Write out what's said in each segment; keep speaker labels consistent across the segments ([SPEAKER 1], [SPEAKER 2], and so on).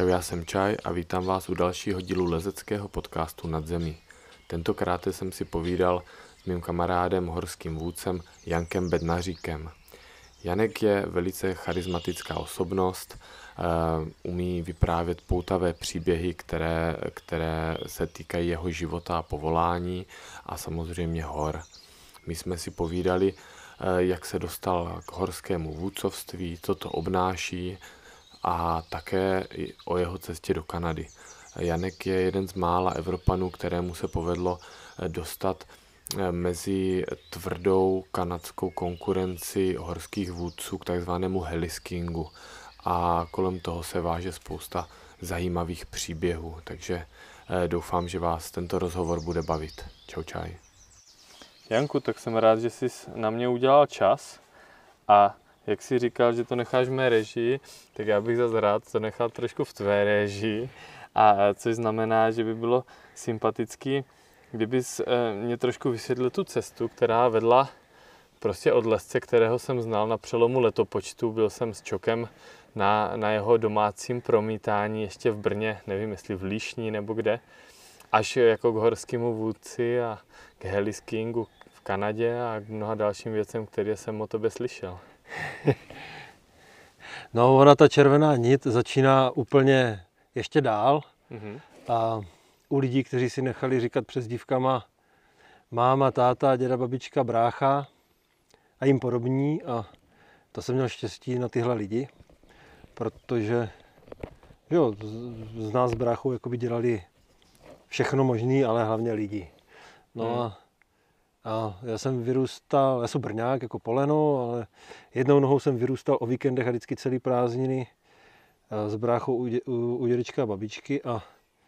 [SPEAKER 1] Čau, já jsem Čaj a vítám vás u dalšího dílu lezeckého podcastu Nad zemí. Tentokrát jsem si povídal s mým kamarádem, horským vůdcem Jankem Bednaříkem. Janek je velice charismatická osobnost, umí vyprávět poutavé příběhy, které se týkají jeho života a povolání a samozřejmě hor. My jsme si povídali, jak se dostal k horskému vůdcovství, co to obnáší a také o jeho cestě do Kanady. Janek je jeden z mála Evropanů, kterému se povedlo dostat mezi tvrdou kanadskou konkurenci horských vůdců k takzvanému heliskingu. A kolem toho se váže spousta zajímavých příběhů, takže doufám, že vás tento rozhovor bude bavit. Čau, čaj.
[SPEAKER 2] Janku, tak jsem rád, že jsi na mě udělal čas a jak jsi říkal, že to necháš v mé režii, tak já bych zase rád to nechal trošku v tvé režii, a což znamená, že by bylo sympatický, kdybys mě trošku vysvětlil tu cestu, která vedla prostě od lesce, kterého jsem znal na přelomu letopočtu. Byl jsem s Čokem na jeho domácím promítání ještě v Brně, nevím jestli v Líšni nebo kde, až jako k horskému vůdci a k heliskingu v Kanadě a k mnoha dalším věcem, které jsem o tobě slyšel.
[SPEAKER 3] No, ona ta červená nit začíná úplně ještě dál. A u lidí, kteří si nechali říkat přezdívkama máma, táta, děda, babička, brácha a jim podobní, a to jsem měl štěstí na tyhle lidi, protože jo, z nás s bráchou jakoby dělali všechno možný, ale hlavně lidi. No a já jsem vyrůstal, já jsem Brňák jako poleno, ale jednou nohou jsem vyrůstal o víkendech a vždycky celý prázdniny s bráchou u dědečka a babičky a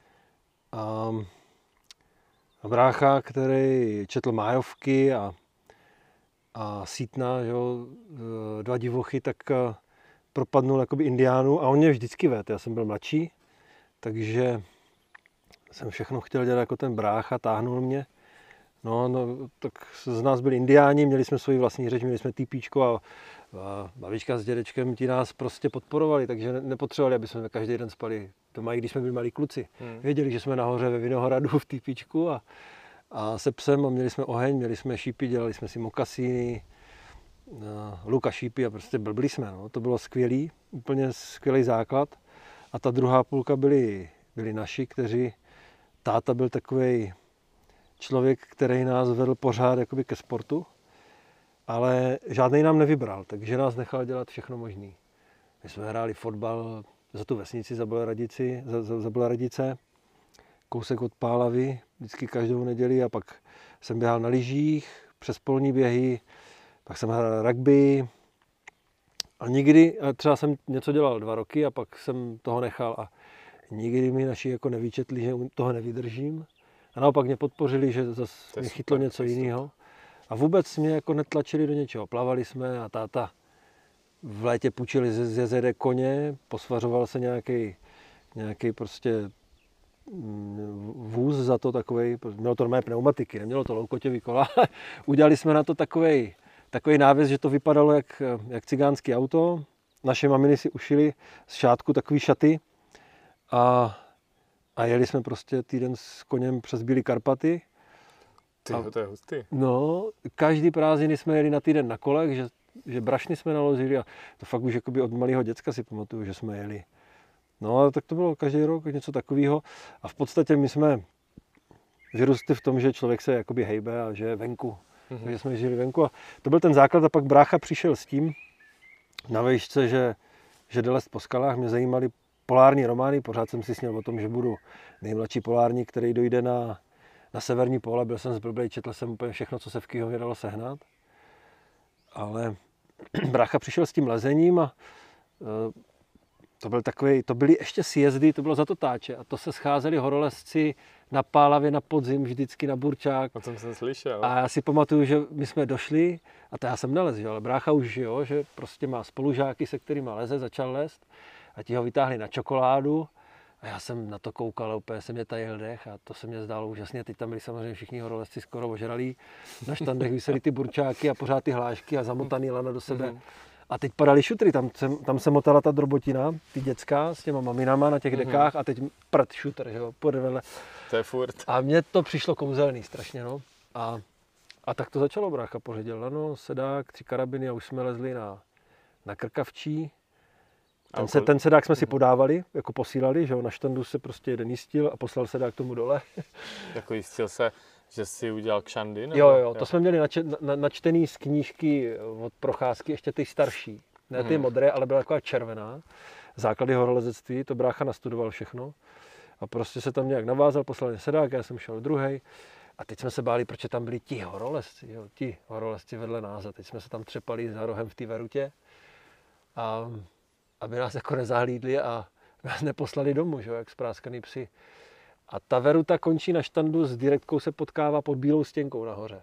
[SPEAKER 3] brácha, který četl Májovky a Sítna, jo, dva divochy, tak propadnul jakoby indiánů a on mě vždycky vedl. Já jsem byl mladší, takže jsem všechno chtěl dělat jako ten brácha, táhnul mě. No, tak z nás byli indiáni, měli jsme svoji vlastní řeč, měli jsme týpíčko a babička s dědečkem ti nás prostě podporovali, takže nepotřebovali, aby jsme každý den spali doma, i když jsme byli malí kluci. Věděli, že jsme nahoře ve Vinohradu v týpíčku a se psem a měli jsme oheň, měli jsme šípy, dělali jsme si mokasíny, luk a šípy a prostě blbli jsme. No. To bylo skvělý, úplně skvělý základ. A ta druhá půlka byli naši, kteří, táta byl takovej člověk, který nás vedl pořád jakoby ke sportu, ale žádnej nám nevybral, takže nás nechal dělat všechno možný. My jsme hráli fotbal za tu vesnici za Bělehradice, kousek od Pálavy, vždycky každou neděli, a pak jsem běhal na lyžích, přes polní běhy, pak jsem hrál rugby a třeba jsem něco dělal 2 roky a pak jsem toho nechal a nikdy mi naši jako nevyčetli, že toho nevydržím. A naopak mě podpořili, že zase mě chytlo něco jiného. A vůbec mě jako netlačili do něčeho. Plavali jsme a táta v létě půjčili z jezere koně, posvařoval se nějaký prostě vůz za to takovej, mělo to normálně pneumatiky, nemělo to loukotěvý kola. Udělali jsme na to takový návěs, že to vypadalo jak cigánský auto. Naše maminy si ušily z šátku takový šaty a jeli jsme prostě týden s koněm přes Bílý Karpaty.
[SPEAKER 2] To je hustý. No,
[SPEAKER 3] každý prázdniny jsme jeli na týden na kolech, že brašny jsme nalozili a to fakt už jakoby od malého děcka si pamatuju, že jsme jeli. No a tak to bylo každý rok něco takového a v podstatě my jsme vyrostli v tom, že člověk se jakoby hejbe a že je venku. Takže jsme žili venku a to byl ten základ a pak brácha přišel s tím na vejšce, že jde lézt po skalách. Mě zajímaly polární romány, pořád jsem si snil o tom, že budu nejmladší polárník, který dojde na severní pole. Byl jsem zblblej, četl jsem úplně všechno, co se v Kyjově dalo sehnat. Ale brácha přišel s tím lezením a to byly ještě sjezdy, to bylo za to táče a to se scházeli horolezci na Pálavě na podzim, vždycky na burčák.
[SPEAKER 2] O tom jsem slyšel.
[SPEAKER 3] A já si pamatuju, že my jsme došli a to já jsem nelez, ale brácha už, jo, že prostě má spolužáky, se kterými leze, začal lézt a ti ho vytáhli na čokoládu a já jsem na to koukal a úplně se mě tajil dech a to se mě zdálo úžasně. Teď tam byli samozřejmě všichni horolezci skoro ožralí, na štandech visely ty burčáky a pořád ty hlášky a zamotaný lana do sebe. A teď padaly šutry, tam se motala ta drobotina, ty děcka s těma maminama na těch dekách a teď prd šutr, že jo, podvedle.
[SPEAKER 2] To je furt.
[SPEAKER 3] A mně to přišlo kouzelný strašně, no. A tak to začalo, brácha pořídil lano, sedák, 3 karabiny a už jsme lezli na krkavčí. Ten sedák jsme si podávali, jako posílali, že jo, na štandu se prostě jeden jistil a poslal sedák tomu dole.
[SPEAKER 2] Jako jistil se, že si udělal kšandy? Nebo?
[SPEAKER 3] Jo, to jsme měli načtený z knížky od Procházky, ještě ty starší. Ne ty modré, ale byla taková červená. Základy horolezectví, to brácha nastudoval všechno. A prostě se tam nějak navázal, poslal mě sedák, já jsem šel druhej. A teď jsme se báli, protože tam byli ti horolezci vedle nás. A teď jsme se tam třepali za rohem v té verutě. A aby nás jako nezahlídli a nás neposlali domů, že jo, jak spráskaný psi. A ta veruta končí na štandu, s direktkou se potkává pod bílou stěnkou nahoře.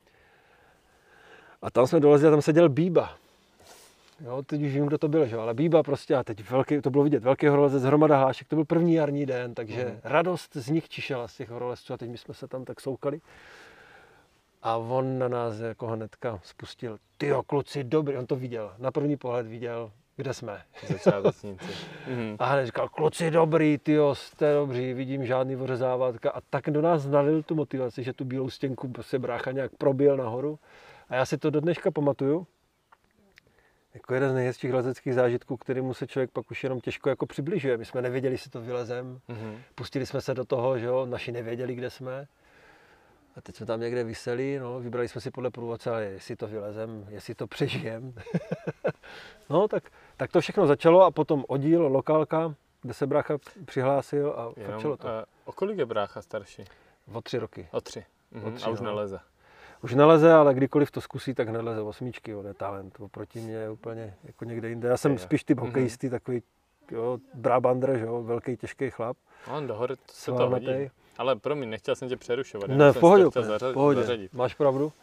[SPEAKER 3] A tam jsme dolezli a tam seděl Bíba. Jo, teď už vím, kdo to byl, že? Ale Bíba prostě, a teď to bylo vidět, velký horolezec, hromada hlášek, to byl první jarní den, takže radost z nich čišela, z těch horolezců, a teď my jsme se tam tak soukali. A on na nás jako hnedka spustil, tyjo, kluci, dobrý, on to viděl, na první pohled viděl, kde jsme.
[SPEAKER 2] Začátečníci.
[SPEAKER 3] A hned říkal, kluci, dobrý, tyjo, jste dobří, vidím žádný ořezávatka. A tak do nás nalil tu motivaci, že tu bílou stěnku prostě brácha nějak probil nahoru. A já si to do dneška pamatuju. Jako jeden z nejhezčích lezeckých zážitků, kterému se člověk pak už jenom těžko jako přibližuje. My jsme nevěděli, jestli to vylezem. Pustili jsme se do toho, že jo, naši nevěděli, kde jsme. A teď jsme tam někde viseli, no, vybrali jsme si podle průvodce, ale jestli to vylezem, jestli to přežijem. No, tak to všechno začalo a potom oddíl, lokálka, kde se brácha přihlásil a začalo to.
[SPEAKER 2] O kolik je brácha starší?
[SPEAKER 3] O 3 roky.
[SPEAKER 2] O 3. A už neleze.
[SPEAKER 3] Už neleze, ale kdykoliv to zkusí, tak neleze 8, jo, je talent. Oproti mě je úplně jako někde jinde. Já jsem spíš typ hokejisty, takový, jo, Brabandr, jo, velký, těžký chlap.
[SPEAKER 2] On do hory se to hodí. Ale promiň, nechtěl jsem tě přerušovat.
[SPEAKER 3] Ne, v pohodě, máš pravdu.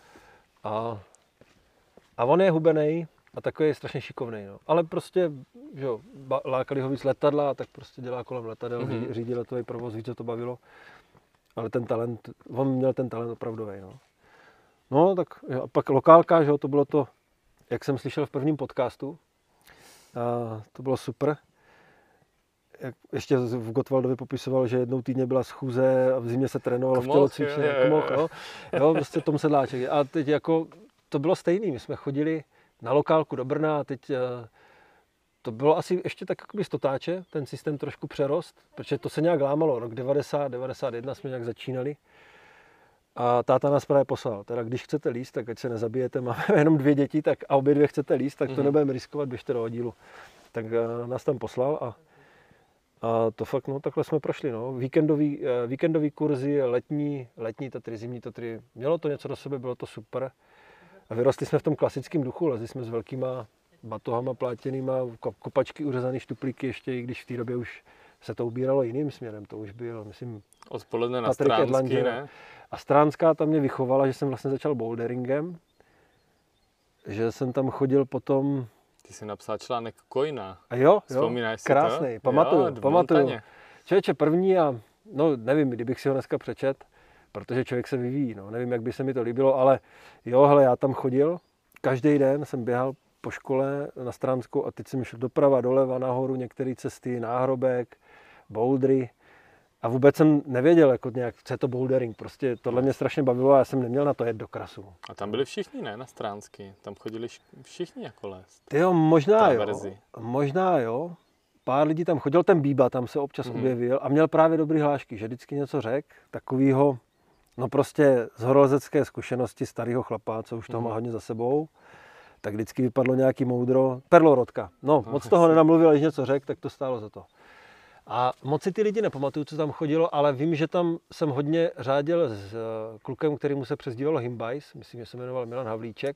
[SPEAKER 3] A on je hubenej a takový je strašně šikovnej, no. Ale prostě, že jo, lákali ho víc letadla, tak prostě dělá kolem letadel, řídí letový provoz, víc, co to bavilo. Ale ten talent, on měl ten talent opravdový, no. No, tak jo, a pak lokálka, že jo, to bylo to, jak jsem slyšel v prvním podcastu. A to bylo super. Ještě v Gottwaldovi popisoval, že jednou týdně byla schůze a v zimě se trénovalo v tělocvičně. Jo, prostě Tom Sedláček. A teď jako to bylo stejný. My jsme chodili na lokálku do Brna a teď to bylo asi ještě tak jakoby z Totáče, ten systém trošku přerost, protože to se nějak lámalo. Rok 90, 91 jsme nějak začínali. A táta nás právě poslal. Teda když chcete líst, tak ať se nezabijete, máme jenom 2 děti, tak a obě 2 chcete líst, tak to nebudeme riskovat, běžte do oddílu. Tak nás tam poslal a to fakt, no, takhle jsme prošli, no. Víkendový kurzy, letní Tatry, zimní Tatry. Mělo to něco do sebe, bylo to super. A vyrostli jsme v tom klasickém duchu, lezli jsme s velkýma batohama plátěnýma, kopačky uřezaný štuplíky, ještě i když v té době už se to ubíralo jiným směrem, to už byl, myslím,
[SPEAKER 2] odpoledne na Stránský, ne?
[SPEAKER 3] A Stránská tam mě vychovala, že jsem vlastně začal boulderingem, že jsem tam chodil potom.
[SPEAKER 2] Ty jsi napsal článek Kojna.
[SPEAKER 3] A jo,
[SPEAKER 2] vzpomínáš si
[SPEAKER 3] krásný,
[SPEAKER 2] to?
[SPEAKER 3] Pamatuju. Člověče první a, no nevím, kdybych si ho dneska přečet, protože člověk se vyvíjí, no, nevím, jak by se mi to líbilo, ale jo, hele, já tam chodil, každý den jsem běhal po škole na Stránskou a teď jsem šel doprava, doleva, nahoru, některé cesty, náhrobek, bouldry. A vůbec jsem nevěděl, jako nějak, co je to bouldering. Prostě tohle mě strašně bavilo a já jsem neměl na to jet do krasu.
[SPEAKER 2] A tam byli všichni, ne? Na Stránský. Tam chodili všichni jako lézt.
[SPEAKER 3] Jo, možná jo. Pár lidí tam chodil, ten Bíba tam se občas objevil a měl právě dobrý hlášky, že vždycky něco řekl, takovýho, no prostě z horolezecké zkušenosti starého chlapa, co už toho má hodně za sebou, tak vždycky vypadlo nějaký moudro. Perlorodka. No, moc toho nenamluvil, když něco řekl, tak to stálo za to. A moc si ty lidi nepamatuju, co tam chodilo, ale vím, že tam jsem hodně řádil s klukem, kterýmu se přezdívalo Himbajs, myslím, že se jmenoval Milan Havlíček.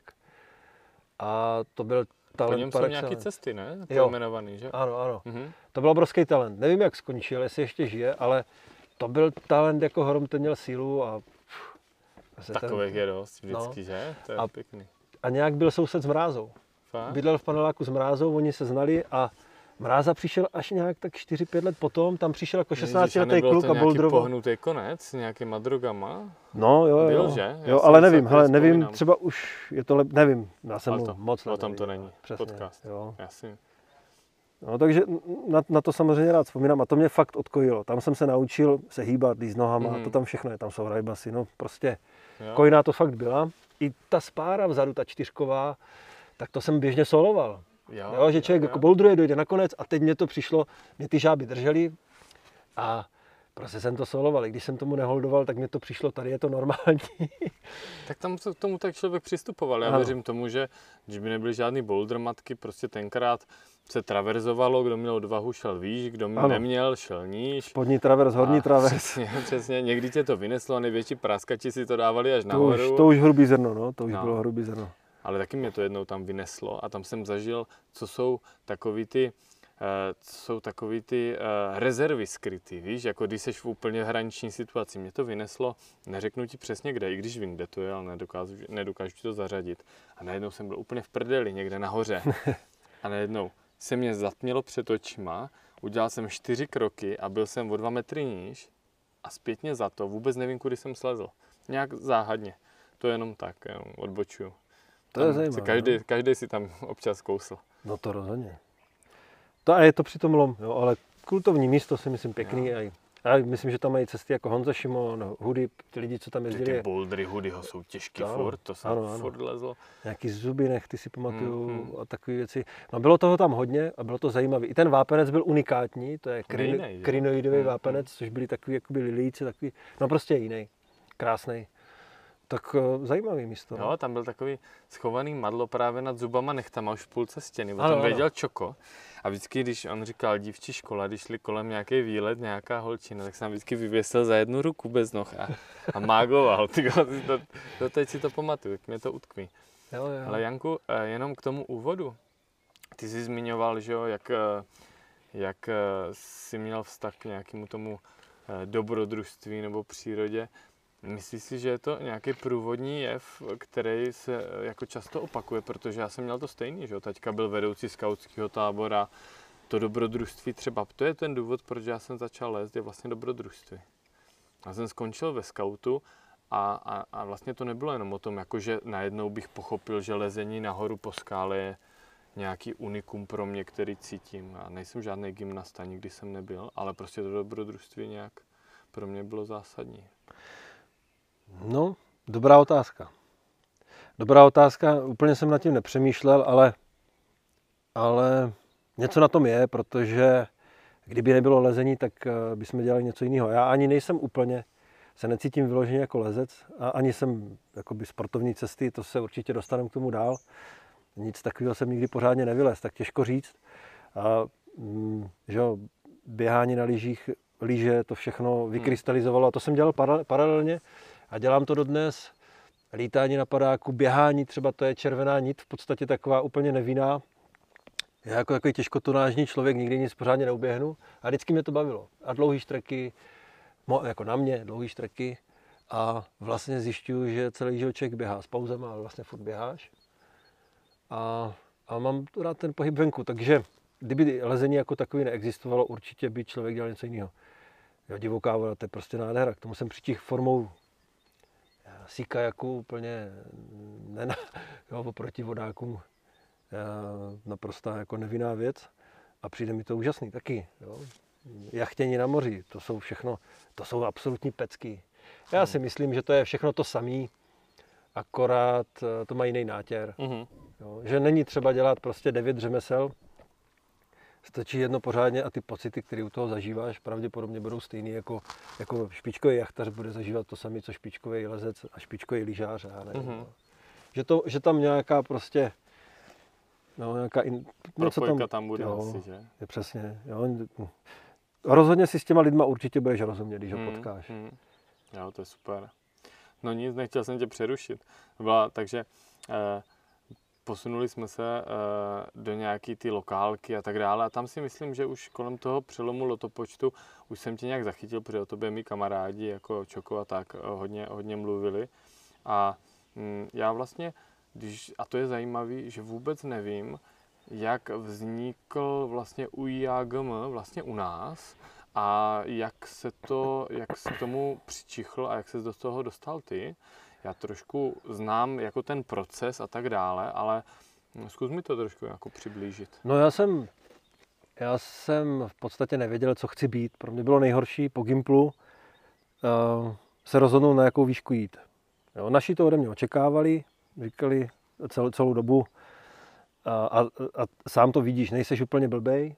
[SPEAKER 3] A to byl talent.
[SPEAKER 2] Po něm jsou nějaké cesty, ne? Pojmenovaný, že?
[SPEAKER 3] Ano. To byl obrovský talent. Nevím, jak skončil, jestli ještě žije, ale to byl talent jako hrom, ten měl sílu a...
[SPEAKER 2] Takových je dost vždycky, že? To je pěkný.
[SPEAKER 3] A nějak byl soused s Mrázou. Bydlel v paneláku s Mrázou, oni se znali a Mráza přišel až nějak tak 4-5 let potom, tam přišel jako 16letý
[SPEAKER 2] Nebylo
[SPEAKER 3] kluk
[SPEAKER 2] to
[SPEAKER 3] a
[SPEAKER 2] nějaký
[SPEAKER 3] bouldroval.
[SPEAKER 2] pohnutý konec s nějakýma drogama?
[SPEAKER 3] No jo,
[SPEAKER 2] Byl,
[SPEAKER 3] jo.
[SPEAKER 2] že? Já
[SPEAKER 3] Jo,
[SPEAKER 2] si
[SPEAKER 3] ale
[SPEAKER 2] to
[SPEAKER 3] nevím,
[SPEAKER 2] taky
[SPEAKER 3] hele, nevím,
[SPEAKER 2] vzpomínám.
[SPEAKER 3] třeba už je to nevím, já jsem
[SPEAKER 2] Ale
[SPEAKER 3] mu
[SPEAKER 2] to-
[SPEAKER 3] moc let
[SPEAKER 2] o tom to
[SPEAKER 3] neviděl.
[SPEAKER 2] není
[SPEAKER 3] Přesně,
[SPEAKER 2] podcast.
[SPEAKER 3] jo.
[SPEAKER 2] Jasně.
[SPEAKER 3] No, takže na to samozřejmě rád vzpomínám a to mě fakt odkojilo. Tam jsem se naučil se hýbat, líst nohama, to tam všechno je, tam jsou rajbasy, no prostě
[SPEAKER 2] Jo.
[SPEAKER 3] kojná to fakt byla. I ta spára vzadu, ta 4, tak to jsem běžně soloval. Jo, že člověk jako bouldruje, dojde nakonec a teď mě to přišlo, mě ty žáby držely a prostě jsem to soloval. I když jsem tomu neholdoval, tak mě to přišlo, tady je to normální.
[SPEAKER 2] Tak tam se k tomu tak člověk přistupoval. Já
[SPEAKER 3] Ano.
[SPEAKER 2] věřím tomu, že když by nebyly žádný boulder matky, prostě tenkrát se traverzovalo, kdo měl odvahu šel výš, kdo
[SPEAKER 3] Ano.
[SPEAKER 2] neměl šel níž.
[SPEAKER 3] Spodní travers, horní travers.
[SPEAKER 2] Přesně, někdy tě to vyneslo a největší praskači si to dávali až
[SPEAKER 3] To
[SPEAKER 2] nahoru.
[SPEAKER 3] už hrubý zrno, no, to už
[SPEAKER 2] No.
[SPEAKER 3] bylo hrubý zrno.
[SPEAKER 2] Ale taky mě to jednou tam vyneslo a tam jsem zažil, co jsou takový ty rezervy skrytý, víš, jako když seš v úplně hraniční situaci. Mě to vyneslo, neřeknu ti přesně kde, i když vím, kde to je, ale nedokážu ti to zařadit. A najednou jsem byl úplně v prdeli, někde nahoře. A najednou se mě zatmělo před očima, udělal jsem 4 kroky a byl jsem o 2 metry níž a zpětně za to vůbec nevím, kudy jsem slezl. Nějak záhadně. To jenom tak, jenom odbočuju.
[SPEAKER 3] To je zajímavé.
[SPEAKER 2] Každý si tam občas kousl.
[SPEAKER 3] No to rozhodně. To a je to přitom lom, jo, ale kultovní místo si myslím pěkný. A myslím, že tam mají cesty jako Honza Šimon, Hudy, ty lidi, co tam jezdili.
[SPEAKER 2] Ty bouldry Hudyho jsou těžký furt, to jsem furt lezl.
[SPEAKER 3] Nějaký Zubinech, ty si pamatuju a takové věci. No bylo toho tam hodně a bylo to zajímavé. I ten vápenec byl unikátní, to je krinoidový vápenec, což byly takový jakoby lilíci, takový, no prostě jiný, krásný. Tak zajímavý místo.
[SPEAKER 2] Jo, tam byl takový schovaný madlo právě nad zubama nechtama už v půlce stěny, o tom věděl Čoko. A vždycky, když on říkal dívčí škola, když šli kolem nějaký výlet, nějaká holčina, tak jsem vždycky vyvěsil za jednu ruku bez noh a mágoval. Doteď si to pamatuju, jak mě to utkví.
[SPEAKER 3] Jo.
[SPEAKER 2] Ale Janku, jenom k tomu úvodu. Ty jsi zmiňoval, že jo, jak jsi měl vztah k nějakému tomu dobrodružství nebo přírodě. Myslíš si, že je to nějaký průvodní jev, který se jako často opakuje, protože já jsem měl to stejný, že jo? Taťka byl vedoucí skautského tábora, to dobrodružství třeba, to je ten důvod, proč já jsem začal lézt, je vlastně dobrodružství. Já jsem skončil ve skautu a vlastně to nebylo jenom o tom, jakože najednou bych pochopil, že lezení nahoru po skále je nějaký unikum pro mě, který cítím. Já nejsem žádný gymnasta, nikdy jsem nebyl, ale prostě to dobrodružství nějak pro mě bylo zásadní.
[SPEAKER 3] No, dobrá otázka. Dobrá otázka, úplně jsem nad tím nepřemýšlel, ale něco na tom je, protože kdyby nebylo lezení, tak bychom dělali něco jiného. Já ani nejsem úplně, se necítím vyloženě jako lezec a ani jsem jakoby sportovní cesty, to se určitě dostaneme k tomu dál. Nic takového jsem nikdy pořádně nevylez, tak těžko říct. A, že jo, běhání na lyžích, lyže, to všechno vykrystalizovalo a to jsem dělal paralelně a dělám to dodnes. Lítání na padáku, běhání, třeba to je červená nit, v podstatě taková úplně nevinná. Já jako takový těžkotonážní člověk nikdy nic pořádně neuběhnu a vždycky mě to bavilo. A dlouhý štreky, jako na mě dlouhý štreky a vlastně zjišťuju, že celý život běhá s pauzama, ale vlastně furt běháš. A mám rád ten pohyb venku, takže kdyby lezení jako takový neexistovalo, určitě by člověk dělal něco jiného. Jo, divoká voda, to je prostě nádhera. K tomu jsem při těch formou sea kajaku úplně oproti vodákům naprostá jako nevinná věc a přijde mi to úžasný taky. Jo. Jachtění na moři, to jsou všechno, to jsou absolutní pecky. Já si myslím, že to je všechno to samé, akorát to má jiný nátěr. Jo, že není třeba dělat prostě 9 řemesel, stačí jedno pořádně a ty pocity, které u toho zažíváš, pravděpodobně budou stejný jako špičkový jachtař bude zažívat to samé, co špičkový lezec a špičkový lyžář. Že tam nějaká prostě, nějaká
[SPEAKER 2] propojka tam bude asi, že?
[SPEAKER 3] Je přesně. Jo. Rozhodně si s těma lidma určitě budeš rozumět, když ho potkáš.
[SPEAKER 2] Jo, to je super. No nic, nechtěl jsem tě přerušit. Takže posunuli jsme se do nějaký ty lokálky a tak dále a tam si myslím, že už kolem toho přelomu letopočtu už jsem tě nějak zachytil, protože o tobě mý kamarádi jako Čoko a tak hodně mluvili a já vlastně, a to je zajímavý, že vůbec nevím, jak vznikl vlastně UIAGM vlastně u nás a jak se k tomu přičichl a jak se do toho dostal ty. Já trošku znám jako ten proces a tak dále, ale zkus mi to trošku jako přiblížit.
[SPEAKER 3] No já jsem v podstatě nevěděl, co chci být. Pro mě bylo nejhorší po Gimplu se rozhodnout, na jakou výšku jít. Jo, naši to ode mě očekávali, říkali celou dobu a sám to vidíš, nejseš úplně blbej,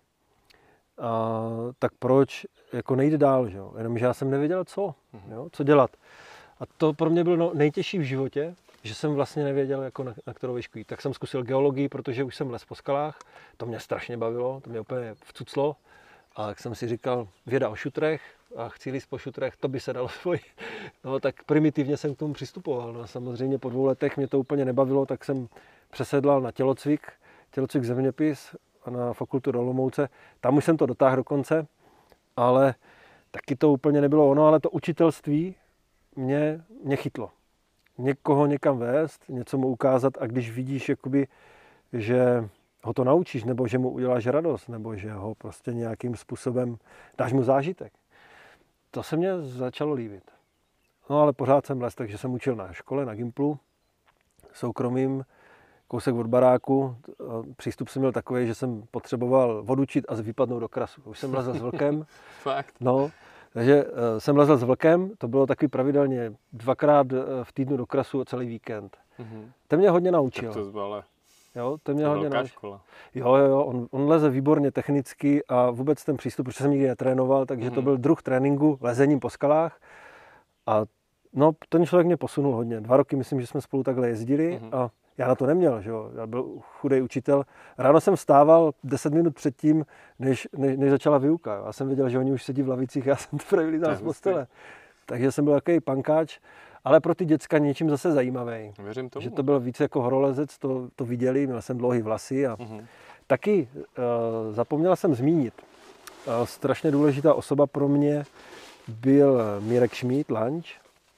[SPEAKER 3] tak proč jako nejde dál, že jo? Jenomže já jsem nevěděl, co dělat. A to pro mě bylo nejtěžší v životě, že jsem vlastně nevěděl, jako na kterou výšku jít. Tak jsem zkusil geologii, protože už jsem les po skalách, to mě strašně bavilo, to mě úplně vcuclo. A jak jsem si říkal, věda o šutrech a chci líst po šutrech, to by se dalo svoj. No tak primitivně jsem k tomu přistupoval. No a samozřejmě po 2 letech mě to úplně nebavilo, tak jsem přesedlal na tělocvik zeměpis a na fakultu do Olomouce. Tam už jsem to dotáhl do konce, ale taky to úplně nebylo ono, ale to učitelství mě chytlo. Někoho někam vést, něco mu ukázat a když vidíš, jakoby, že ho to naučíš, nebo že mu uděláš radost, nebo že ho prostě nějakým způsobem dáš mu zážitek. To se mě začalo líbit. No ale pořád jsem les, takže jsem učil na škole, na Gimplu, soukromým, kousek od baráku. Přístup jsem měl takový, že jsem potřeboval vodučit a vypadnout do krasu. Už jsem lezl s vlkem.
[SPEAKER 2] Fakt?
[SPEAKER 3] No, takže jsem lezl s vlkem, to bylo takový pravidelně 2krát v týdnu do krasu celý víkend. Ten mě hodně naučil.
[SPEAKER 2] Tak to zbylo, ale
[SPEAKER 3] jo, ten mě hodně naučil.
[SPEAKER 2] Škola.
[SPEAKER 3] Jo, on leze výborně technicky a vůbec ten přístup, protože jsem nikdy netrénoval, takže to byl druh tréninku lezením po skalách. A no, ten člověk mě posunul hodně. 2 roky myslím, že jsme spolu takhle jezdili a já na to neměl, že jo. Já byl chudej učitel. Ráno jsem vstával 10 minut předtím, než začala výuka. Já jsem věděl, že oni už sedí v lavicích, já jsem teprve vylítal z postele. Takže jsem byl takový pankáč, ale pro ty děcka něčím zase zajímavý.
[SPEAKER 2] Věřím tomu.
[SPEAKER 3] Že to byl víc jako horolezec, to viděli, měl jsem dlouhý vlasy a taky zapomněl jsem zmínit. Strašně důležitá osoba pro mě byl Mirek Šmíd, Lanč,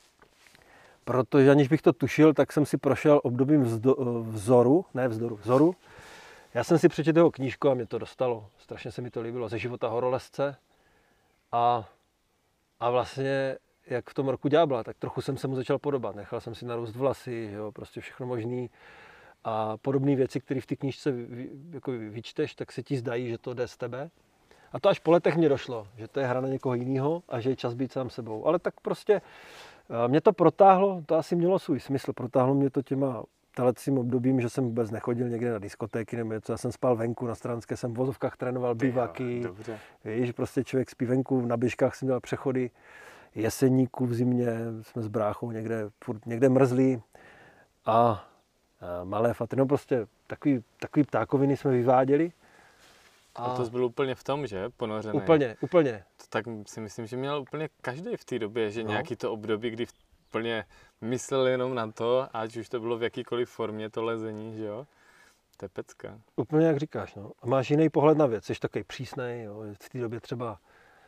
[SPEAKER 3] protože aniž bych to tušil, tak jsem si prošel obdobím vzoru. Já jsem si přečetl jeho knížku a mě to dostalo. Strašně se mi to líbilo. Ze života horolezce. A vlastně, jak v tom Roku ďábla, tak trochu jsem se mu začal podobat. Nechal jsem si narůst vlasy, jo, prostě všechno možný. A podobné věci, které v té knížce jako vyčteš, tak se ti zdají, že to jde z tebe. A to až po letech mě došlo, že to je hra na někoho jiného a že je čas být sám sebou. Ale tak prostě mě to protáhlo, to asi mělo svůj smysl, protáhlo mě to těma telecím obdobím, že jsem vůbec nechodil někde na diskotéky nebo něco. Já jsem spal venku, na Stranské jsem v vozovkách trénoval bivaky. Víš, prostě člověk spí venku, na běžkách jsem dělal přechody, jeseníku v zimě, jsme s bráchou někde mrzli a malé fatry, no prostě takový ptákoviny jsme vyváděli.
[SPEAKER 2] A to byl úplně v tom, že? Ponořený.
[SPEAKER 3] Úplně.
[SPEAKER 2] To tak si myslím, že měl úplně každý v té době, že nějaký to období, kdy úplně myslel jenom na to, ať už to bylo v jakýkoliv formě to lezení, že jo? To je pecka.
[SPEAKER 3] Úplně jak říkáš, no. A máš jiný pohled na věc, jsi takový přísnej, jo. V té době třeba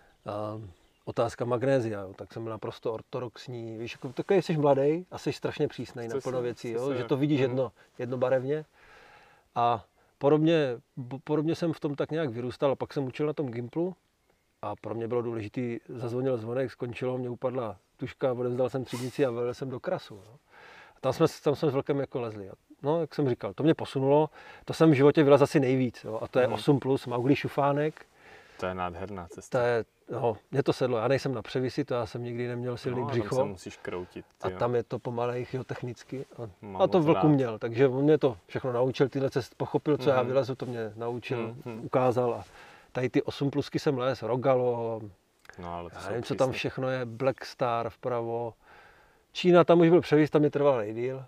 [SPEAKER 3] otázka magnézia, jo. Tak jsem byl naprosto ortodoxní, víš, jako takový jsi mladý a jsi strašně přísnej na plno věcí, jo. Že to vidíš jednobarevně. A podobně jsem v tom tak nějak vyrůstal a pak jsem učil na tom Gimplu a pro mě bylo důležité, zazvonil zvonek, skončilo, mě upadla tužka, odevzdal jsem třídnici a velel jsem do krasu. No. A tam jsme s vlkem jako lezli. No, jak jsem říkal, to mě posunulo, to jsem v životě vylez asi nejvíc, jo. A to je 8+, Mauglí Šufánek.
[SPEAKER 2] To je nádherná cesta.
[SPEAKER 3] Mě to sedlo, já nejsem na převisy, to já jsem nikdy neměl silný břicho.
[SPEAKER 2] Tam se musíš kroutit.
[SPEAKER 3] A tam je to pomalejch, technicky. A to vlku měl, takže on mě to všechno naučil, tyhle cesty pochopil, co já vylezu, to mě naučil, ukázal. A tady ty 8+ky jsem les, Rogalo, já nevím, co tam všechno je, Black Star vpravo. Čína, tam už byl převis, tam mě trval nejdýl.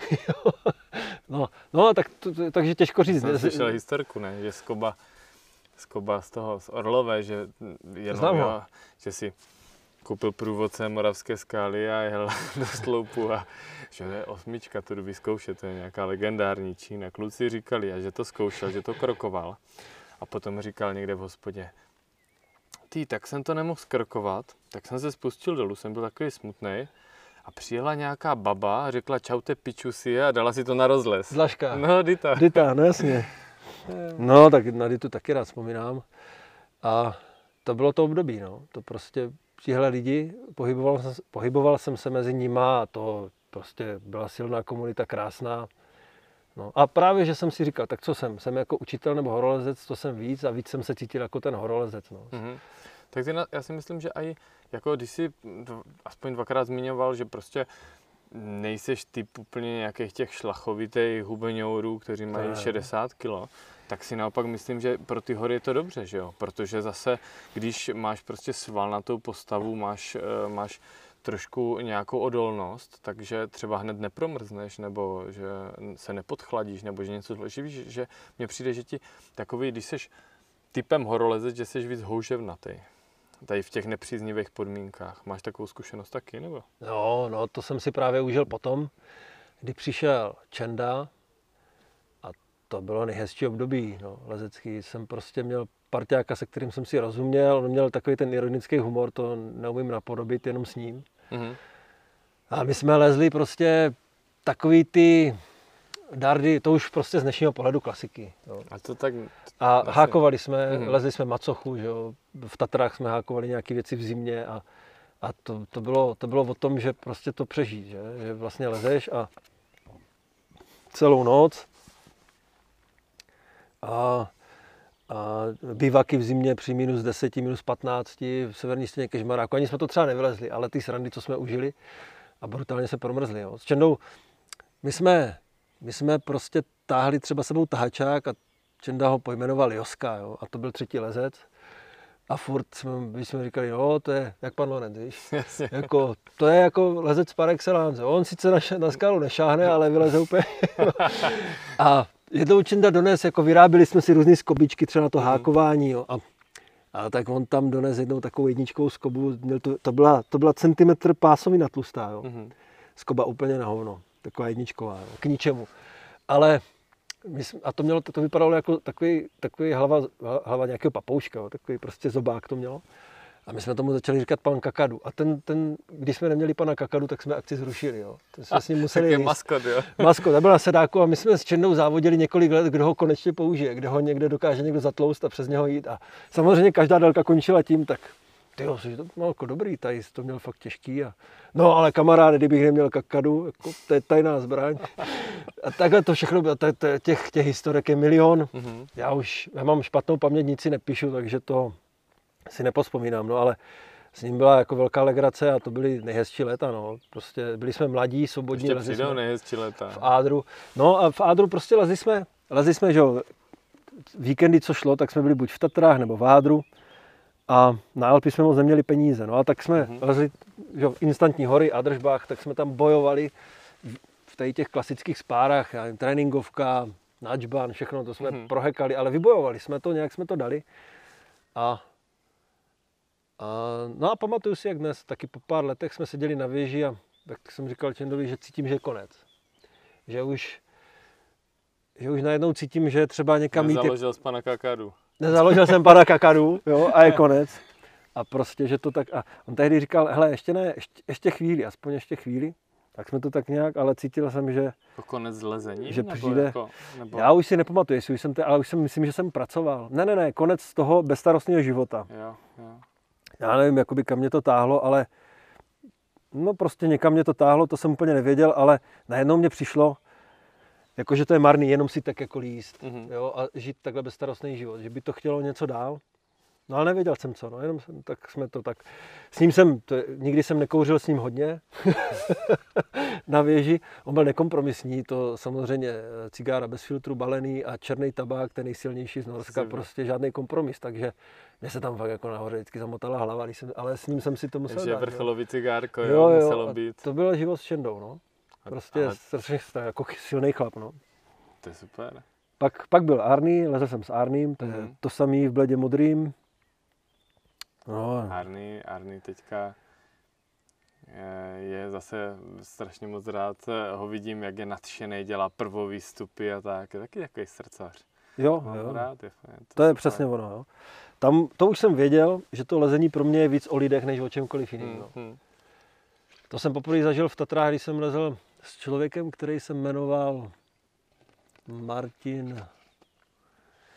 [SPEAKER 3] takže těžko říct.
[SPEAKER 2] Jsem slyšel historku, ne? Že Skoba z Orlové, že si koupil průvodce Moravské skály a jel do sloupu a že to je 8, to jdu vyzkoušet, to je nějaká legendární Čína. Kluci říkali, a že to zkoušel, že to krokoval. A potom říkal někde v hospodě, tak jsem to nemohl skrokovat, tak jsem se spustil dolů, jsem byl takový smutnej. A přijela nějaká baba a řekla čaute pičusi a dala si to na rozles.
[SPEAKER 3] Dlažka.
[SPEAKER 2] No, Dita.
[SPEAKER 3] Dita, no jasně. No, tak na Ditu taky rád vzpomínám. A to bylo to období, no. To prostě tihle lidi, pohyboval jsem se mezi nima a to prostě byla silná komunita, krásná. No. A právě, že jsem si říkal, tak co jsem? Jsem jako učitel nebo horolezec, to jsem víc a víc jsem se cítil jako ten horolezec, no.
[SPEAKER 2] Mm-hmm. Tak já si myslím, že i jako když jsi aspoň dvakrát zmiňoval, že prostě nejseš typ úplně nějakých těch šlachovitých hubeňourů, kteří mají 60 kg, tak si naopak myslím, že pro ty hory je to dobře, že jo? Protože zase, když máš prostě svalnatou postavu, máš trošku nějakou odolnost, takže třeba hned nepromrzneš, nebo že se nepodchladíš, nebo že něco zloží. Víš, že mně přijde, že ti takový, když seš typem horolezec, že seš víc houževnatý. Tady v těch nepříznivých podmínkách. Máš takovou zkušenost taky, nebo?
[SPEAKER 3] No, to jsem si právě užil potom, kdy přišel Čenda a to bylo nejhezčí období, no, lezecký. Jsem prostě měl parťáka, se kterým jsem si rozuměl, on měl takový ten ironický humor, to neumím napodobit jenom s ním. Mm-hmm. A my jsme lezli prostě takový ty dardy, to už prostě z dnešního pohledu klasiky. Jo.
[SPEAKER 2] A to tak...
[SPEAKER 3] A vlastně hákovali jsme, lezli jsme macochu, že jo. V Tatrách jsme hákovali nějaké věci v zimě a to bylo o tom, že prostě to přežít, že vlastně lezeš a celou noc a bivaky v zimě při minus 10, minus 15 v severní stěně Kežmaráku. Ani jsme to třeba nevylezli, ale ty srandy, co jsme užili a brutálně se promrzli. Jo. S Čendou my jsme prostě táhli třeba sebou tahačák a Čenda ho pojmenoval Joska, jo, a to byl třetí lezec. A furt jsme říkali, no, to je jak pan Lorenz, víš? Jako, to je jako lezec par excellence. On sice na skálu nešáhne, ale vyleze úplně. A jednou Čenda dones, jako vyráběli jsme si různý skobičky třeba na to hákování, jo, a tak on tam dones jednou takovou jedničkou skobu, to byla centimetr pásový natlustá, jo. Skoba úplně na hovno, taková jedničková, jo, k ničemu. Ale a to vypadalo jako takový hlava nějakého papouška, jo, takový prostě zobák to mělo. A my jsme tomu začali říkat pan Kakadu. A když jsme neměli pana Kakadu, tak jsme akci zrušili, jo. To jsme s ním museli
[SPEAKER 2] jíst. Maskot, jo.
[SPEAKER 3] Maskot, byl na sedáku a my jsme s Čendou závodili několik let, kdo ho konečně použije, kde ho někde dokáže někdo zatloust a přes něho jít. A samozřejmě každá délka končila tím, tak tyjo, to bylo jako dobrý, tady to měl fakt těžký. No ale kamaráde, kdybych neměl Kakadu, jako, to je tajná zbraň. A takhle to všechno bylo, těch historek je milion. Mm-hmm. Já mám špatnou paměť, nic si nepíšu, takže to si nepospomínám, no ale s ním byla jako velká legrace a to byly nejhezčí léta, no. Prostě byli jsme mladí, svobodní,
[SPEAKER 2] lezli jsme nejhezčí léta.
[SPEAKER 3] V Ádru. No a v Ádru prostě lezli jsme, že jo, víkendy, co šlo, tak jsme byli buď v Tatrách nebo v Ádru a na Alpy jsme moc neměli peníze, no a tak jsme lezli, že jo, instantní hory, Adržbach, tak jsme tam bojovali v těch klasických spárách, tréninkovka, Načban, všechno to jsme prohekali, ale vybojovali jsme to, nějak jsme to dali no a pamatuju si, jak dnes, taky po pár letech jsme seděli na věži a tak jsem říkal Čendovi, že cítím, že je konec. Že už najednou cítím, že třeba někam jít...
[SPEAKER 2] Nezaložil jsi pana Kakadu.
[SPEAKER 3] Nezaložil jsem pana Kakadu, jo, a je konec. A prostě, že to tak... A on tehdy říkal, hele, ještě chvíli, aspoň ještě chvíli. Tak jsme to tak nějak, ale cítil jsem, že...
[SPEAKER 2] To konec lezení?
[SPEAKER 3] Že přijde... Nebo... Já už si nepamatuju, ale už jsem, myslím, že jsem pracoval. Ne, konec toho bezstarostného života.
[SPEAKER 2] Jo.
[SPEAKER 3] Já nevím, jakoby kam mě to táhlo, ale no prostě někam mě to táhlo, to jsem úplně nevěděl, ale najednou mě přišlo, jakože to je marný, jenom si tak jako líst, jo, a žít takhle bezstarostný život, že by to chtělo něco dál. No ale nevěděl jsem co, no, jenom tak jsme to tak, s ním nikdy jsem nekouřil s ním hodně na věži, on byl nekompromisní, to samozřejmě cigára bez filtru, balený a černý tabák, ten nejsilnější z Norska, prostě žádný kompromis, takže mě se tam fakt jako nahoře vždycky zamotala hlava, ale s ním jsem si to musel dát.
[SPEAKER 2] Takže vrcholový cigárko, jo, muselo být.
[SPEAKER 3] To byl život s Čendou, no. Prostě strašně jako silný chlap, no.
[SPEAKER 2] To je super.
[SPEAKER 3] Pak byl Arný, lezl jsem s Arným, to samý v bledě modrým.
[SPEAKER 2] No. Arný teďka je zase strašně moc rád, ho vidím, jak je nadšený, dělá prvovýstupy a tak, je taky takový srdcař.
[SPEAKER 3] Jo.
[SPEAKER 2] Rád,
[SPEAKER 3] to je přesně ono, jo. Tam, to už jsem věděl, že to lezení pro mě je víc o lidech, než o čemkoliv jiným. To jsem poprvé zažil v Tatrách, když jsem lezl s člověkem, který se jmenoval Martin,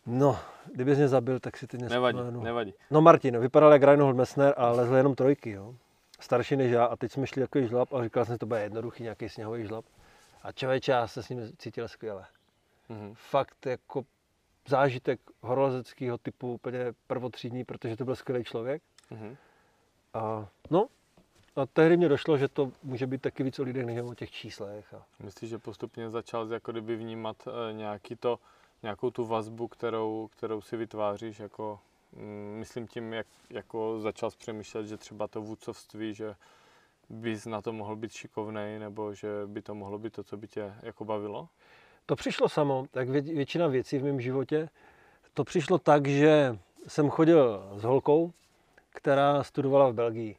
[SPEAKER 3] No, kdybys mě zabil, tak si teď
[SPEAKER 2] Nevadí, nevadí.
[SPEAKER 3] No Martin, vypadal jak Reinhold Messner a lezl jenom trojky, jo. Starší než já a teď jsme šli takový žlab a říkal jsem, že to bude jednoduchý, nějaký sněhový žlab. A člověče, já se s ním cítil skvěle. Fakt jako zážitek horolezeckého typu úplně prvotřídní, protože to byl skvělý člověk. A no, a tehdy mě došlo, že to může být taky víc o lidech než o těch číslech.
[SPEAKER 2] Myslíš, že postupně začal jako kdyby vnímat nějakou tu vazbu, kterou si vytváříš, jako, myslím tím, jak jako začal přemýšlet, že třeba to vůdcovství, že bys na to mohl být šikovnej, nebo že by to mohlo být to, co by tě jako bavilo?
[SPEAKER 3] To přišlo samo, tak většina věcí v mém životě. To přišlo tak, že jsem chodil s holkou, která studovala v Belgii.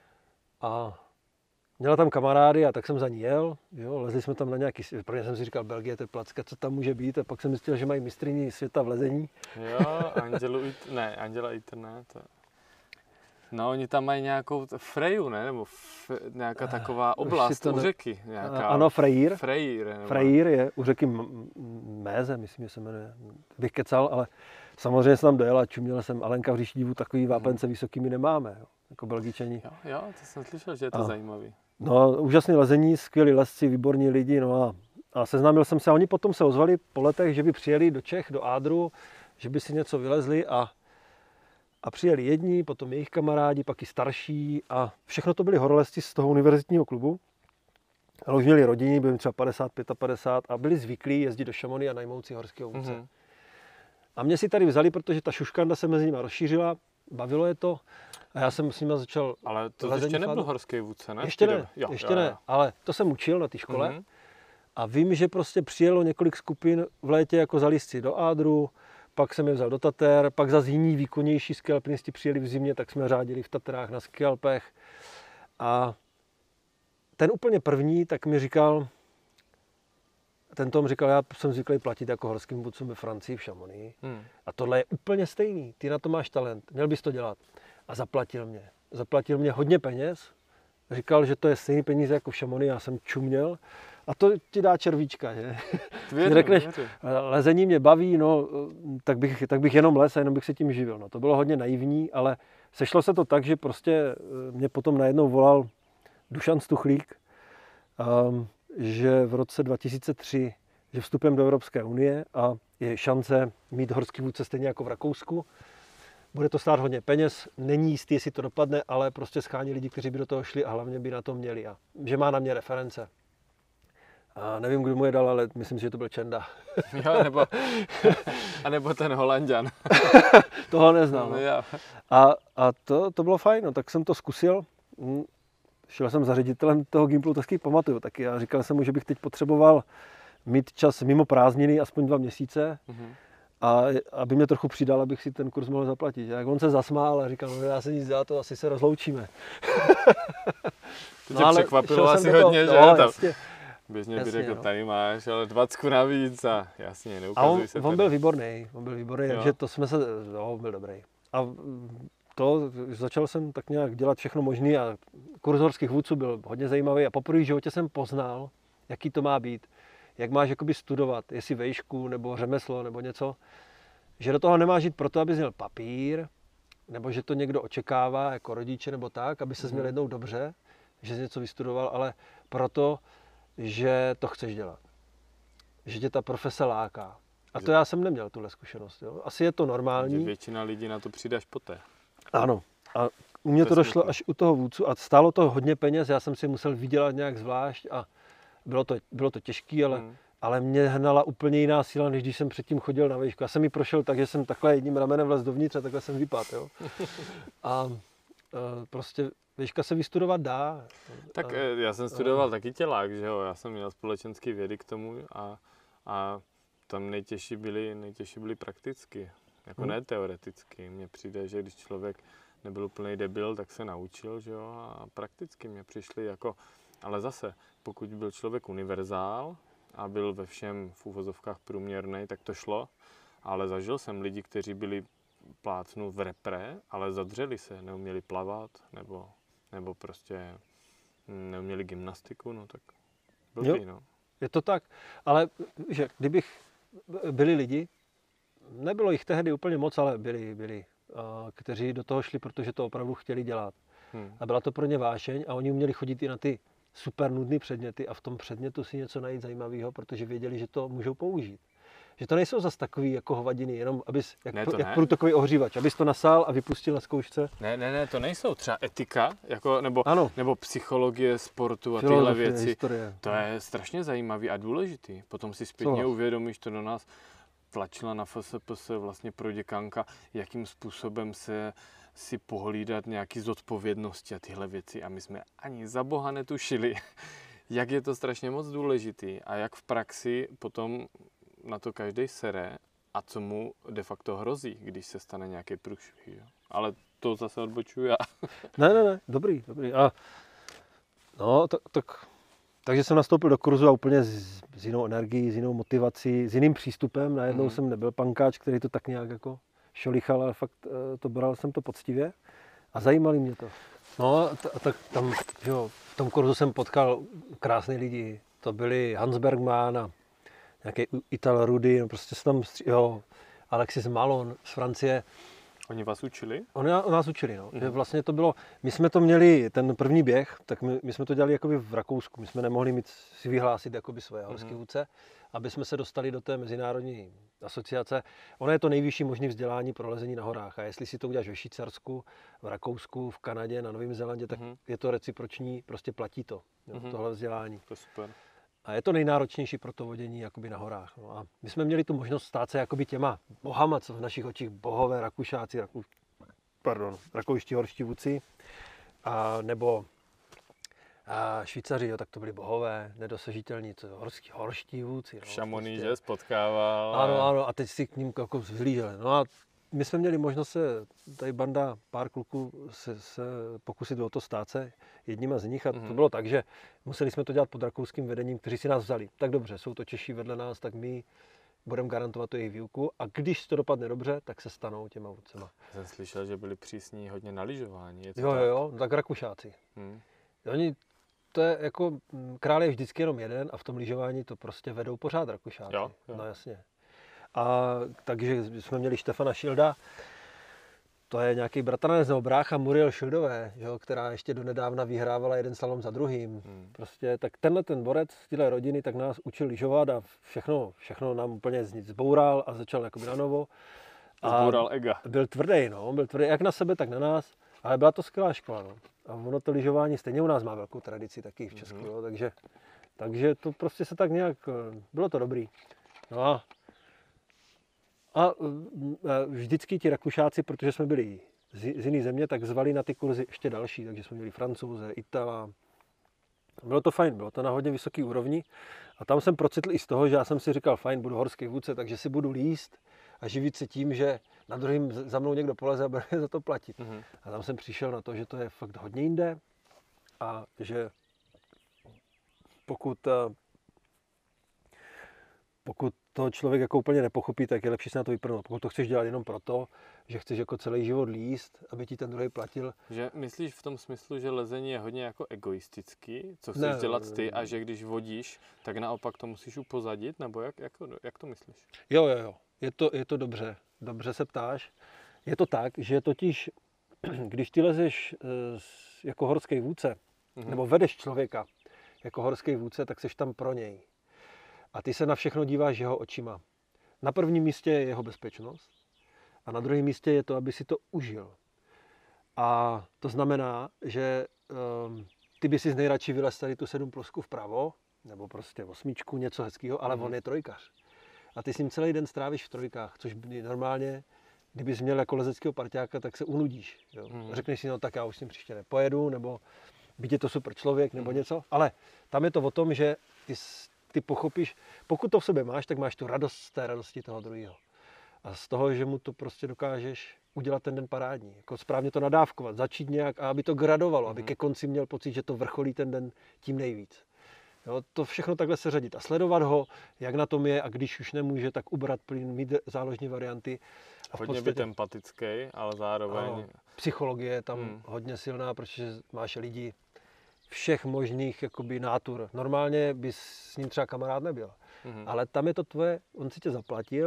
[SPEAKER 3] A měla tam kamarády a tak jsem za ní jel. Jo, lezli jsme tam na nějaký, prvně jsem si říkal, Belgie, to je placka, co tam může být. A pak jsem zjistil, že mají mistryni světa v lezení.
[SPEAKER 2] Jo, Angela Iter, ne. No, oni tam mají nějakou Freju, ne? Nebo nějaká taková oblast u řeky. Nějaká...
[SPEAKER 3] Ano, Freyr.
[SPEAKER 2] Freyr
[SPEAKER 3] Je u řeky Méze, myslím, že se jmenuje. Bych kecal, ale samozřejmě jsem tam dojel a čuměl jsem. Alenka v říši divu, takový vápence vysokými nemáme, jo, jako Belgičani.
[SPEAKER 2] Jo, to jsem slyšel, že je to zajímavý.
[SPEAKER 3] No, úžasné lezení, skvělí lesci, výborní lidi, no a seznámil jsem se a oni potom se ozvali po letech, že by přijeli do Čech, do Ádru, že by si něco vylezli a přijeli jedni, potom jejich kamarádi, pak i starší a všechno to byli horolezci z toho univerzitního klubu. Ale už měli rodiny, byli třeba 50, 55 a byli zvyklí jezdit do Šamony a najmout si horského vůdce. A mě si tady vzali, protože ta šuškanda se mezi nimi rozšířila, bavilo je to a já jsem s nimi začal...
[SPEAKER 2] Ale to ještě nebyl horský vůdce, ne?
[SPEAKER 3] Ještě ne, ale to jsem učil na té škole a vím, že prostě přijelo několik skupin v létě jako zalistci do Ádru, pak jsem je vzal do Tater, pak zase jiní výkonnější skialpinisti přijeli v zimě, tak jsme řádili v Tatrách na skialpech. A ten úplně první, tak mi říkal, ten Tom říkal, já jsem zvyklý platit jako horským vůdcům ve Francii, v Chamonix. A tohle je úplně stejný, ty na to máš talent, měl bys to dělat. A zaplatil mě. Zaplatil mě hodně peněz, říkal, že to je stejný peníze jako v Chamonix, já jsem čuměl. A to ti dá červíčka, že?
[SPEAKER 2] Věřím,
[SPEAKER 3] řekneš, lezení mě baví, no, tak bych jenom les a jenom bych se tím živil. No, to bylo hodně naivní, ale sešlo se to tak, že prostě mě potom najednou volal Dušan Stuchlík, že v roce 2003, že vstupem do Evropské unie a je šance mít horský vůdce stejně jako v Rakousku. Bude to stát hodně peněz, není jistý, jestli to dopadne, ale prostě schání lidi, kteří by do toho šli a hlavně by na to měli. A že má na mě reference. A nevím, kdo mu je dal, ale myslím si, že to byl Čenda.
[SPEAKER 2] Jo, nebo ten Holanďan.
[SPEAKER 3] Toho neznal. No. A to bylo fajn, no, tak jsem to zkusil. Šel jsem za ředitelem toho Gimplu, to si pamatuju taky. A říkal jsem mu, že bych teď potřeboval mít čas mimo prázdniny, aspoň 2 měsíce. A aby mě trochu přidal, abych si ten kurz mohl zaplatit. Jak on se zasmál a říkal, no já se nic dělá, to asi se rozloučíme.
[SPEAKER 2] To tě překvapilo asi hodně, že?
[SPEAKER 3] No, jasně.
[SPEAKER 2] Běžně by řekl, tady máš, ale 20 navíc a jasně, neukazuj se.
[SPEAKER 3] A on byl výborný, takže to jsme se, byl dobrý. A začal jsem tak nějak dělat všechno možné a kurz horských vůdců byl hodně zajímavý a poprvé v životě jsem poznal, jaký to má být, jak máš jakoby studovat, jestli vejšku nebo řemeslo nebo něco, že do toho nemáš jít proto, abys měl papír, nebo že to někdo očekává jako rodiče nebo tak, aby ses měl jednou dobře, že jsi něco vystudoval, ale proto, že to chceš dělat. Že tě ta profese láká. A to já jsem neměl tuhle zkušenost. Jo. Asi je to normální.
[SPEAKER 2] Že většina lidí na to přijde až poté.
[SPEAKER 3] Ano. A u mě to došlo až u toho vůdcu a stálo to hodně peněz. Já jsem si musel vydělat nějak zvlášť a bylo to těžké, ale mě hnala úplně jiná síla, než když jsem předtím chodil na výšku. Já jsem ji prošel tak, že jsem takhle jedním ramenem vlez dovnitř a takhle jsem vypadl. Jo. A prostě výška se vystudovat dá.
[SPEAKER 2] Tak já jsem studoval taky tělák, že jo. Já jsem měl společenské vědy k tomu a tam nejtěžší byly prakticky, jako ne teoreticky. Mně přijde, že když člověk nebyl úplný debil, tak se naučil, že jo, a prakticky mě přišly jako, ale zase, pokud byl člověk univerzál a byl ve všem v úvozovkách průměrný, tak to šlo, ale zažil jsem lidi, kteří byli plácnu v repre, ale zadřeli se, neuměli plavat, nebo prostě neuměli gymnastiku, no tak blbý, no.
[SPEAKER 3] Je to tak, ale že kdybych byli lidi, nebylo jich tehdy úplně moc, ale byli, kteří do toho šli, protože to opravdu chtěli dělat. A byla to pro ně vášeň a oni uměli chodit i na ty super nudné předměty a v tom předmětu si něco najít zajímavého, protože věděli, že to můžou použít. Že to nejsou zas takový jako hovadiny, jenom abys, jak průtokový ohřívač, abys to nasál a vypustil na zkoušce.
[SPEAKER 2] Ne, to nejsou. Třeba etika, jako, nebo psychologie sportu a tyhle věci.
[SPEAKER 3] Historie.
[SPEAKER 2] To je strašně zajímavý a důležitý. Potom si zpětně uvědomíš, to do nás tlačila na FSPS vlastně proděkanka, jakým způsobem se si pohlídat nějaký zodpovědnosti a tyhle věci. A my jsme ani za boha netušili, jak je to strašně moc důležitý a jak v praxi potom na to každý sere a co mu de facto hrozí, když se stane nějaký průšvih. Ale to zase odbočuju já.
[SPEAKER 3] Ne, dobrý. Takže jsem nastoupil do kurzu a úplně s jinou energií, s jinou motivací, s jiným přístupem. Najednou jsem nebyl pankáč, který to tak nějak jako šolichal, ale fakt bral jsem to poctivě a zajímali mě to. No tak tam, jo, v tom kurzu jsem potkal krásné lidi. To byli Hans Bergman a nějaký Ital Rudy, no prostě se tam, Alexis Malon z Francie.
[SPEAKER 2] Oni vás učili?
[SPEAKER 3] Oni nás učili, no. Že vlastně to bylo, my jsme to měli, ten první běh, tak my jsme to dělali jakoby v Rakousku. My jsme nemohli si vyhlásit jakoby svoje horské vůdce, aby jsme se dostali do té mezinárodní asociace. Ono je to nejvyšší možné vzdělání pro lezení na horách. A jestli si to uděláš ve Švýcarsku, v Rakousku, v Kanadě, na Novém Zélandě, tak je to reciproční, prostě platí to, tohle vzdělání.
[SPEAKER 2] To super.
[SPEAKER 3] A je to nejnáročnější pro to vodění jakoby na horách. No a my jsme měli tu možnost stát se jakoby těma bohama, co v našich očích bohové Rakušáci, rakouští horští vůdci, nebo Švýcaři, tak to byli bohové, nedosažitelní, horští vůdci.
[SPEAKER 2] V Chamonix, že spotkával.
[SPEAKER 3] Ano, a teď si k ním jako vzhlíželi. No a my jsme měli možnost se, tady pár kluků se pokusit o to stát se jedním z nich a to bylo tak, že museli jsme to dělat pod rakouským vedením, kteří si nás vzali. Tak dobře, jsou to Češi vedle nás, tak my budeme garantovat tu jejich výuku a když to dopadne dobře, tak se stanou těma vůdcema.
[SPEAKER 2] Jsem slyšel, že byli přísní hodně na lyžování.
[SPEAKER 3] Jo, tak Rakušáci. Oni, to je jako, král je vždycky jenom jeden a v tom lyžování to prostě vedou pořád Rakušáci.
[SPEAKER 2] Jo.
[SPEAKER 3] No jasně. A takže jsme měli Štefana Šilda, to je nějaký bratranec nebo brácha Muriel Šildové, jo, která ještě donedávna vyhrávala jeden slalom za druhým. Prostě tak tenhle ten borec z téhle rodiny tak nás učil lyžovat a všechno nám úplně zboural a začal jakoby na novo.
[SPEAKER 2] Zboural ega.
[SPEAKER 3] Byl tvrdý jak na sebe, tak na nás, ale byla to skvělá škola. No. A ono to lyžování stejně u nás má velkou tradici taky v Česku, jo, takže to prostě se tak nějak, bylo to dobrý. No a vždycky ti Rakušáci, protože jsme byli z jiné země, tak zvali na ty kurzy ještě další, takže jsme měli Francouze, Itala. Bylo to fajn, bylo to na hodně vysoký úrovni a tam jsem procitl i z toho, že já jsem si říkal, fajn, budu horský vůdce, takže si budu líst a živit se tím, že na druhým za mnou někdo poleze a bude za to platit. A tam jsem přišel na to, že to je fakt hodně jinde a že pokud to člověk jako úplně nepochopí, tak je lepší se na to vyprnout. Pokud to chceš dělat jenom proto, že chceš jako celý život líst, aby ti ten druhý platil.
[SPEAKER 2] Že myslíš v tom smyslu, že lezení je hodně jako egoistický, co chceš dělat ty a že když vodíš, tak naopak to musíš upozadit, nebo jak to myslíš?
[SPEAKER 3] Jo. Je to dobře se ptáš. Je to tak, že totiž, když ty lezeš jako horský vůdce, nebo vedeš člověka jako horský vůdce, tak seš tam pro něj. A ty se na všechno díváš jeho očima. Na prvním místě je jeho bezpečnost a na druhém místě je to, aby si to užil. A to znamená, že ty by si nejradši vylez tady tu 7 plosku vpravo, nebo prostě 8, něco hezkého, ale on je trojkař. A ty s ním celý den strávíš v trojkách, což normálně, kdybys měl jako lezeckého parťáka, tak se unudíš. Jo? Řekneš si, no tak já už s ním příště nepojedu, nebo byť je to super člověk, nebo něco. Ale tam je to o tom, že ty pochopíš, pokud to v sobě máš, tak máš tu radost z té radosti toho druhého. A z toho, že mu to prostě dokážeš udělat ten den parádní. Jako správně to nadávkovat, začít nějak, a aby to gradovalo, aby ke konci měl pocit, že to vrcholí ten den tím nejvíc. Jo, to všechno takhle seřadit a sledovat ho, jak na tom je a když už nemůže, tak ubrat plyn, mít záložní varianty. A
[SPEAKER 2] hodně být empatický, ale zároveň...
[SPEAKER 3] Ano, psychologie je tam hodně silná, protože máš lidi všech možných jakoby nátur. Normálně bys s ním třeba kamarád nebyl. Ale tam je to tvoje, on si tě zaplatil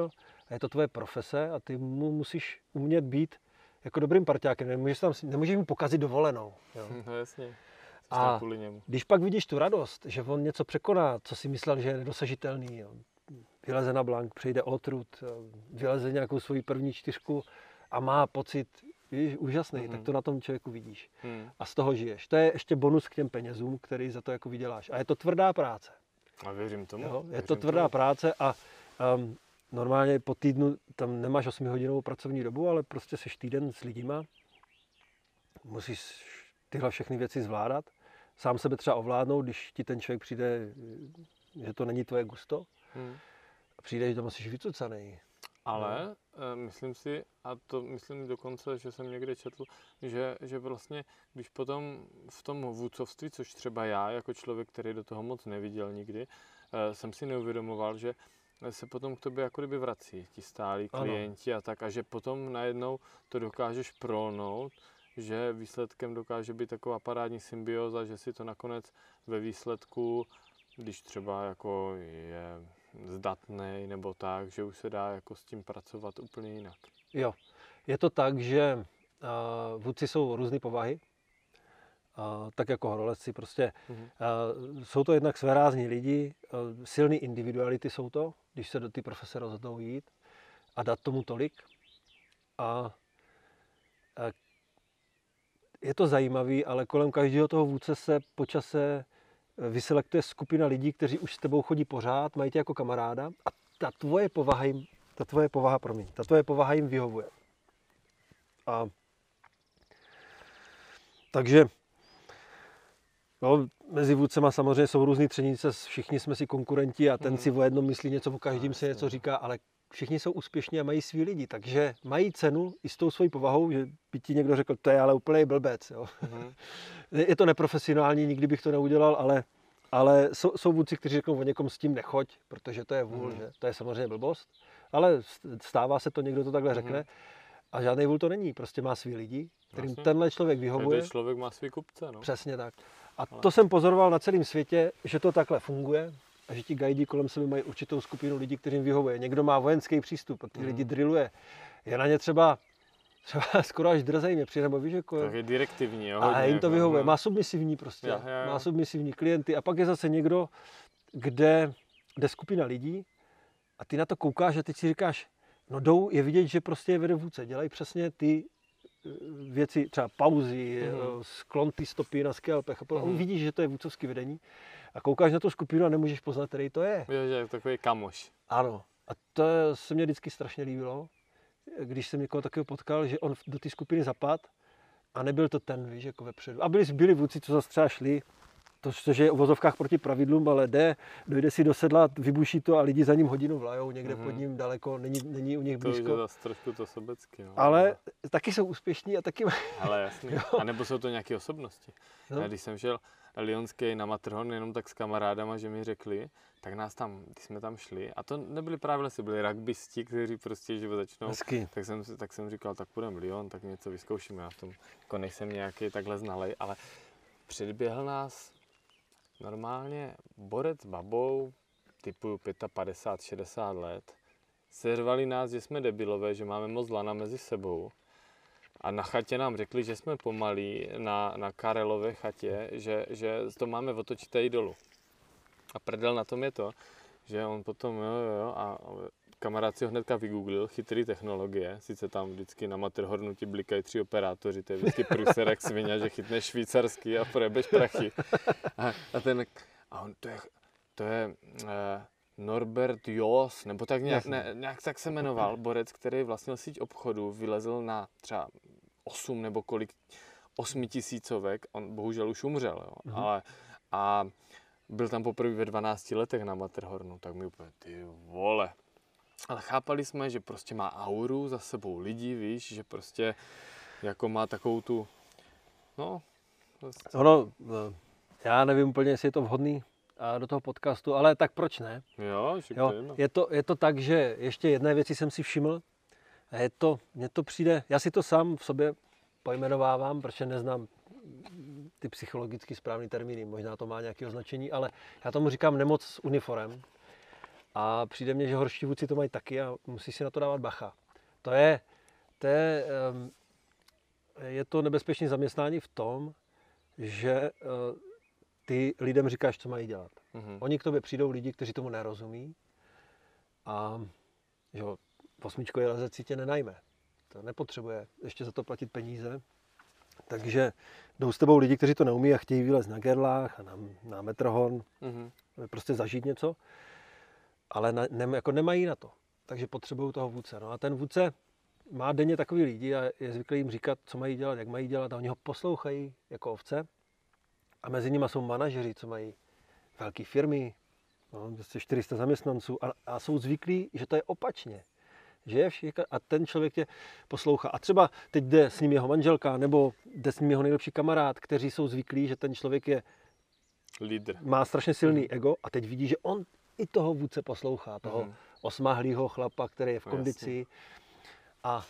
[SPEAKER 3] a je to tvoje profese a ty mu musíš umět být jako dobrým parťákem. Nemůžeš mu pokazit dovolenou. Jo.
[SPEAKER 2] No jasně.
[SPEAKER 3] A když pak vidíš tu radost, že on něco překoná, co si myslel, že je nedosažitelný, jo. Vyleze na blank, přejde otrut, vyleze nějakou svoji první 4 a má pocit, víš, úžasný, tak to na tom člověku vidíš. A z toho žiješ. To je ještě bonus k těm penězům, který za to jako vyděláš. A je to tvrdá práce.
[SPEAKER 2] A věřím tomu.
[SPEAKER 3] Jo? Je to tvrdá práce a normálně po týdnu tam nemáš 8hodinovou pracovní dobu, ale prostě seš týden s lidima. Musíš tyhle všechny věci zvládat. Sám sebe třeba ovládnout, když ti ten člověk přijde, že to není tvoje gusto. A přijdeš doma, jsi vycucanej.
[SPEAKER 2] Ale myslím si, a to myslím dokonce, že jsem někde četl, že vlastně, když potom v tom vůdcovství, což třeba já, jako člověk, který do toho moc neviděl nikdy, jsem si neuvědomoval, že se potom k tobě jako kdyby vrací ti stálí klienti a tak, a že potom najednou to dokážeš prolnout, že výsledkem dokáže být taková parádní symbioza, že si to nakonec ve výsledku, když třeba jako je zdatnej nebo tak, že už se dá jako s tím pracovat úplně jinak.
[SPEAKER 3] Jo, je to tak, že vůdci jsou různé povahy, tak jako horolezci prostě. Jsou to jednak svérázní lidi, silný individuality jsou to, když se do té profese rozhodnou jít a dát tomu tolik. A je to zajímavý, ale kolem každého toho vůdce se po čase vyselektuje skupina lidí, kteří už s tebou chodí pořád, mají tě jako kamaráda a ta tvoje povaha jim vyhovuje. Takže no, mezi vůdcema samozřejmě jsou různý třenice, všichni jsme si konkurenti a ten si o jednom myslí něco, o každém si něco říká, ale všichni jsou úspěšní a mají svý lidi, takže mají cenu i s tou svojí povahou, že by ti někdo řekl, to je ale úplný blbec. Jo. Je to neprofesionální, nikdy bych to neudělal, ale jsou vůdci, kteří řeknou o někom s tím nechoď, protože to je vůl, že to je samozřejmě blbost, ale stává se to, někdo to takhle řekne a žádný vůl to není, prostě má svý lidi, kterým tenhle člověk vyhovuje.
[SPEAKER 2] Každý člověk má svý kupce, no.
[SPEAKER 3] Přesně tak. A to jsem pozoroval na celém světě, že to takhle funguje a že ti guidi kolem sebe mají určitou skupinu lidí, kterým vyhovuje. Někdo má vojenský přístup a ty lidi drilluje. Je na ně třeba skoro až drzej mě přijde, nebo víš, jako...
[SPEAKER 2] Tak je direktivní, jo.
[SPEAKER 3] A jim to vyhovuje. Má submisivní prostě. Má submisivní klienty a pak je zase někdo, kde skupina lidí a ty na to koukáš a teď si říkáš, no je vidět, že prostě je vede vůdce. Dělají přesně ty věci, třeba pauzy, sklon ty stopy na skalpech a vidíš, že to je vůdcovské vedení a koukáš na tu skupinu a nemůžeš poznat, který to je.
[SPEAKER 2] Je, že je takový kamoš.
[SPEAKER 3] Ano. A to se mně vždycky strašně líbilo, když jsem někoho takového potkal, že on do té skupiny zapadl a nebyl to ten, víš, jako vepředu. A byli vůdci, co zase třeba šli, což je v uvozovkách proti pravidlům, ale dojde si do sedla, vybuší to a lidi za ním hodinu vlajou, někde pod ním daleko, není u nich blízko.
[SPEAKER 2] To je zase trošku to sobecky. No.
[SPEAKER 3] Ale taky jsou úspěšní a taky...
[SPEAKER 2] Ale jasně. A nebo jsou to nějaké osobnosti. No. Já když jsem šel Lyonský na Matterhorn jenom tak s kamarádama, že mi řekli, tak nás tam, když jsme tam šli, a to nebyli právě lesy, byli rugbysti, kteří prostě život začnou, tak jsem říkal, tak půjdeme Lyon, tak něco vyzkoušíme. Já v tom jako nejsem nějaký takhle znalej, ale předběhl nás normálně borec s babou, typu 55-60 let, seřvali nás, že jsme debilové, že máme moc lana mezi sebou. A na chatě nám řekli, že jsme pomalí na Karelové chatě, že to máme otočit tady dolů. A prdel na tom je to, že on potom a kamarád si ho hnedka vygooglil, chytrý technologie, sice tam vždycky na Matterhornu ti blikají 3 operátoři, to je vždycky průser jak svině, že chytneš švýcarský a projebeš prachy. A on to je Norbert Jos, nebo tak nějak tak se jmenoval, borec, který vlastnil síť obchodu, vylezl na třeba 8 nebo kolik, 8 tisícovek, on bohužel už umřel, jo, ale a byl tam poprvé ve 12 letech na Matterhornu, tak mi úplně, ty vole. Ale chápali jsme, že prostě má auru za sebou lidí, víš, že prostě jako má takovou tu, no. Prostě.
[SPEAKER 3] Ono, já nevím úplně, jestli je to vhodný do toho podcastu, ale tak proč ne?
[SPEAKER 2] Jo,
[SPEAKER 3] je to tak, že ještě jedné věci jsem si všiml. Mně to přijde, já si to sám v sobě pojmenovávám, protože neznám ty psychologicky správný termíny, možná to má nějaké označení, ale já tomu říkám nemoc s uniformem. A přijde mně, že horští vůdci to mají taky a musí si na to dávat bacha. Je to nebezpečné zaměstnání v tom, že ty lidem říkáš, co mají dělat. Oni k tobě přijdou lidi, kteří tomu nerozumí a že osmičkový lezec si tě nenajme. To nepotřebuje ještě za to platit peníze. Takže jdou s tebou lidi, kteří to neumí a chtějí vylézt na gerlách a na Matterhorn, prostě zažít něco, ale jako nemají na to. Takže potřebují toho vůdce. No a ten vůdce má denně takový lidi a je zvyklý jim říkat, co mají dělat, jak mají dělat a oni ho poslouchají jako ovce. A mezi nimi jsou manažeři, co mají velké firmy, 400 zaměstnanců a jsou zvyklí, že to je opačně. Že je a ten člověk tě poslouchá. A třeba teď jde s ním jeho manželka nebo jde s ním jeho nejlepší kamarád, kteří jsou zvyklí, že ten člověk je
[SPEAKER 2] lídr.
[SPEAKER 3] Má strašně silný ego a teď vidí, že on i toho vůdce poslouchá, toho osmahlýho chlapa, který je v kondici. A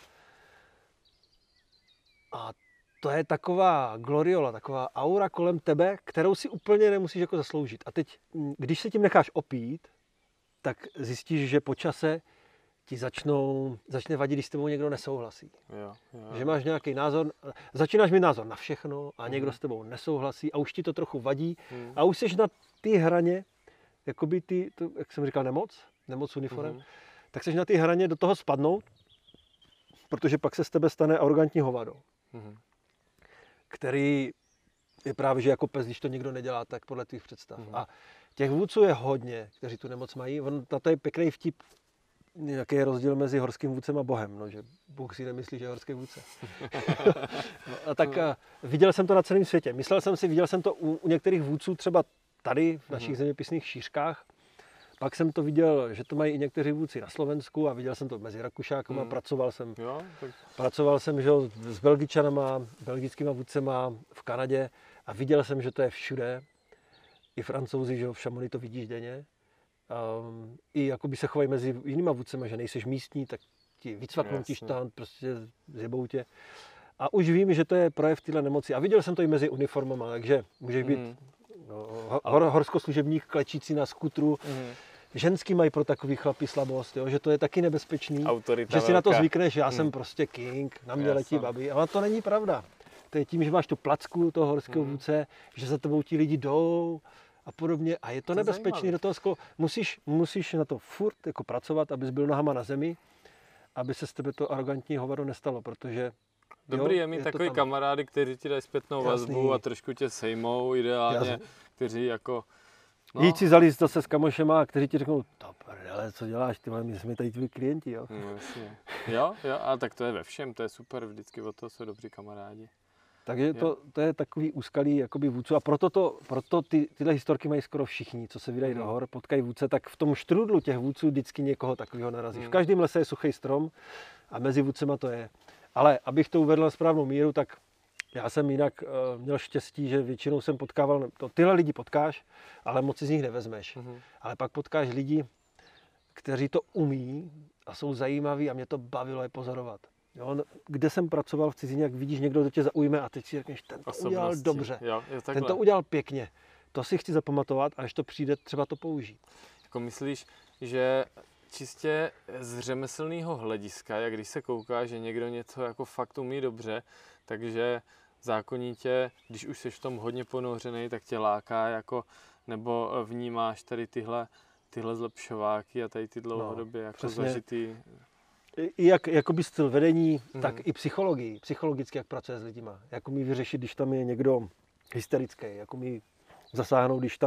[SPEAKER 3] to je taková gloriola, taková aura kolem tebe, kterou si úplně nemusíš jako zasloužit. A teď, když se tím necháš opít, tak zjistíš, že po čase ti začne vadit, když s tebou někdo nesouhlasí.
[SPEAKER 2] Jo.
[SPEAKER 3] Že máš nějaký názor, začínáš mít názor na všechno a někdo s tebou nesouhlasí a už ti to trochu vadí a už jsi na té hraně, jakoby jak jsem říkal, nemoc uniform, tak jsi na té hraně do toho spadnout, protože pak se z tebe stane arrogantní hovado, který je právě, že jako pes, když to někdo nedělá, tak podle tvých představ. A těch vůdců je hodně, kteří tu nemoc mají. Na to je pěkný vtip, jaký je rozdíl mezi horským vůdcem a Bohem, no, že Bůh si nemyslí, že je horský vůdce. A tak viděl jsem to na celém světě. Viděl jsem to u některých vůdců třeba tady v našich zeměpisných šířkách. Pak jsem to viděl, že to mají i někteří vůdci na Slovensku a viděl jsem to mezi Rakušákama. Pracoval jsem že, s Belgičanama, belgickýma vůdcema v Kanadě a viděl jsem, že to je všude. I Francouzi, že v Chamonix to vidíš denně. I jakoby se chovají mezi jinýma vůdcema, že nejseš místní, tak ti vycvaknou ti štand, prostě zjebou tě. A už vím, že to je projev téhle nemoci. A viděl jsem to i mezi uniformama, takže můžeš být horskoslužebník klečící na skutru. Ženský mají pro takový chlapy slabost, jo? Že to je taky nebezpečný.
[SPEAKER 2] Autorita
[SPEAKER 3] že si na to zvykneš, já jsem prostě king, na mě letí babi. Ale to není pravda. To je tím, že máš tu placku toho horského vůdce, že za tebou ti lidi jdou a podobně. A je to nebezpečný do toho musíš na to furt jako pracovat, abys byl nohama na zemi, aby se z tebe to arrogantní hovado nestalo, protože
[SPEAKER 2] dobrý je mít takový kamarády, kteří ti dají zpětnou vazbu a trošku tě sejmou, ideálně, kteří jako...
[SPEAKER 3] No. Jít si zalíst zase s kamošema, kteří ti řeknou, to prdele, co děláš, ty my jsme tady tvoji klienti, jo?
[SPEAKER 2] No, jasně. Jo, a tak to je ve všem, to je super, vždycky o to jsou dobří kamarádi.
[SPEAKER 3] Takže to je takový úskalí jakoby vůdců a proto tyhle historky mají skoro všichni, co se vydají do hor, potkají vůdce, tak v tom štrudlu těch vůdců vždycky někoho takového narazí. V každém lese je suchý strom a mezi vůdcema to je. Ale abych to uvedl na správnou míru, tak já jsem jinak měl štěstí, že většinou jsem potkával, tyhle lidi potkáš, ale moc si z nich nevezmeš. Ale pak potkáš lidi, kteří to umí a jsou zajímaví a mě to bavilo je pozorovat. Jo, kde jsem pracoval v cizině, jak vidíš, někdo do tě zaujme a teď si řekneš, ten to udělal dobře, ten to udělal pěkně. To si chci zapamatovat a až to přijde, třeba to použít.
[SPEAKER 2] Jako myslíš, že čistě z řemeslného hlediska, jak když se kouká, že někdo něco jako fakt umí dobře, takže zákonitě, když už jsi v tom hodně ponořený, tak tě láká jako, nebo vnímáš tady tyhle zlepšováky a tady ty dlouhodobě jako zažitý...
[SPEAKER 3] I jakoby styl vedení, tak i psychologii, psychologicky, jak pracuje s lidima. Jak umí vyřešit, když tam je někdo hysterický, jak umí zasáhnout, když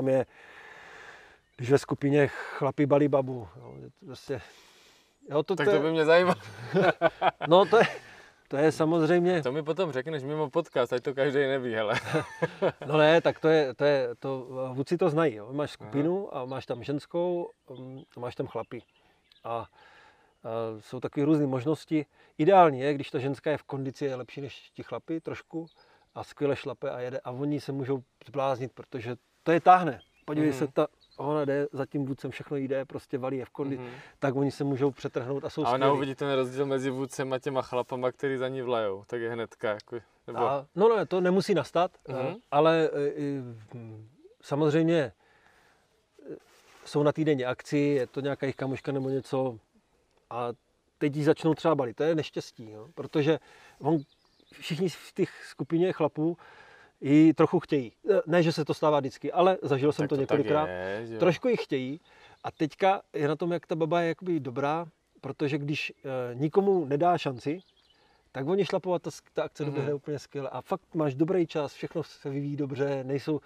[SPEAKER 3] ve skupině chlapi balí babu. Jo, prostě,
[SPEAKER 2] to by mě zajímalo.
[SPEAKER 3] No to je samozřejmě...
[SPEAKER 2] To mi potom řekneš mimo podcast, ať to každý neví, hele.
[SPEAKER 3] No ne, tak vůdci to znají. Jo. Máš skupinu a máš tam ženskou a máš tam chlapy. A jsou takové různé možnosti. Ideální je, když ta ženská je v kondici, je lepší než ti chlapi trošku a skvěle šlape a jede a oni se můžou zbláznit, protože to je táhne. Podívej se, ona jde za tím vůdcem, všechno jde, prostě valí je v kondici, tak oni se můžou přetrhnout a jsou skvělí.
[SPEAKER 2] A ona uvidí ten rozdíl mezi vůdcem a těma chlapama, který za ní vlajou, tak je hnedka jako... Nebo...
[SPEAKER 3] No, to nemusí nastat, ale samozřejmě jsou na týdenní akci, je to nějaká jejich kamoška nebo něco a teď jí začnou třeba balit. To je neštěstí, jo? Protože všichni v těch skupině chlapů ji trochu chtějí. Ne, že se to stává vždycky, ale zažil jsem to několikrát. Trošku ji chtějí a teďka je na tom, jak ta baba je jakoby dobrá, protože když nikomu nedá šanci, tak oni šlapou a ta akce doběhne úplně skvěle. A fakt máš dobrý čas, všechno se vyvíjí dobře, nejsou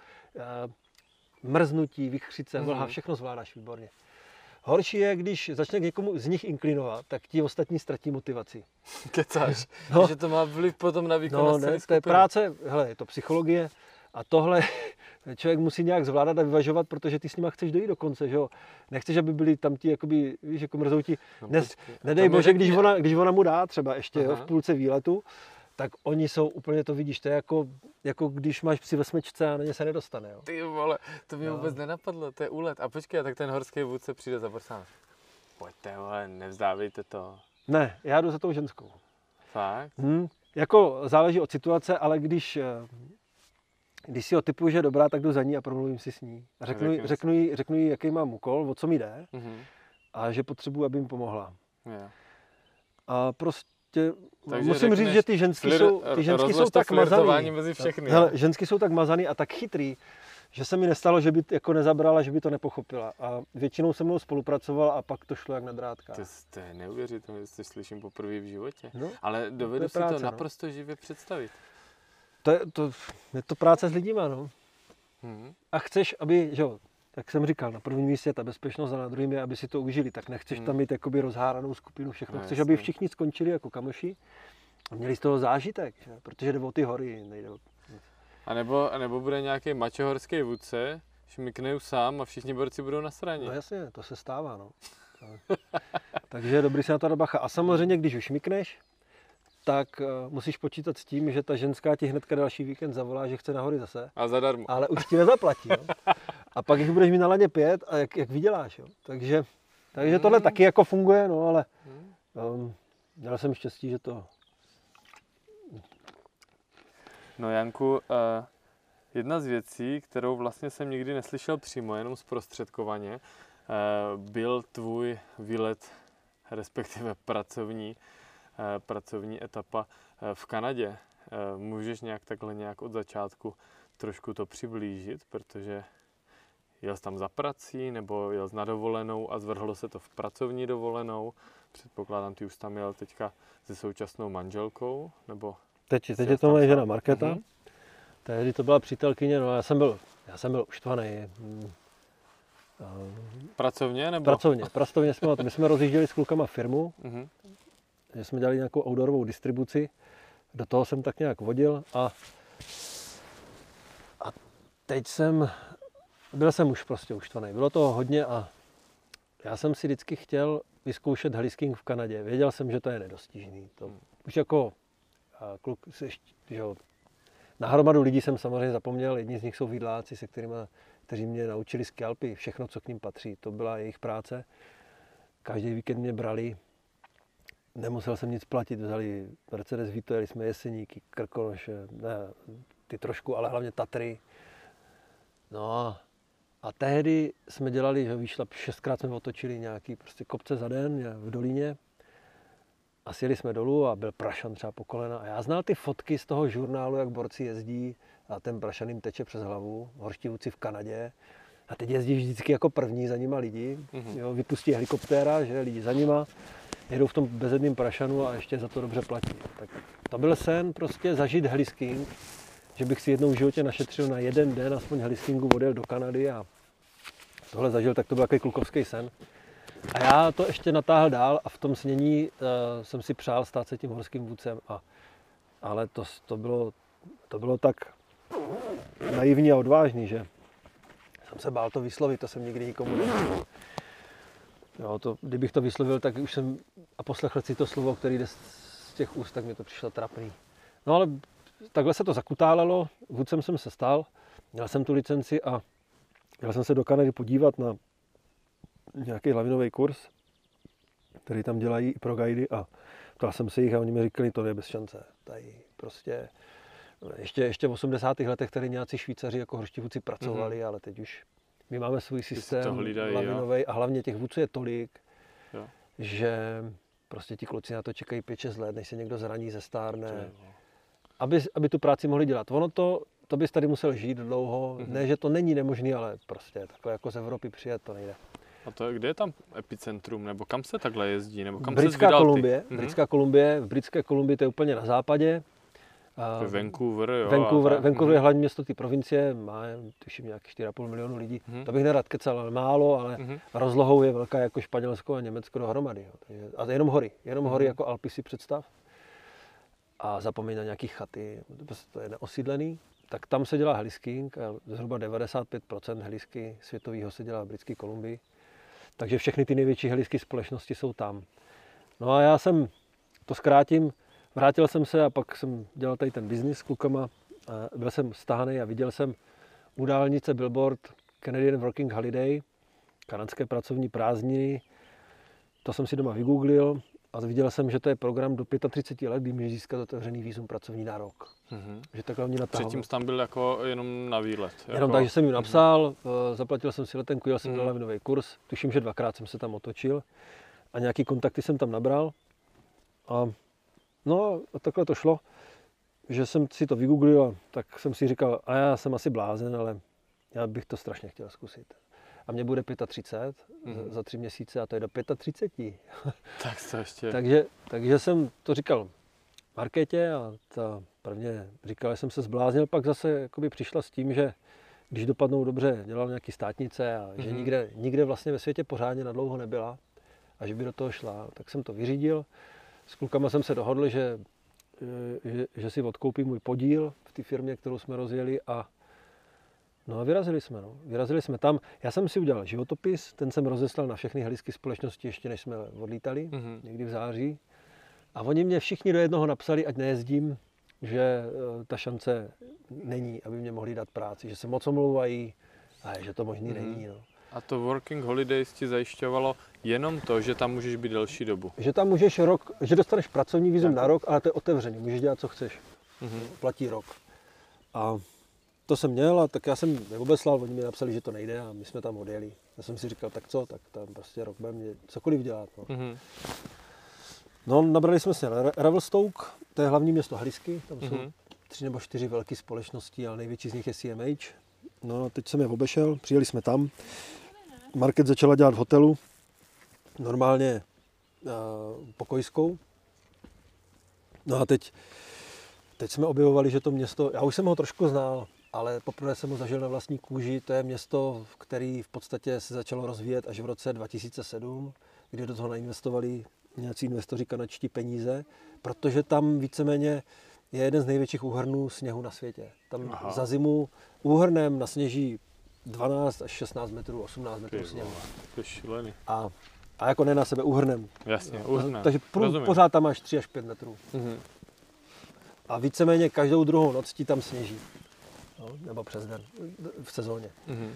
[SPEAKER 3] mrznutí, vychřice, vlha, všechno zvládáš výborně. Horší je, když začne někomu z nich inklinovat, tak ti ostatní ztratí motivaci.
[SPEAKER 2] Kecáš, že to má vliv potom na výkon
[SPEAKER 3] no, ne, to je práce, hele, je to psychologie a tohle člověk musí nějak zvládat a vyvažovat, protože ty s nima chceš dojít do konce, že jo. Nechceš, aby byli tam ti, jakoby, víš, jako mrzouti. Nedej bože, když ona mu dá třeba ještě jo, v půlce výletu, tak oni jsou úplně, to vidíš, to je jako když máš psi ve smečce a na ně se nedostane. Jo.
[SPEAKER 2] Ty vole, to mě vůbec nenapadlo, to je úlet. A počkej, tak ten horský vůdce přijde za sám. Pojďte, vole, nevzdávejte to.
[SPEAKER 3] Ne, já jdu za tou ženskou.
[SPEAKER 2] Fakt?
[SPEAKER 3] Jako záleží od situace, ale když si ho typuju, že je dobrá, tak jdu za ní a promluvím si s ní. A řeknu jí, jaký mám úkol, o co mi jde a že potřebuji, aby mi pomohla.
[SPEAKER 2] Yeah.
[SPEAKER 3] A prostě musím říct, že ty ženský jsou tak mazaný.
[SPEAKER 2] Mezi všechny,
[SPEAKER 3] hele, ženský jsou tak mazaný a tak chytrý, že se mi nestalo, že by jako nezabrala, že by to nepochopila. A většinou se mnou spolupracovala a pak to šlo jak na drátkách.
[SPEAKER 2] To je neuvěřitelné, že to slyším poprvé v životě.
[SPEAKER 3] No,
[SPEAKER 2] ale dovedu si to naprosto živě představit.
[SPEAKER 3] Je to práce s lidima, no. A chceš, aby, že jo, tak jsem říkal, na prvním místě je ta bezpečnost a na druhém je, aby si to užili. Tak nechceš tam mít jakoby rozháranou skupinu, všechno. Chceš, aby všichni skončili jako kamoši a měli z toho zážitek, že? Protože jde o ty hory, nejde o...
[SPEAKER 2] A nebo bude nějaký mačohorský vůdce, šmikne sám a všichni borci budou na straně.
[SPEAKER 3] No jasně, to se stává, no. Takže je dobrý se na to bacha. A samozřejmě, když už šmikneš, tak musíš počítat s tím, že ta ženská ti hnedka další víkend zavolá, že chce na hory zase.
[SPEAKER 2] A zadarmo.
[SPEAKER 3] Ale už ti nezaplatí. Jo? A pak jich budeš mít na laně 5 a jak vyděláš. Jo? Takže tohle taky jako funguje, no ale měl jsem štěstí, že to...
[SPEAKER 2] No Janku, jedna z věcí, kterou vlastně jsem nikdy neslyšel přímo, jenom zprostředkovaně, byl tvůj výlet, respektive pracovní etapa v Kanadě. Můžeš nějak od začátku trošku to přiblížit, protože jel jsi tam za prací, nebo jel jsi na dovolenou a zvrhlo se to v pracovní dovolenou. Předpokládám, ty už tam jel teďka se současnou manželkou, nebo...
[SPEAKER 3] Teď je to moje žena Markéta. Tehdy to byla přítelkyně, no já jsem byl uštvaný.
[SPEAKER 2] Pracovně, nebo?
[SPEAKER 3] Pracovně my jsme rozjížděli s klukama firmu, že jsme dělali nějakou outdoorovou distribuci, do toho jsem tak nějak vodil a teď byl jsem už prostě uštvaný. Bylo toho hodně a já jsem si vždycky chtěl vyzkoušet heli-skiing v Kanadě. Věděl jsem, že to je nedostižný. To už jako kluk, na hromadu lidí jsem samozřejmě zapomněl, jedni z nich jsou vídláci, kteří mě naučili ski Alpy, všechno, co k ním patří. To byla jejich práce. Každý víkend mě brali, nemusel jsem nic platit, vzali Mercedes Vito, jeli jsme Jeseníky, Krkonoše, ne, ty trošku, ale hlavně Tatry. No a tehdy jsme dělali, že výšlap, 6krát jsme otočili nějaký prostě kopce za den v Dolíně a sjeli jsme dolů a byl prašan třeba po kolena. A já znal ty fotky z toho žurnálu, jak borci jezdí a ten prašan jim teče přes hlavu, horští vůdci v Kanadě. A teď jezdí vždycky jako první za nima lidi, jo, vypustí helikoptéra, že lidi za nima, jedou v tom bezedným prašanu a ještě za to dobře platí. Tak to byl sen prostě zažít heli-skiing, že bych si jednou v životě našetřil na jeden den aspoň heli-skiingu, odjel do Kanady a tohle zažil, tak to byl takový klukovský sen. A já to ještě natáhl dál a v tom snění jsem si přál stát se tím horským vůdcem. Ale to bylo tak naivní a odvážný, že jsem se bál to vyslovit, to jsem nikdy nikomu neřekl. Jo, kdybych to vyslovil, tak už jsem a poslechl si to slovo, který jde z těch úst, tak mi to přišlo trapný. No ale takhle se to zakutálelo, vůdcem jsem se stal, měl jsem tu licenci a jel jsem se do Kanady podívat na nějaký lavinový kurz, který tam dělají i pro guidy a ptal jsem se jich a oni mi říkali, to je bez šance. Tady prostě ještě v 80. letech tady nějací Švýcaři jako horští vůdci pracovali, ale teď už My máme svůj systém
[SPEAKER 2] hlídají,
[SPEAKER 3] lavinový a hlavně těch vůdců je tolik,
[SPEAKER 2] Jo.
[SPEAKER 3] že prostě ti kluci na to čekají 5-6 let, než se někdo zraní, zestárne.
[SPEAKER 2] To
[SPEAKER 3] Aby tu práci mohli dělat. Ono to bys tady musel žít dlouho. Ne, že to není nemožný, ale prostě takhle jako z Evropy přijet, to nejde.
[SPEAKER 2] A to kde je tam epicentrum, nebo kam se takhle jezdí, nebo kam
[SPEAKER 3] Britská
[SPEAKER 2] se vydal
[SPEAKER 3] Kolumbie,
[SPEAKER 2] ty?
[SPEAKER 3] Britská Kolumbie, v Britské Kolumbii to je úplně na západě.
[SPEAKER 2] Vancouver, jo.
[SPEAKER 3] Vancouver je hlavní město té provincie, má tuším nějak 4,5 milionu lidí. To bych nerad kecal, ale málo, ale rozlohou je velká jako Španělsko a Německo dohromady. Jo. Takže, a jenom hory jako Alpy si představ. A zapomeň na nějaký chaty, to je neosídlený. Tak tam se dělá heliskiing a zhruba 95% helisky světového se dělá v Britské Kolumbii. Takže všechny ty největší helisky společnosti jsou tam. No a já jsem, to zkrátím, vrátil jsem se a pak jsem dělal tady ten biznis s klukama. A byl jsem stáhnej a viděl jsem u dálnice billboard Canadian Working Holiday, kanadské pracovní prázdniny. To jsem si doma vygooglil a viděl jsem, že to je program do 35 let, kdy můžeš získat otevřený vízum pracovní na rok. Že takhle oni natáhli.
[SPEAKER 2] Předtím jsi tam byl jako jenom na výlet.
[SPEAKER 3] Jenom tak, že jsem jim napsal, zaplatil jsem si letenku, jel jsem na lavinový kurz, tuším, že 2krát jsem se tam otočil a nějaký kontakty jsem tam nabral. A takhle to šlo, že jsem si to vygooglil a tak jsem si říkal, a já jsem asi blázen, ale já bych to strašně chtěl zkusit. A mě bude 35 za 3 měsíce a to je do 35.
[SPEAKER 2] Tak to ještě.
[SPEAKER 3] Takže jsem to říkal Markétě a ta prvně říkala, že jsem se zbláznil, pak zase jakoby přišla s tím, že když dopadnou dobře, dělala nějaký státnice a že nikde vlastně ve světě pořádně nadlouho nebyla a že by do toho šla, tak jsem to vyřídil. S klukama jsem se dohodl, že si odkoupím můj podíl v té firmě, kterou jsme rozjeli a vyrazili jsme tam. Já jsem si udělal životopis, ten jsem rozeslal na všechny helisky společnosti, ještě než jsme odlítali, někdy v září. A oni mě všichni do jednoho napsali, ať nejezdím, že ta šance není, aby mě mohli dát práci, že se moc omlouvají a že to možný není. No.
[SPEAKER 2] A to Working Holidays ti zajišťovalo jenom to, že tam můžeš být delší dobu?
[SPEAKER 3] Že tam můžeš rok, že dostaneš pracovní vízum na rok, ale to je otevřený, můžeš dělat, co chceš. Platí rok. A to jsem měl a tak já jsem neobeslal, oni mi napsali, že to nejde a my jsme tam odjeli. Já jsem si říkal, tak co, tak tam prostě rok budeme cokoliv dělat. No. No, nabrali jsme se Revelstoke, to je hlavní město helisky, tam jsou 3 nebo 4 velké společnosti, ale největší z nich je CMH. No, teď jsem je obešel, přijeli jsme tam. Market začala dělat v hotelu, normálně pokojskou. No a teď jsme objevovali, že to město, já už jsem ho trošku znal, ale poprvé jsem ho zažil na vlastní kůži. To je město, který v podstatě se začalo rozvíjet až v roce 2007, kdy do toho nainvestovali nějací investoři kanadští peníze, protože tam víceméně je jeden z největších úhrnů sněhu na světě. Tam za zimu úhrnem nasněží 12 až 16 metrů, 18 metrů sněhu.
[SPEAKER 2] To je šílený.
[SPEAKER 3] A jako ne na sebe úhrnem.
[SPEAKER 2] Jasně, úhrnem.
[SPEAKER 3] Takže pořád tam máš 3 až 5 metrů. A víceméně každou druhou noc ti tam sněží. No, nebo přes den, v sezóně.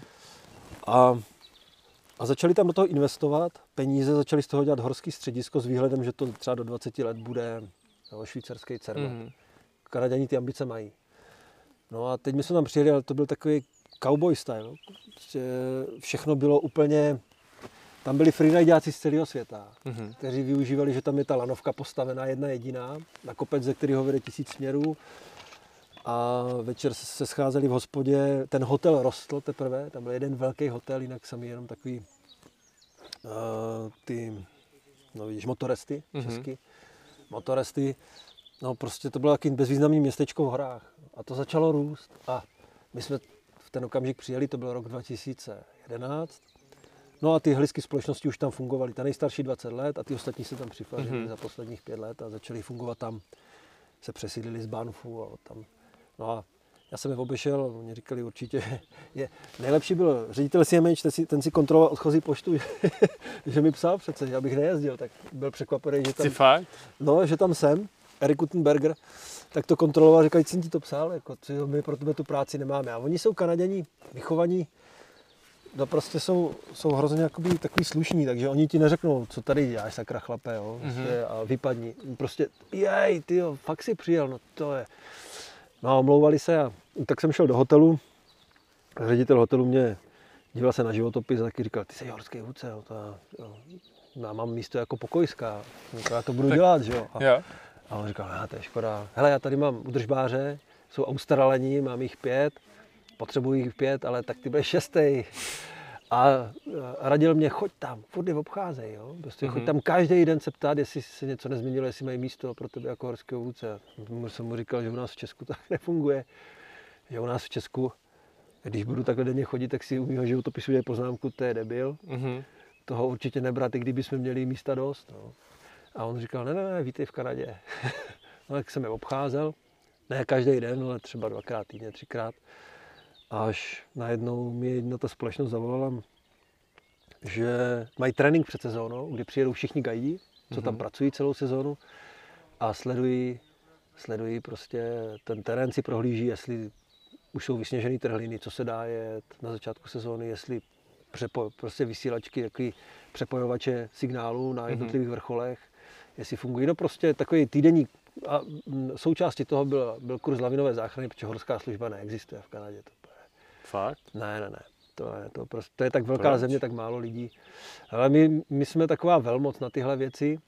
[SPEAKER 3] A začali tam do toho investovat peníze, začali z toho dělat horský středisko s výhledem, že to třeba do 20 let bude švýcarský Cermat. Kanaďani ty ambice mají. No a teď my jsme tam přijeli, ale to byl takový cowboy style. Všechno bylo úplně... Tam byli freeridáci z celého světa, kteří využívali, že tam je ta lanovka postavená jedna jediná, na kopec, ze kterého vede 1000 směrů. A večer se scházeli v hospodě, ten hotel rostl teprve, tam byl jeden velký hotel, jinak sami jenom takový motoresty, česky, motoresty. No prostě to bylo takový bezvýznamný městečko v horách a to začalo růst a my jsme v ten okamžik přijeli, to byl rok 2011. No a ty helisky společnosti už tam fungovaly, ta nejstarší 20 let a ty ostatní se tam přifařili za posledních 5 let a začali fungovat tam, se přesídlili z Banffu a tam. No a já jsem je obešel, oni říkali určitě, nejlepší byl ředitel CMH, ten si kontroloval odchozí poštu, že mi psal přece, že abych nejezdil, tak byl překvapený, že tam, že tam jsem, Erik Gutenberger, tak to kontroloval, říkal, jsem ti to psal, jako, my pro tebe tu práci nemáme. A oni jsou Kanaděni vychovaní, no prostě jsou hrozně jakoby takový slušní, takže oni ti neřeknou, co tady děláš, sakra chlape, jo, a vypadni. Prostě, tyjo, fakt si přijel, no to je. No a omlouvali se a tak jsem šel do hotelu. Ředitel hotelu mě díval se na životopis a taky říkal, ty jsi horský vůdce, jo, já mám místo jako pokojská, já to budu dělat, že jo. A on říkal, to je škoda. Hele, já tady mám udržbáře, jsou australani, mám jich 5, potřebuji jich 5, ale tak ty budeš 6. A radil mě, choď tam, furt je obcházej, jo. Prostě choď tam každý den se ptát, jestli se něco nezměnilo, jestli mají místo pro tebe jako horského vůdce. Jsem mu říkal, že u nás v Česku tak nefunguje. Že u nás v Česku, když budu takhle denně chodit, tak si u mého životopisu dělají poznámku, to je debil. Toho určitě nebrat, i kdybychom měli místa dost. No. A on říkal, ne, vítej v Kanadě. No, tak jsem je obcházel, ne každý den, ale třeba 2x týdně, 3x. Až najednou mi jedna ta společnost zavolala, že mají trénink před sezónou, kdy přijedou všichni gajdi, co tam pracují celou sezónu a sledují prostě ten terén, si prohlíží, jestli už jsou vysněžený trhliny, co se dá jet na začátku sezóny, jestli prostě vysílačky, takový přepojovače signálů na jednotlivých vrcholech, jestli fungují. No prostě takový týdenní a součástí toho byl kurz lavinové záchrany, protože horská služba neexistuje v Kanadě.
[SPEAKER 2] Fakt?
[SPEAKER 3] Ne. To je tak velká země, tak málo lidí. Ale my jsme taková velmoc na tyhle věci.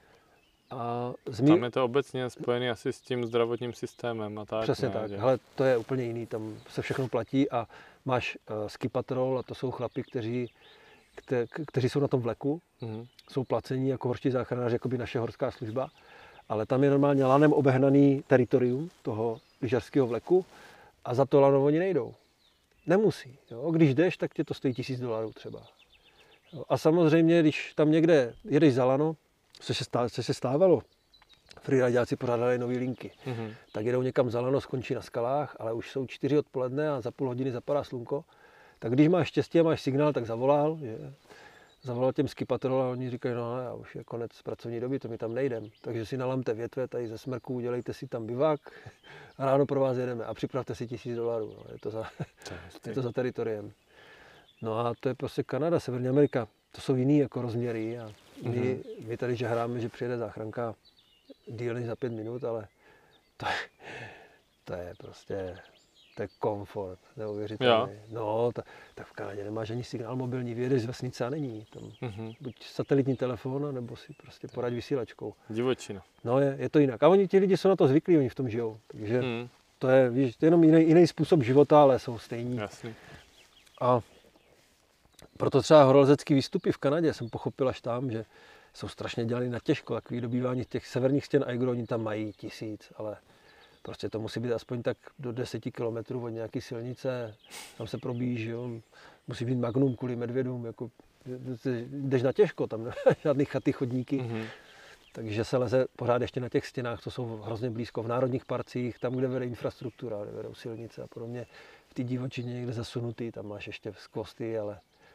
[SPEAKER 3] A
[SPEAKER 2] tam je to obecně spojené asi s tím zdravotním systémem a tak.
[SPEAKER 3] Přesně tak. Hele, to je úplně jiný, tam se všechno platí a máš ski patrol a to jsou chlapi, kteří jsou na tom vleku, jsou placení jako horští záchranáři, jako by naše horská služba, ale tam je normálně lanem obehnaný teritorium toho lyžařského vleku a za to lano oni nejdou. Nemusí. Jo? Když jdeš, tak tě to stojí $1000 třeba. Jo? A samozřejmě, když tam někde jedeš za lano, co se stávalo, freeridáci pořádali nové linky, tak jedou někam za lano, skončí na skalách, ale už jsou 4 odpoledne a za půl hodiny zapadá slunko, tak když máš štěstí a máš signál, tak zavolal těm ski patrol a oni říkají, no já už je konec pracovní doby, to my tam nejdem, takže si nalamte větve tady ze smrků, udělejte si tam bivák a ráno pro vás jedeme a připravte si $1000, no, je to za teritoriem. No a to je prostě Kanada, Severní Amerika, to jsou jiný jako rozměry a my tady žehráme, že přijede záchranka díl než za 5 minut, ale to je prostě, to je komfort, neuvěřitelný. No, tak v Kanadě nemáš ani signál mobilní, vyjedeš z vesnice a není. Tam buď satelitní telefon, nebo si prostě poraď vysílačkou.
[SPEAKER 2] Divočina.
[SPEAKER 3] No, je to jinak. A oni, ti lidi jsou na to zvyklí, oni v tom žijou. Takže to je, víš, to je jenom jiný způsob života, ale jsou stejní.
[SPEAKER 2] Jasně.
[SPEAKER 3] A proto třeba horolezecký výstupy v Kanadě jsem pochopil až tam, že jsou strašně dělaný na těžko, takový dobývání těch severních stěn Aiguru, oni tam mají 1000, ale prostě to musí být aspoň tak do 10 kilometrů od nějaké silnice, tam se probíjíš, jo. Musí být magnum kvůli medvědům, jako, jdeš na těžko, tam žádný chaty, chodníky, takže se leze pořád ještě na těch stěnách, co jsou hrozně blízko v národních parcích, tam, kde vede infrastruktura, kde vedou silnice a podobně, v té divočině někde zasunutý, tam máš ještě skvosty, ale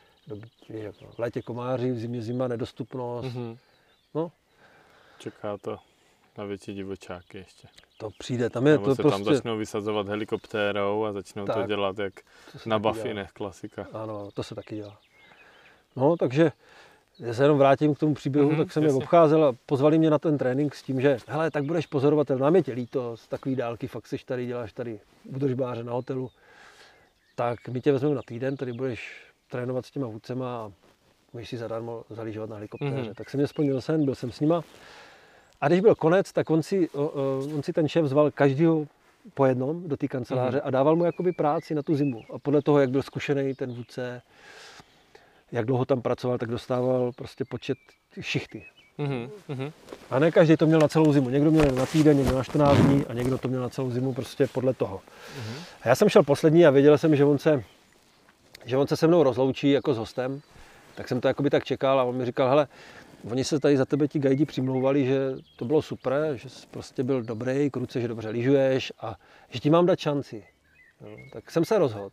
[SPEAKER 3] v létě komáři, v zimě zima, nedostupnost. No.
[SPEAKER 2] Čeká to na větší divočáky ještě.
[SPEAKER 3] To přijde, tam je
[SPEAKER 2] nebo
[SPEAKER 3] to
[SPEAKER 2] se
[SPEAKER 3] prostě...
[SPEAKER 2] tam začnou vysazovat helikoptérou a začnou to dělat jak na Baffinech, klasika.
[SPEAKER 3] Ano, to se taky dělá. No, takže já se jenom vrátím k tomu příběhu, tak jsem je obcházel a pozvali mě na ten trénink s tím, že hele, tak budeš pozorovatel, nám je tě líto, z takový dálky, fakt seš tady, děláš tady údržbáře na hotelu, tak my tě vezmeme na týden, tady budeš trénovat s těma vůdcema a můžeš si zadarmo zalížovat na helikoptéře. Tak jsem mě splnil sen, byl jsem s nima. A když byl konec, tak on si ten šéf zval každého po jednom do té kanceláře a dával mu jakoby práci na tu zimu. A podle toho, jak byl zkušený ten vůdce, jak dlouho tam pracoval, tak dostával prostě počet šichty. A ne každý to měl na celou zimu. Někdo měl na týden, někdo na 14 dní a někdo to měl na celou zimu prostě podle toho. A já jsem šel poslední a věděl jsem, že on se se mnou rozloučí jako s hostem, tak jsem to jakoby tak čekal a on mi říkal, hele, oni se tady za tebe ti gajdi přimlouvali, že to bylo super, že jsi prostě byl dobrý, kruce, že dobře lyžuješ a že ti mám dát šanci. No, tak jsem se rozhodl,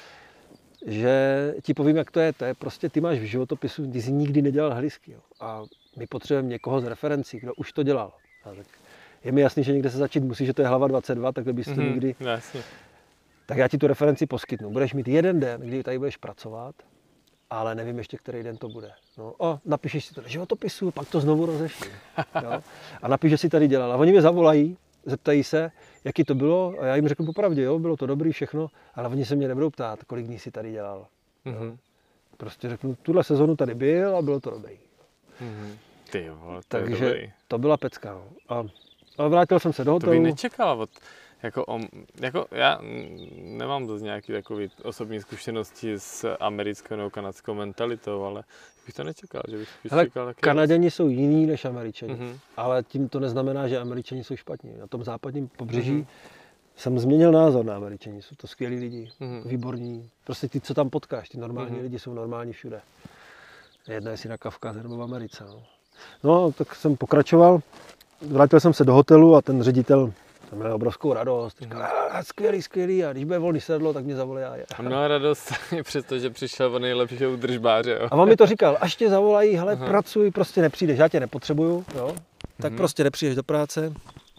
[SPEAKER 3] že ti povím, jak to je prostě ty máš v životopisu, ty jsi nikdy nedělal hlisky, jo, a my potřebujeme někoho z referencí, kdo už to dělal. A tak je mi jasný, že někde se začít musí, že to je hlava 22, takhle bys to nikdy...
[SPEAKER 2] Jasně.
[SPEAKER 3] Tak já ti tu referenci poskytnu. Budeš mít jeden den, kdy tady budeš pracovat, ale nevím ještě, který den to bude. No, napíšeš si to do životopisu, pak to znovu rozešli. Jo? A napíš, že si tady dělal. A oni mě zavolají, zeptají se, jaký to bylo, a já jim řeknu popravdě, jo, bylo to dobrý, všechno, ale oni se mě nebudou ptát, kolik dní si tady dělal.
[SPEAKER 2] Mhm.
[SPEAKER 3] Prostě řeknu, tuhle sezonu tady byl a bylo to dobrý.
[SPEAKER 2] Mhm. Ty vole, to je
[SPEAKER 3] Takže
[SPEAKER 2] dobrý.
[SPEAKER 3] to byla pecka. No. A vrátil jsem se do
[SPEAKER 2] To bych
[SPEAKER 3] hotelu.
[SPEAKER 2] nečekal od, jako já nemám dost nějaký takový osobní zkušenosti s americkou nebo kanadskou mentalitou, ale bych to nečekal, že bych spíš
[SPEAKER 3] Hele,
[SPEAKER 2] čekal taky.
[SPEAKER 3] Kanaďani jsou jiní než Američani,
[SPEAKER 2] Mhm.
[SPEAKER 3] ale tím to neznamená, že Američani jsou špatní. Na tom západním pobřeží
[SPEAKER 2] Mhm.
[SPEAKER 3] jsem změnil názor na Američani. Jsou to skvělí lidi,
[SPEAKER 2] Mhm.
[SPEAKER 3] výborní. Prostě ty, co tam potkáš, ty normální
[SPEAKER 2] Mhm.
[SPEAKER 3] lidi jsou normální všude. Jedno jestli na Kavkaze nebo v Americe. No, tak jsem pokračoval. Vrátil jsem se do hotelu a ten ředitel tam měl obrovskou radost. Říkal, skvělý, a když bude volný sedlo, tak mě zavolají.
[SPEAKER 2] A měl radost i přesto, že přišel o nejlepšího držbáře, jo.
[SPEAKER 3] A on mi to říkal, až tě zavolají, hele, pracuj, prostě nepřijdeš, já tě nepotřebuju, jo? Tak prostě nepřijdeš do práce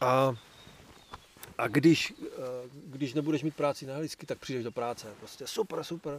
[SPEAKER 3] a když nebudeš mít práci na hlisky, tak přijdeš do práce, prostě super.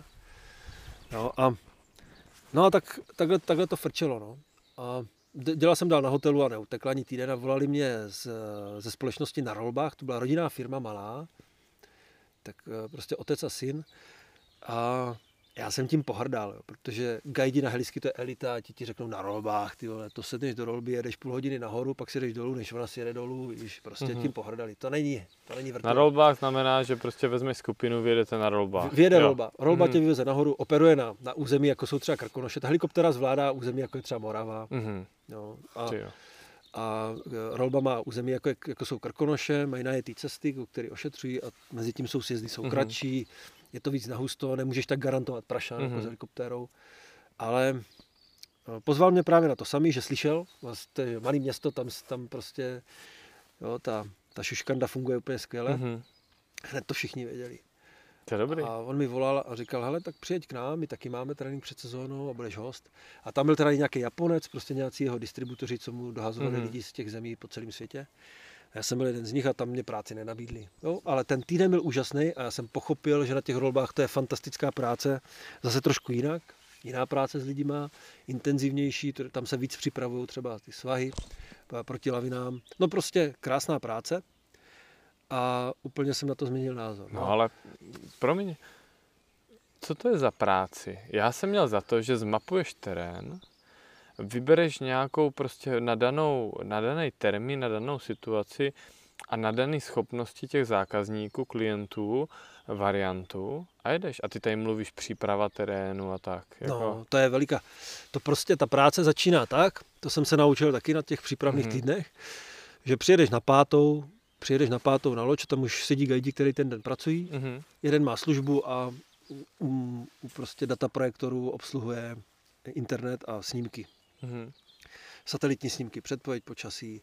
[SPEAKER 3] No a takhle to frčelo, no. A dělal jsem dál na hotelu a neutekl ani týden a volali mě ze společnosti na Rollbach, to byla rodinná firma malá, tak prostě otec a syn. A já jsem tím pohrdal, jo, protože guidi na helisky to je elita, ti řeknou na Rollbach, ty vole, to sedneš do Rollby, jedeš půl hodiny nahoru, pak si jdeš dolů, než ona si jede dolů, víš, prostě tím pohrdali. To není vrtule.
[SPEAKER 2] Na Rollbach znamená, že prostě vezmeš skupinu, vyjedete na Rollbach.
[SPEAKER 3] Vyjede Rollbach. Rollbach tě vyveze nahoru, operuje na území, jako jsou třeba Krkonoše. Ta helikoptéra zvládá území, jako je třeba Morava. No, a Rollbach má území, jako jsou Krkonoše, mají najetý cesty, které ošetřují a mezi tím jsou sjezdy, jsou kratší, je to víc nahusto, nemůžeš tak garantovat prašan jako s helikoptérou. Ale pozval mě právě na to samý, že slyšel, vlastně malé město, tam prostě jo, ta šuškanda funguje úplně skvěle. Hned to všichni věděli.
[SPEAKER 2] To je dobrý.
[SPEAKER 3] A on mi volal a říkal, hele, tak přijeď k nám, my taky máme trénink před sezónou a budeš host. A tam byl teda nějaký Japonec, prostě nějací jeho distributoři, co mu dohazovali lidi z těch zemí po celém světě. A já jsem byl jeden z nich a tam mě práci nenabídli. Jo, ale ten týden byl úžasný a já jsem pochopil, že na těch Rollbach to je fantastická práce, zase trošku jinak. Jiná práce s lidima, intenzivnější, tam se víc připravují třeba ty svahy proti lavinám. No prostě krásná práce. A úplně jsem na to změnil názor.
[SPEAKER 2] No ale, promiň, co to je za práci? Já jsem měl za to, že zmapuješ terén, vybereš nějakou prostě na daný termín, na danou situaci a na dané schopnosti těch zákazníků, klientů, variantů a jedeš. A ty tady mluvíš příprava terénu a tak. Jako...
[SPEAKER 3] No, to je veliká. To prostě ta práce začíná tak, to jsem se naučil taky na těch přípravných týdnech, že přijedeš na pátou na loď, tam už sedí guidi, který ten den pracují. Jeden má službu a prostě data projektoru obsluhuje internet a snímky. Satelitní snímky, předpověď počasí,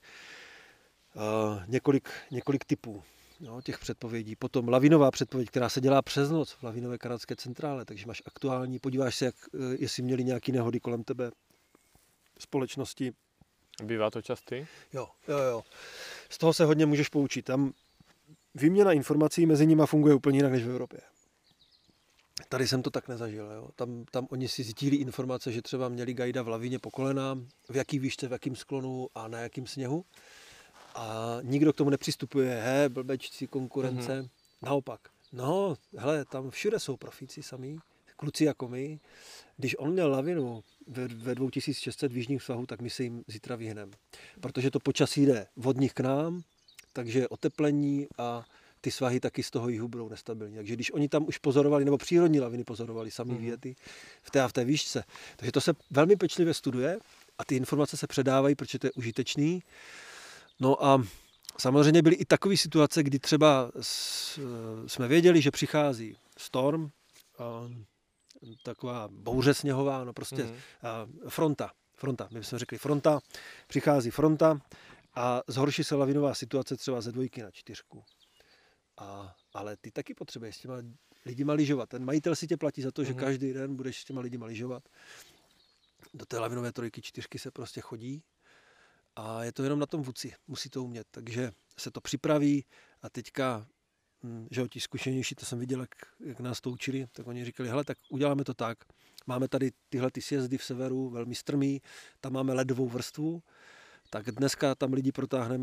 [SPEAKER 3] několik typů těch předpovědí. Potom lavinová předpověď, která se dělá přes noc v lavinové kanadské centrále, takže máš aktuální, podíváš se, jestli měli nějaké nehody kolem tebe, společnosti.
[SPEAKER 2] Bývá to častý?
[SPEAKER 3] Jo. Z toho se hodně můžeš poučit. Tam výměna informací mezi nimi funguje úplně jinak než v Evropě. Tady jsem to tak nezažil. Jo. Tam oni si sdílí informace, že třeba měli guida v lavině po kolenám, v jaký výšce, v jakém sklonu a na jakém sněhu. A nikdo k tomu nepřistupuje, blbečci, konkurence. Naopak. No, hele, tam všude jsou profíci samý, kluci jako my. Když on měl lavinu ve 2600 výžních svahů, tak my se jim zítra vyhneme. Protože to počasí jde od nich k nám, takže oteplení a ty svahy taky z toho jihu budou nestabilní. Takže když oni tam už pozorovali, nebo přírodní laviny pozorovali, samý výjety v té výšce. Takže to se velmi pečlivě studuje a ty informace se předávají, protože to je užitečný. No a samozřejmě byly i takové situace, kdy třeba jsme věděli, že přichází storm, taková bouře sněhová, no prostě fronta, my jsme řekli fronta, přichází fronta a zhorší se lavinová situace třeba ze 2 na 4. Ale ty taky potřebuješ s těma lidima lyžovat. Ten majitel si tě platí za to, že každý den budeš s těma lidima lyžovat. Do té lavinové 3, 4 se prostě chodí a je to jenom na tom vůdci, musí to umět. Takže se to připraví a teďka, že ti zkušenější, to jsem viděl, jak nás to učili, tak oni říkali, hele, tak uděláme to tak. Máme tady tyhle ty sjezdy v severu, velmi strmý, tam máme ledovou vrstvu, tak dneska tam lidi protáhneme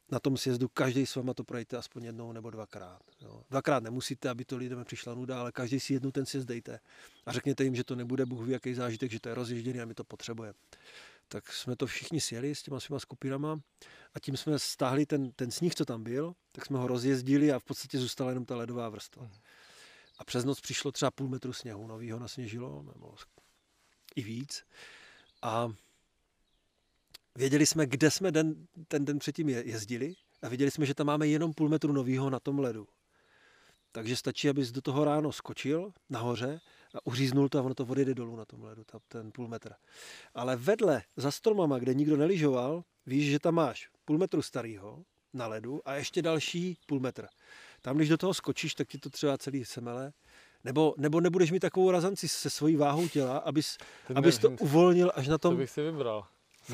[SPEAKER 3] na tom sjezdu každý s váma to projďte aspoň jednou nebo dvakrát. Jo. Dvakrát nemusíte, aby to lidem přišla nuda, ale každý si jednou ten sjezd dejte a řekněte jim, že to nebude Bůh ví jaký zážitek, že to je rozježděný a my to potřebujeme. Tak jsme to všichni sjeli s těma svýma skupinama a tím jsme stáhli ten sníh, co tam byl, tak jsme ho rozjezdili a v podstatě zůstala jenom ta ledová vrstva. A přes noc přišlo třeba půl metru sněhu novýho nasněžilo, nebo i víc. A věděli jsme, kde jsme ten den předtím jezdili a věděli jsme, že tam máme jenom půl metru novýho na tom ledu. Takže stačí, abys do toho ráno skočil nahoře a uříznul to a ono to odjede dolů na tom ledu, ten půl metr. Ale vedle, za stromama, kde nikdo nelyžoval, víš, že tam máš půl metru starýho na ledu a ještě další půl metr. Tam, když do toho skočíš, tak ti to třeba celý semele. Nebo nebudeš mít takovou razanci se svojí váhou těla, abys to uvolnil až na tom.
[SPEAKER 2] To bych si vybral.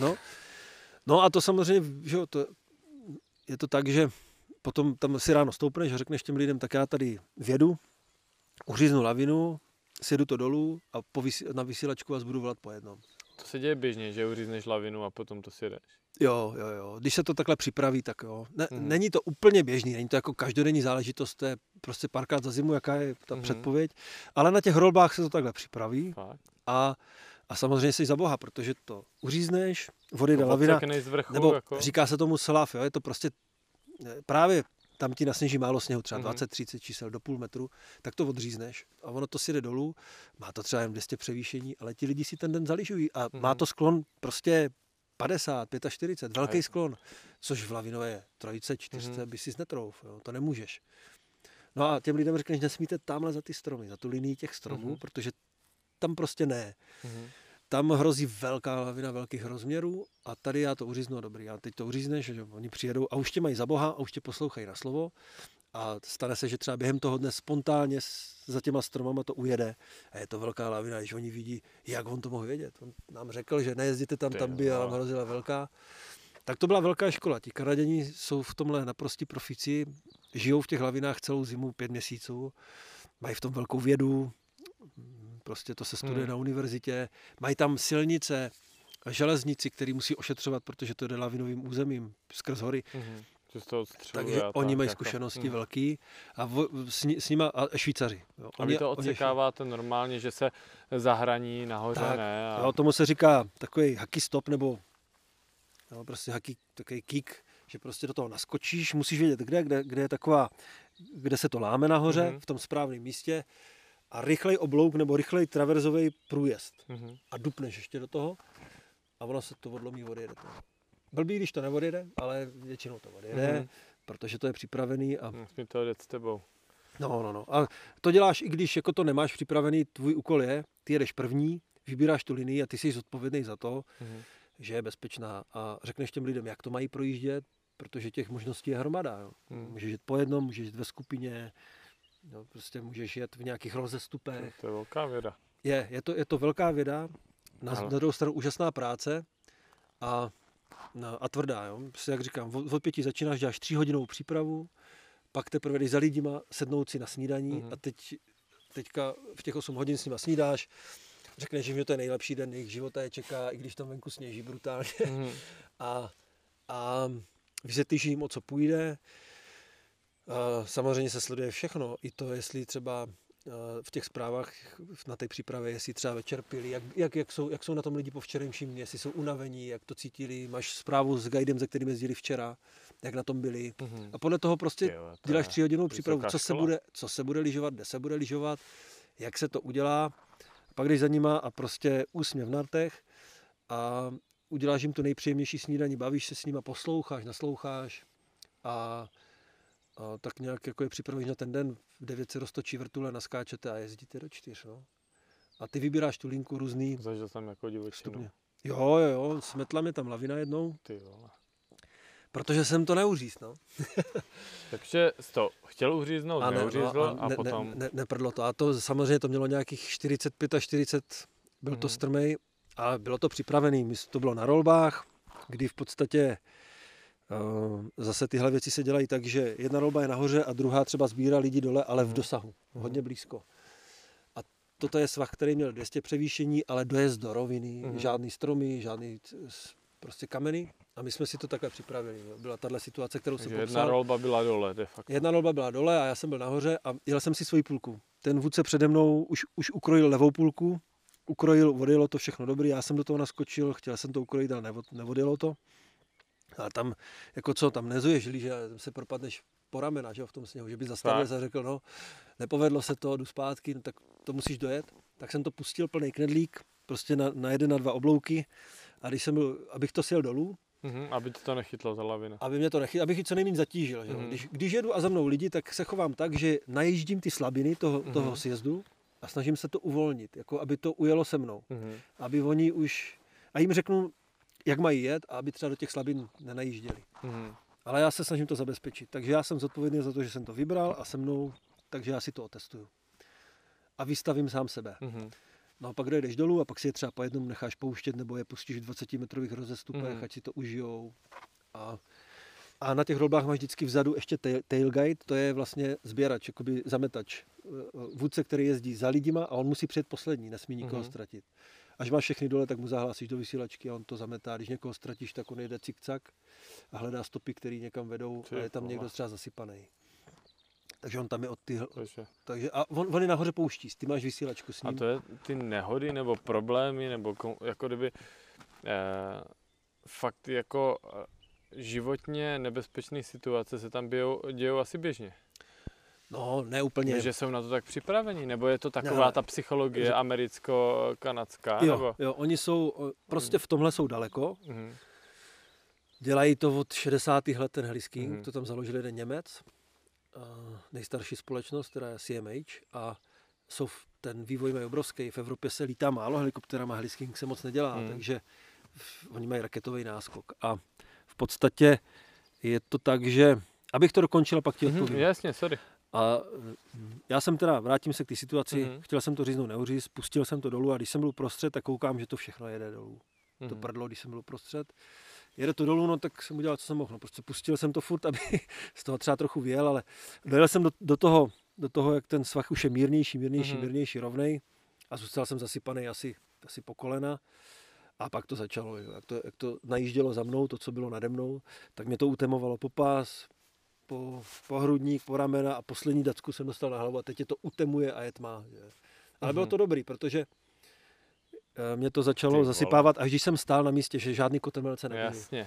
[SPEAKER 3] No a to samozřejmě, že je to tak, že potom tam si ráno stoupneš a řekneš těm lidem, tak já tady vědu, uříznu lavinu, sjedu to dolů a na vysílačku vás budu volat po jednom.
[SPEAKER 2] To se děje běžně, že uřízneš lavinu a potom to sjedeš.
[SPEAKER 3] Jo. Když se to takhle připraví, tak jo. Není to úplně běžný, není to jako každodenní záležitost, to je prostě párkrát za zimu, jaká je ta předpověď, ale na těch rolbách se to takhle připraví. A samozřejmě jsi za Boha, protože to uřízneš, odjede lavina, nebo jako... říká se tomu selaf, jo, je to prostě právě tam ti nasněží málo sněhu, třeba 20-30 čísel do půl metru, tak to odřízneš a ono to sjede dolů, má to třeba jen 200 převýšení, ale ti lidi si ten den zaližují a má to sklon prostě 50, 45, velký sklon, což v lavinové 3, 4 by si netrouf, jo, to nemůžeš. No a těm lidem řekneš, nesmíte tamhle za ty stromy, za tu linii těch stromů, protože tam prostě ne. Tam hrozí velká lavina velkých rozměrů a tady já to uříznu, dobrý, a teď to uřízneš, že oni přijedou a už tě mají za Boha a už tě poslouchají na slovo a stane se, že třeba během toho dne spontánně za těma stromama to ujede a je to velká lavina, když oni vidí, jak on to mohl vědět. On nám řekl, že nejezdíte tam by a hrozila velká. Tak to byla velká škola. Ti Kanaděni jsou v tomhle naprostí profici, žijou v těch lavinách celou zimu 5 měsíců, mají v tom velkou vědu, prostě to se studuje na univerzitě, mají tam silnice a železnici, který musí ošetřovat, protože to jde lavinovým územím skrz hory. Takže oni mají zkušenosti velký a s nima a Švýcaři. Jo.
[SPEAKER 2] A vy to odsekáváte normálně, že se zahraní nahoře, tak, ne? A...
[SPEAKER 3] Jo, tomu se říká takový hacky stop, nebo prostě hacky, takový kick, že prostě do toho naskočíš, musíš vědět, kde je taková, kde se to láme nahoře, v tom správném místě, a rychlej oblouk nebo rychlej traverzový průjezd. A dupneš ještě do toho a ono se to odlomí, odjede to. Blbý, když to neodjede, ale většinou to odjede, protože to je připravený. A...
[SPEAKER 2] Musím to odjet s tebou.
[SPEAKER 3] No. A to děláš, i když jako to nemáš připravený, tvůj úkol je, ty jedeš první, vybíráš tu linii a ty jsi zodpovědný za to, že je bezpečná. A řekneš těm lidem, jak to mají projíždět, protože těch možností je hromada. Jo. Můžeš jít po jednom, můžeš jít ve skupině, no, prostě můžeš jet v nějakých rozestupech.
[SPEAKER 2] To je velká věda.
[SPEAKER 3] Je to velká věda, na druhou stranu úžasná práce a tvrdá. Jo. Prostě, jak říkám, od 5 začínáš, děláš 3hodinovou přípravu, pak teprve jdeš za lidima sednout si na snídaní a teďka v těch 8 hodin s nima snídáš, řekneš, že to je nejlepší den jejich života, je čeká, i když tam venku sněží brutálně. A vysvětlíš jim, o co půjde. Samozřejmě se sleduje všechno, i to, jestli třeba v těch zprávách na té přípravě, jestli třeba večer pili, jak jsou na tom lidi po včerejším dni, jestli jsou unavení, jak to cítili, máš zprávu s guidem, se kterým jezdili včera, jak na tom byli. A podle toho prostě děláš 3hodinovou přípravu, co se bude lyžovat, kde se bude lyžovat, jak se to udělá. Pak jdeš za nima a prostě úsměv na rtech a uděláš jim tu nejpříjemnější snídaní, bavíš se s nima, posloucháš, nasloucháš a tak nějak jako je připravíš na ten den, v 9 se roztočí vrtule, naskáčete a jezdíte do 4. No. A ty vybíráš tu linku různý.
[SPEAKER 2] Zažil jsem jako divočinu.
[SPEAKER 3] Jo, smetla mě tam lavina jednou.
[SPEAKER 2] Ty vole.
[SPEAKER 3] Protože jsem to neuřízl, no.
[SPEAKER 2] Takže jsi to chtěl uříznout, neuřízl a potom...
[SPEAKER 3] Neprdlo to. A to samozřejmě to mělo nějakých 45 a 40, byl to strmej a bylo to připravený. To bylo na rolbách, kdy v podstatě zase tyhle věci se dělají tak, že jedna rolba je nahoře a druhá třeba sbírá lidi dole, ale v dosahu, hodně blízko. A toto je svah, který měl 200 převýšení, ale dojezd do roviny, žádný stromy, žádný prostě kameny a my jsme si to takhle připravili. Jo. Byla tahle situace, kterou jsem popsal.
[SPEAKER 2] Jedna rolba byla dole, de facto.
[SPEAKER 3] Jedna rolba byla dole a já jsem byl nahoře a jel jsem si svoji půlku. Ten vůdce přede mnou už ukrojil levou půlku, odjelo to všechno dobrý, já jsem do toho naskočil, chtěl jsem to ukrojit, ale neodjelo to. Ale tam, jako co, tam nezuješ, že se propadneš po ramena, že, v tom sněhu, že by zastavil a řekl, no, nepovedlo se to, jdu zpátky, no, tak to musíš dojet. Tak jsem to pustil plný knedlík, prostě na 1, na 2 oblouky a když jsem byl, abych to sjel dolů,
[SPEAKER 2] aby to nechytlo ta lavina.
[SPEAKER 3] aby mě to nechytlo, abych ji co nejméně zatížil. Že? Když jedu a za mnou lidi, tak se chovám tak, že najíždím ty slabiny toho sjezdu a snažím se to uvolnit, jako aby to ujelo se mnou. Aby oni už, a jim řeknu, jak mají jet a aby třeba do těch slabin nenajížděli. Ale já se snažím to zabezpečit. Takže já jsem zodpovědný za to, že jsem to vybral a se mnou, takže já si to otestuju. A vystavím sám sebe. No a pak jdeš dolů a pak si je třeba po jednom necháš pouštět nebo je pustíš v 20-metrových rozestupech, ať si to užijou. A na těch rolbách máš vždycky vzadu ještě tailguide, to je vlastně sběrač, jakoby zametač. Vůdce, který jezdí za lidima a on musí přijet poslední, nesmí nikoho ztratit. Až máš všechny dole, tak mu zahlásíš do vysílačky a on to zametá. Když někoho ztratíš, tak on jede cikcak a hledá stopy, které někam vedou a je tam někdo třeba zasypaný. Takže on tam je od ty... Takže, a on je nahoře pouští, ty máš vysílačku s ním.
[SPEAKER 2] A to je ty nehody nebo problémy, nebo jako kdyby fakt jako životně nebezpečné situace se tam dějou asi běžně.
[SPEAKER 3] No, ne úplně.
[SPEAKER 2] Že jsou na to tak připraveni, nebo je to taková ta psychologie americko-kanadská?
[SPEAKER 3] Jo, oni jsou, prostě v tomhle jsou daleko. Dělají to od 60. let ten heliskiing, to tam založil jeden Němec, nejstarší společnost, která je CMH, a ten vývoj mají obrovský. V Evropě se lítá málo helikopterama, heliskiing se moc nedělá, takže oni mají raketový náskok. A v podstatě je to tak, že, abych to dokončil, pak ti odpovím.
[SPEAKER 2] Jasně, sorry.
[SPEAKER 3] A já jsem teda, vrátím se k té situaci, chtěl jsem to říznout neuříz, pustil jsem to dolů a když jsem byl uprostřed, tak koukám, že to všechno jede dolů. To prdlo, když jsem byl uprostřed. Jede to dolů, no tak jsem udělal, co jsem mohl. No, prostě pustil jsem to furt, aby z toho třeba trochu vyjel, ale dojel jsem do toho, jak ten svah už je mírnější, rovnej a zůstal jsem zasypaný asi po kolena. A pak to začalo, jak to najíždělo za mnou, to, co bylo nade mnou, tak mě to utemovalo po pás, po hrudník, po ramena a poslední dacku jsem dostal na hlavu a teď je to utemuje a je tma. Že? Ale bylo to dobrý, protože mě to začalo zasypávat, až když jsem stál na místě, že žádný kotrmelce nebyl.
[SPEAKER 2] Jasně.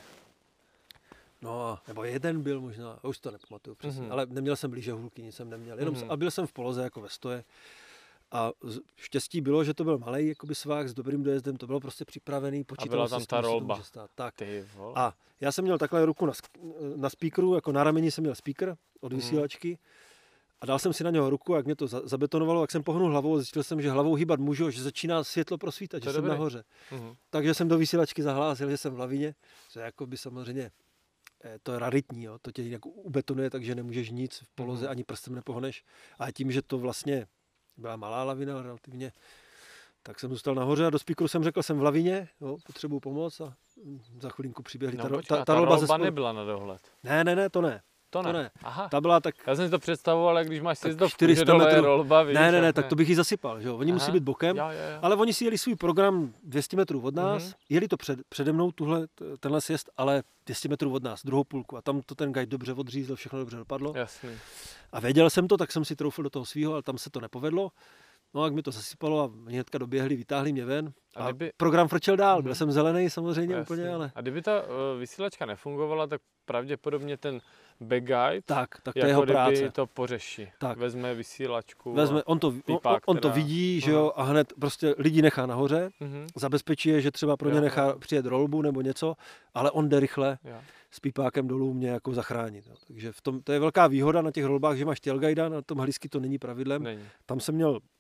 [SPEAKER 3] No, nebo jeden byl možná, už to nepamatuju přesně, ale neměl jsem blíže hůlky, nic jsem neměl. Jenom a byl jsem v poloze jako ve stoje. A štěstí bylo, že to byl malej jakoby svah s dobrým dojezdem, to bylo prostě připravený, počítalo se s tím,
[SPEAKER 2] ta rolba.
[SPEAKER 3] Tak. A já jsem měl takhle ruku na speakeru, jako na rameni jsem měl speaker od vysílačky a dal jsem si na něho ruku, jak mě to zabetonovalo, jak jsem pohnul hlavou a zjistil jsem, že hlavou hýbat můžu, že začíná světlo prosvítat, že jsem nahoře. Takže jsem do vysílačky zahlásil, že jsem v lavině, že jakoby samozřejmě to je raritní, jo, to tě nějak ubetonuje, takže nemůžeš nic v poloze, ani prstem nepohneš. A tím, že to vlastně byla malá lavina relativně, tak jsem zůstal nahoře a do speakeru jsem řekl, jsem v lavině, jo, potřebuju pomoc a za chvilinku přiběhli.
[SPEAKER 2] Ta rolba nebyla na dohled.
[SPEAKER 3] Ne, to ne. To ne.
[SPEAKER 2] Aha.
[SPEAKER 3] Ta byla tak...
[SPEAKER 2] Já jsem si to představoval, jak když máš sjezdovku,
[SPEAKER 3] 400
[SPEAKER 2] že dole je
[SPEAKER 3] metrů.
[SPEAKER 2] rolba, víš.
[SPEAKER 3] Ne, tak to bych ji zasypal, že jo. Oni musí být bokem,
[SPEAKER 2] jo.
[SPEAKER 3] ale oni si jeli svůj program 200 metrů od nás, jeli to přede mnou tenhle sjezd, ale 200 metrů od nás, druhou půlku a tam to ten guide dobře odřízl, všechno dobře dopadlo.
[SPEAKER 2] Jasný.
[SPEAKER 3] A věděl jsem to, tak jsem si troufl do toho svýho, ale tam se to nepovedlo. No, jak mi to zasypalo a hnedka doběhli, vytáhli mě ven a program frčel dál. Byl jsem zelený samozřejmě úplně, ale...
[SPEAKER 2] A kdyby ta vysílačka nefungovala, tak pravděpodobně ten backguide
[SPEAKER 3] tak to je jeho práce.
[SPEAKER 2] To pořeší. Tak. Vezme vysílačku.
[SPEAKER 3] On to vidí, že jo, a hned prostě lidi nechá nahoře, zabezpečí je, že třeba pro ně nechá přijet rolbu nebo něco, ale on jde rychle s pípákem dolů mě jako zachránit. Jo. Takže to je velká výhoda na těch rolbách, že máš tailguida, na tom heliski to není pravidlem. Tam jsem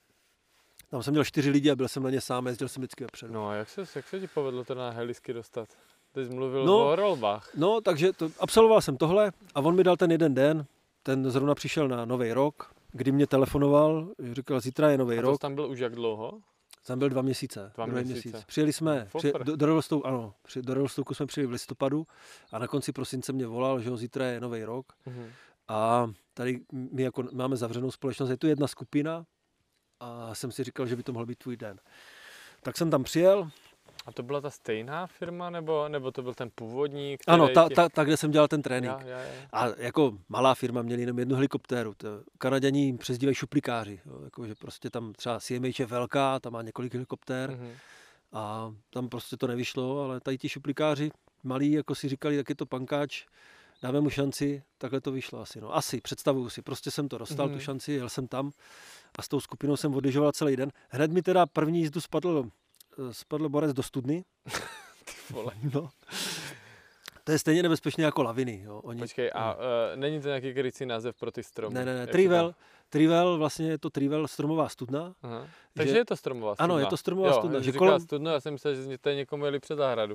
[SPEAKER 3] měl 4 lidi a byl jsem na ně sám, jezdil jsem vždycky vepředu.
[SPEAKER 2] No a jak se ti povedlo to na helisky dostat? Ty jsi mluvil o rolbách.
[SPEAKER 3] No, takže absolvoval jsem tohle a on mi dal ten jeden den, ten zrovna přišel na Nový rok, kdy mě telefonoval, říkal, zítra je Nový rok.
[SPEAKER 2] A tam byl už jak dlouho?
[SPEAKER 3] Tam byl 2 měsíce.
[SPEAKER 2] 2 měsíce.
[SPEAKER 3] Přijeli jsme do Rolstouku jsme přijeli v listopadu a na konci prosince mě volal, že zítra je Nový rok. A tady my jako máme zavřenou společnost, je tu jedna skupina a jsem si říkal, že by to mohl být tvůj den. Tak jsem tam přijel
[SPEAKER 2] A to byla ta stejná firma, nebo to byl ten původní?
[SPEAKER 3] Ano, ta, kde jsem dělal ten trénink.
[SPEAKER 2] Jo.
[SPEAKER 3] A jako malá firma měli jenom jednu helikoptéru. Kanaďani jim přezdívají šuplikáři. Jo, jako, že prostě tam třeba CMH je velká, tam má několik helikoptér a tam prostě to nevyšlo, ale tady ti šuplikáři malí, jako si říkali, tak je to pankáč, dáme mu šanci, takhle to vyšlo asi. No. Asi, představuju si, prostě jsem to dostal, tu šanci, jel jsem tam a s tou skupinou jsem odlyžoval celý den. Hned mi teda první jízdu spadl borec do studny.
[SPEAKER 2] Ty vole.
[SPEAKER 3] No. To je stejně nebezpečné jako laviny. Jo.
[SPEAKER 2] Počkej, a není to nějaký krycí název pro ty stromy?
[SPEAKER 3] Ne. Trivel, vlastně je to Trivel stromová studna.
[SPEAKER 2] Aha. Takže je to stromová studna?
[SPEAKER 3] Ano, je to stromová studna.
[SPEAKER 2] Že kolem... studna, já jsem myslel, že jste někomu jeli před zahradu.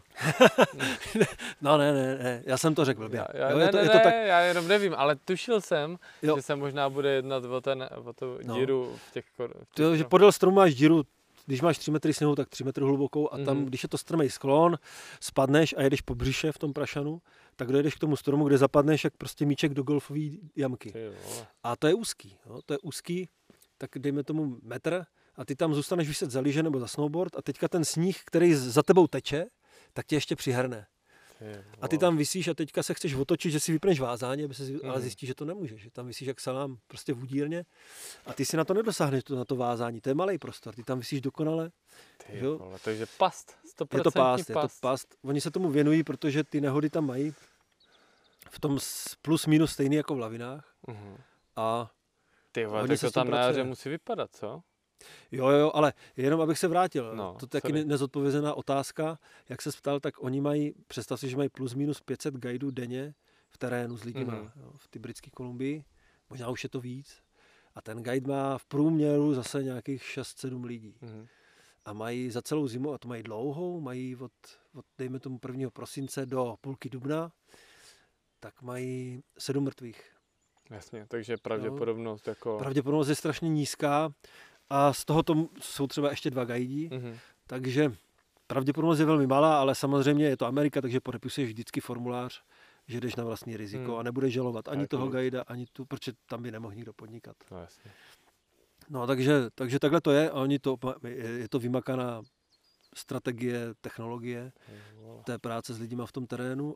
[SPEAKER 3] No ne, já jsem to řekl blbě.
[SPEAKER 2] Já jenom nevím, ale tušil jsem, že se možná bude jednat o tu díru v těch
[SPEAKER 3] že podél stromu máš díru, když máš 3 metry sněhu, tak 3 metry hlubokou a tam, když je to strmej sklon, spadneš a jedeš po břiše v tom prašanu, tak dojedeš k tomu stromu, kde zapadneš jak prostě míček do golfové jamky. A to je úzký, tak dejme tomu metr a ty tam zůstaneš vyset za lyže nebo za snowboard a teďka ten sníh, který za tebou teče, tak tě ještě přihrne. A ty tam visíš a teďka se chceš otočit, že si vypneš vázání, ale zjistíš, že to nemůžeš, že tam visíš jak salám prostě v údírně a ty si na to nedosáhneš, na to vázání, to je malej prostor, ty tam visíš dokonale.
[SPEAKER 2] Takže past, 100%
[SPEAKER 3] je to past. Oni se tomu věnují, protože ty nehody tam mají v tom plus minus stejný jako v lavinách. A
[SPEAKER 2] tak to tam na jaře musí vypadat, co?
[SPEAKER 3] Jo, ale jenom abych se vrátil, to je taky nezodpovězená otázka, jak se ptal, tak oni mají, představ si, že mají plus minus 500 guidů denně v terénu s lidima, v té Britské Kolumbii, možná už je to víc, a ten guide má v průměru zase nějakých 6-7 lidí. A mají za celou zimu, a to mají dlouhou, mají od dejme tomu 1. prosince do půlky dubna, tak mají 7 mrtvých.
[SPEAKER 2] Jasně, takže pravděpodobnost
[SPEAKER 3] Pravděpodobnost je strašně nízká. A z toho jsou třeba ještě 2 guidi, takže pravděpodobnost je velmi malá, ale samozřejmě je to Amerika, takže podepisuješ vždycky formulář, že jdeš na vlastní riziko a nebudeš žalovat ani toho guida, ani tu, protože tam by nemohl nikdo podnikat.
[SPEAKER 2] No, jasně.
[SPEAKER 3] No, takže takhle to je a je to vymakaná strategie, technologie té práce s lidima v tom terénu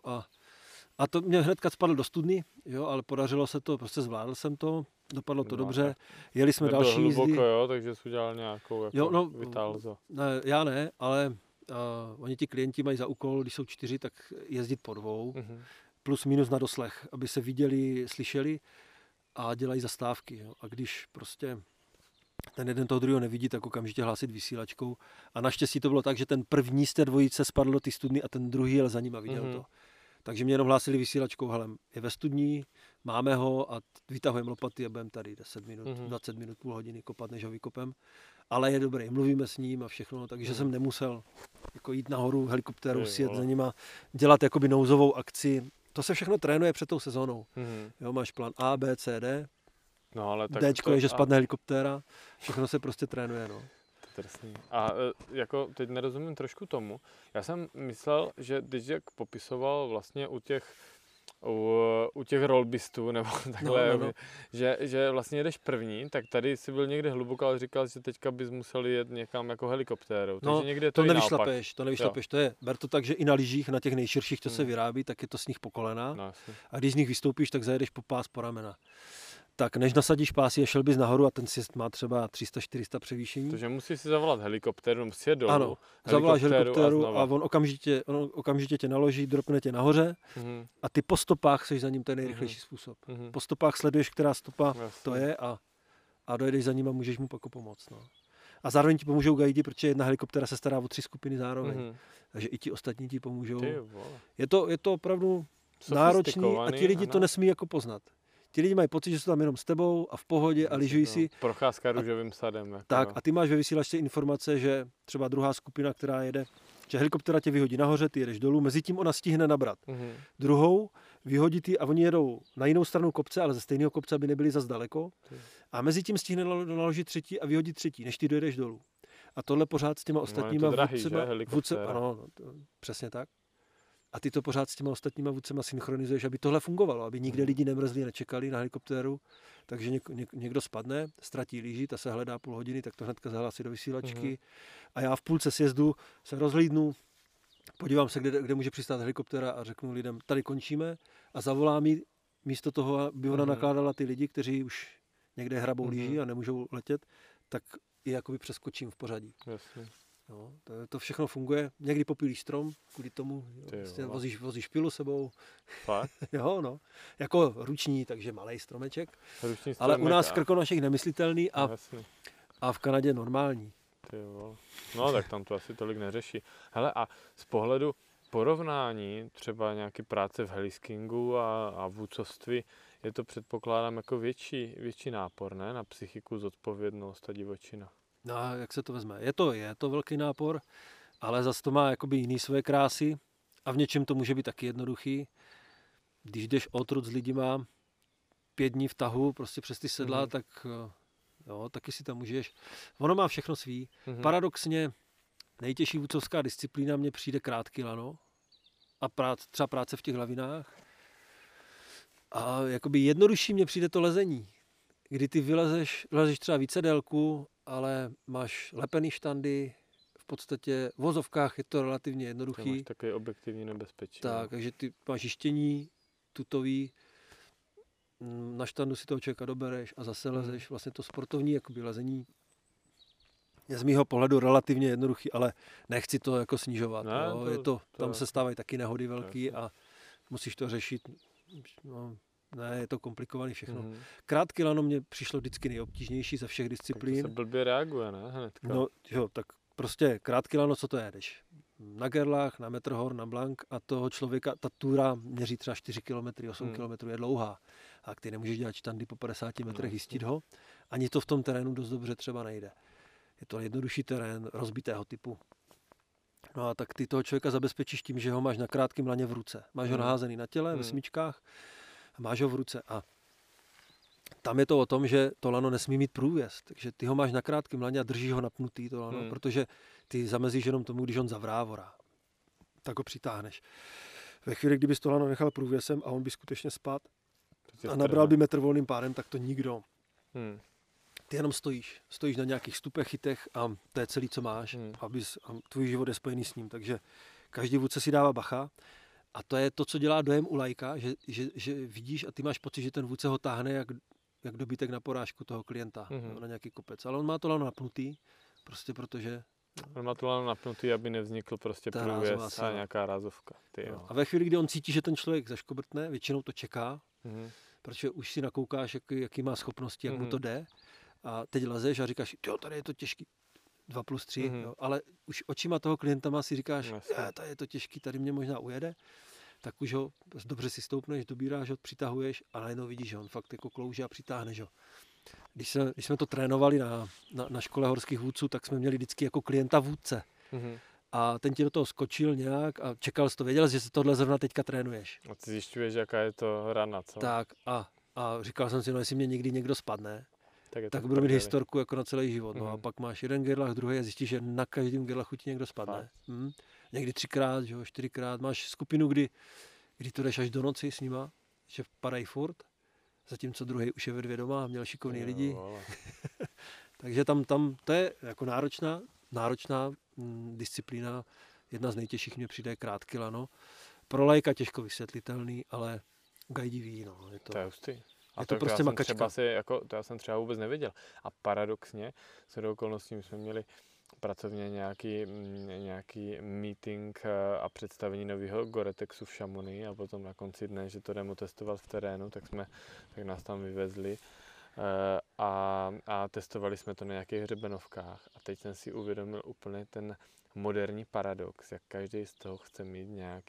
[SPEAKER 3] a to mě hnedka spadl do studny, jo, ale podařilo se to, prostě zvládl jsem to, dopadlo to dobře, jeli jsme další jízdy.
[SPEAKER 2] Hluboko, jo, takže jsi udělal nějakou vytálzo.
[SPEAKER 3] Ne, já ne, ale oni ti klienti mají za úkol, když jsou 4, tak jezdit po 2, plus minus na doslech, aby se viděli, slyšeli a dělají zastávky. Jo. A když prostě ten jeden toho druhého nevidí, tak okamžitě hlásit vysílačkou. A naštěstí to bylo tak, že ten první z té dvojice spadl do té studny a ten druhý jel za ním a viděl to. Takže mě jenom hlásili vysílačkou, hele, je ve studní, máme ho a vytahujeme lopaty a budeme tady 10 minut, 20 minut, půl hodiny kopat, než ho vykopem. Ale je dobrý, mluvíme s ním a všechno, takže jsem nemusel jako jít nahoru helikoptéru, sjet za nima, dělat jakoby nouzovou akci. To se všechno trénuje před tou sezónou. Jo, máš plán A, B, C, D.
[SPEAKER 2] No, ale tak
[SPEAKER 3] Dčko je, že spadne helikoptéra. Všechno se prostě trénuje, no.
[SPEAKER 2] Drsný. A jako teď nerozumím trošku tomu. Já jsem myslel, že když jak popisoval vlastně u těch rollbistů nebo takhle, že vlastně jedeš první, tak tady si byl někde hluboko, ale říkal, že teďka bys musel jet někam jako helikoptérou. Takže někde
[SPEAKER 3] to nevyšlapeš, ber to tak, že i na lyžích, na těch nejširších, co se vyrábí, tak je to sníh po kolena.
[SPEAKER 2] No,
[SPEAKER 3] a když z nich vystoupíš, tak zajedeš po pás, po ramena. Tak než nasadíš pásy a šel bys nahoru a ten sjezd má třeba 300-400 převýšení.
[SPEAKER 2] Takže musíš si zavolat helikoptéru, musíš jet dolů.
[SPEAKER 3] Ano, zavoláš helikoptéru a on okamžitě tě naloží, dropne tě nahoře a ty po stopách seš za ním ten nejrychlejší způsob. Po stopách sleduješ, která stopa to je a dojedeš za ním a můžeš mu pak pomoct. No. A zároveň ti pomůžou guidi, protože jedna helikoptéra se stará o 3 skupiny zároveň. Takže i ti ostatní ti pomůžou. Je to opravdu náročný a ti lidi to nesmí jako poznat. Ti lidi mají pocit, že jsou tam jenom s tebou a v pohodě a lyžují si.
[SPEAKER 2] Procházka růžovým sadem. Jako
[SPEAKER 3] tak a ty máš ve vysílačce informace, že třeba druhá skupina, která jede, že helikoptera tě vyhodí nahoře, ty jedeš dolů, mezi tím ona stihne nabrat. Druhou vyhodí ty a oni jedou na jinou stranu kopce, ale ze stejného kopce, aby nebyli zas daleko. A mezi tím stihne naložit třetí a vyhodit třetí, než ty dojedeš dolů. A tohle pořád s těma ostatníma
[SPEAKER 2] vůdcema.
[SPEAKER 3] Ano, přesně tak. a ty to pořád s těma ostatníma vůdcema synchronizuješ, aby tohle fungovalo, aby nikde lidi nemrzli, nečekali na helikoptéru, takže někdo spadne, ztratí lyži, ta se hledá půl hodiny, tak to hnedka zahlásí do vysílačky a já v půlce sjezdu se rozhlídnu, podívám se, kde může přistát helikoptéra a řeknu lidem, tady končíme a zavolám jí místo toho, aby ona nakládala ty lidi, kteří už někde hrabou lyží a nemůžou letět, tak i jakoby přeskočím v pořadí.
[SPEAKER 2] Jasně.
[SPEAKER 3] No, to všechno funguje. Někdy popílíš strom, kvůli tomu vlastně vozíš pilu sebou.
[SPEAKER 2] Fakt?
[SPEAKER 3] Jo, no. Jako ruční, takže malej stromeček.
[SPEAKER 2] Ruční
[SPEAKER 3] ale u nás v Krkonoších nemyslitelný a v Kanadě normální.
[SPEAKER 2] No tak tam to asi tolik neřeší. Hele, a z pohledu porovnání třeba nějaké práce v heliskingu a vůdcovství, je to předpokládám jako větší nápor, ne? Na psychiku, zodpovědnost a divočina.
[SPEAKER 3] No a jak se to vezme? Je to velký nápor, ale zase to má jakoby jiný svoje krásy a v něčem to může být taky jednoduchý. Když jdeš otrud s lidima 5 dní v tahu, prostě přes ty sedla, tak jo, taky si tam můžeš. Ono má všechno svý. Paradoxně nejtěžší vůdcovská disciplína mně přijde krátký lano a třeba práce v těch lavinách. A jakoby jednodušší mně přijde to lezení, kdy ty vylezeš třeba více délku, ale máš lepený štandy, v podstatě v vozovkách je to relativně jednoduchý.
[SPEAKER 2] Máš takový objektivní nebezpečí.
[SPEAKER 3] Tak, takže ty máš jištění tutový, na štandu si toho člověka dobereš a zase lezeš. Vlastně to sportovní jakoby lezení je z mýho pohledu relativně jednoduchý, ale nechci to jako snižovat. Ne, tam se stávají taky nehody velký a musíš to řešit. No, ne, je to komplikovaný všechno. Krátký lano mě přišlo vždycky nejobtížnější ze všech disciplín.
[SPEAKER 2] Tak to se blbě reaguje, ne? Hnedka.
[SPEAKER 3] No jo, tak prostě krátký lano, co to jedeš? Na Gerlach, na Matterhorn, na Blanc a toho člověka, ta túra měří třeba 4 km, 8 km, je dlouhá. A ty nemůžeš dělat štandy po 50 metrech, jistit ho. Ani to v tom terénu dost dobře třeba nejde. Je to jednodušší terén, rozbitého typu. No a tak ty toho člověka zabezpečíš tím, že ho máš na krátkém laně v ruce. Máš ho naházený na těle, ve smyčkách a máš ho v ruce. A tam je to o tom, že to lano nesmí mít průjezd. Takže ty ho máš na krátkém laně a držíš ho napnutý, to lano, protože ty zamezíš jenom tomu, když on zavrávora. Tak ho přitáhneš. Ve chvíli, kdybys to lano nechal průvěsem a on by skutečně spadl a nabral by metr volným pádem, tak to nikdo. Ty jenom stojíš na nějakých stupech, chytech a to je celý, co máš. A tvůj život je spojený s ním. Takže každý vůdce si dává bacha. A to je to, co dělá dojem u lajka, že vidíš a ty máš pocit, že ten vůdce ho táhne jak dobytek na porážku toho klienta, na nějaký kopec. Ale on má to lano napnutý, prostě protože...
[SPEAKER 2] On má to lano napnutý, aby nevznikl prostě průvěz a nějaká rázovka.
[SPEAKER 3] A ve chvíli, kdy on cítí, že ten člověk zaškobrtne, většinou to čeká, protože už si nakoukáš, jaký má schopnosti, jak mu to jde. A teď lezeš a říkáš, jo, tady je to těžký, 2+3, jo, ale už očima toho klienta si říkáš, tady je to těžký, tady mě možná ujede, tak už ho dobře si stoupneš, dobíráš ho, přitahuješ a najednou vidíš, že on fakt jako klouže a přitáhneš ho. Když jsme to trénovali na škole horských vůdců, tak jsme měli vždycky jako klienta vůdce. A ten ti do toho skočil nějak a čekal jsi to, věděl jsi, že se tohle zrovna teďka trénuješ.
[SPEAKER 2] A ty zjišťuješ, jaká je to rana, co?
[SPEAKER 3] Tak a říkal jsem si, no jestli mě někdy někdo spadne, tak budu mít historku jako na celý život. No a pak máš jeden gerlach, druhý a zjistíš, že na každém gerlachu ti někdo spadne. Někdy 3x, 4x. Máš skupinu, kdy to jdeš až do noci s nima, že padají furt, zatímco druhý už je ve 2 doma a měl šikovný lidi. Takže tam to je jako náročná disciplína. Jedna z nejtěžších mě přijde krátký lano. Pro laika těžko vysvětlitelný, ale gajdivý. No.
[SPEAKER 2] To je hustý.
[SPEAKER 3] A to prostě makačka.
[SPEAKER 2] To já jsem třeba vůbec nevěděl. A paradoxně, shodou okolností jsme měli pracovně nějaký meeting a představení nového Gore-Texu v Chamonix a potom na konci dne, že to jdeme testovat v terénu, tak nás tam vyvezli a testovali jsme to na nějakých hřebenovkách. A teď jsem si uvědomil úplně ten moderní paradox, jak každý z toho chce mít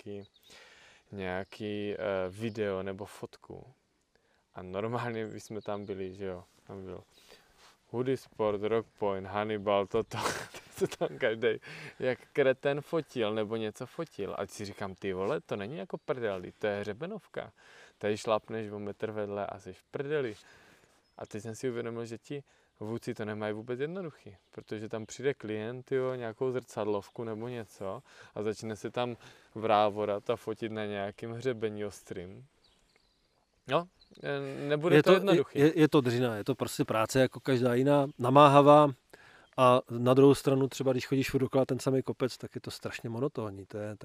[SPEAKER 2] nějaký video nebo fotku. A normálně my jsme tam byli, že jo, tam byl Hoodie Sport, Rock Point, Hannibal, toto se tam každý jak kreten fotil nebo něco fotil. A si říkám, ty vole, to není jako prdel, to je hřebenovka. Tady šlapneš o metr vedle a jsi v prdeli. A teď jsem si uvědomil, že ti Vůdci to nemají vůbec jednoduchý, protože tam přijde klient, jo, nějakou zrcadlovku nebo něco a začne se tam vrávorat a fotit na nějakým hřebení ostrým. No, nebude to jednoduchý.
[SPEAKER 3] Je to dřina, je to prostě práce jako každá jiná, namáhavá a na druhou stranu třeba, když chodíš furt dokola ten samý kopec, tak je to strašně monotónní, to je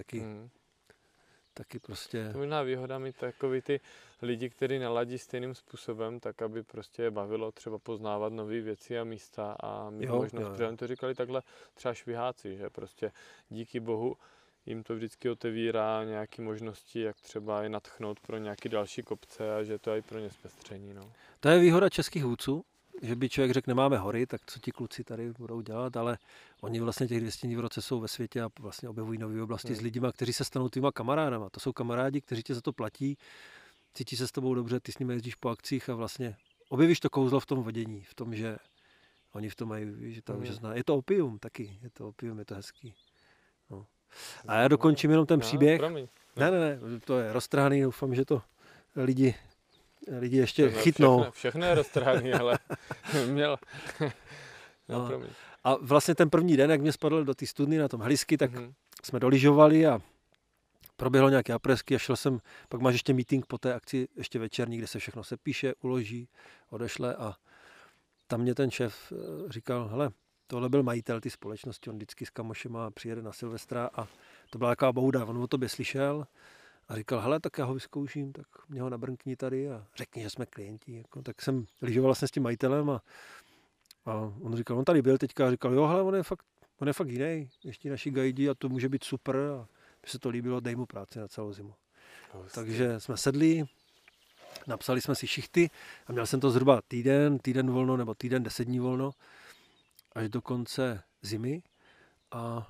[SPEAKER 3] taky prostě...
[SPEAKER 2] To možná výhoda mít takový ty lidi, kteří naladí stejným způsobem, tak aby prostě je bavilo třeba poznávat nové věci a místa a mít možnost, protože to říkali takhle třeba šviháci, že prostě díky bohu jim to vždycky otevírá nějaké možnosti, jak třeba je nadchnout pro nějaké další kopce a že to je i pro ně zpestření. No.
[SPEAKER 3] To je výhoda českých vůdců, že by člověk řekl, nemáme hory, tak co ti kluci tady budou dělat, ale oni vlastně těch 200 dní v roce jsou ve světě a vlastně objevují nové oblasti s lidmi, kteří se stanou tvýma kamarádama. To jsou kamarádi, kteří tě za to platí, cítí se s tebou dobře, ty s nimi jezdíš po akcích a vlastně objevíš to kouzlo v tom vodění, v tom, že oni v tom mají, že tam zná. Je to opium taky, je to hezký. No. A já dokončím jenom ten příběh. Ne, to je roztrhaný, doufám, že to lidi ještě chytnou.
[SPEAKER 2] Všechno je roztrhaný, ale měl...
[SPEAKER 3] No. A vlastně ten první den, jak mě spadl do té studny na tom Hlisky, tak jsme dolyžovali a proběhlo nějaké apresky a šel jsem, pak máš ještě meeting po té akci, ještě večerní, kde se všechno sepíše, uloží, odešle a tam mě ten šéf říkal, hele, tohle byl majitel té společnosti, on vždycky s kamošema přijede na Silvestra a to byla taková bouda, on o tobě slyšel a říkal, hele, tak já ho vyzkouším, tak mě ho nabrnkni tady a řekni, že jsme klienti. Jako, tak jsem lyžoval vlastně s tím majitelem a on říkal, on tady byl teďka a říkal, jo, hele, on je fakt jiný, ještě naši guidi a to může být super a mi se to líbilo, dej mu práci na celou zimu. Takže jsme sedli, napsali jsme si šichty a měl jsem to zhruba týden volno nebo týden 10 dní volno až do konce zimy a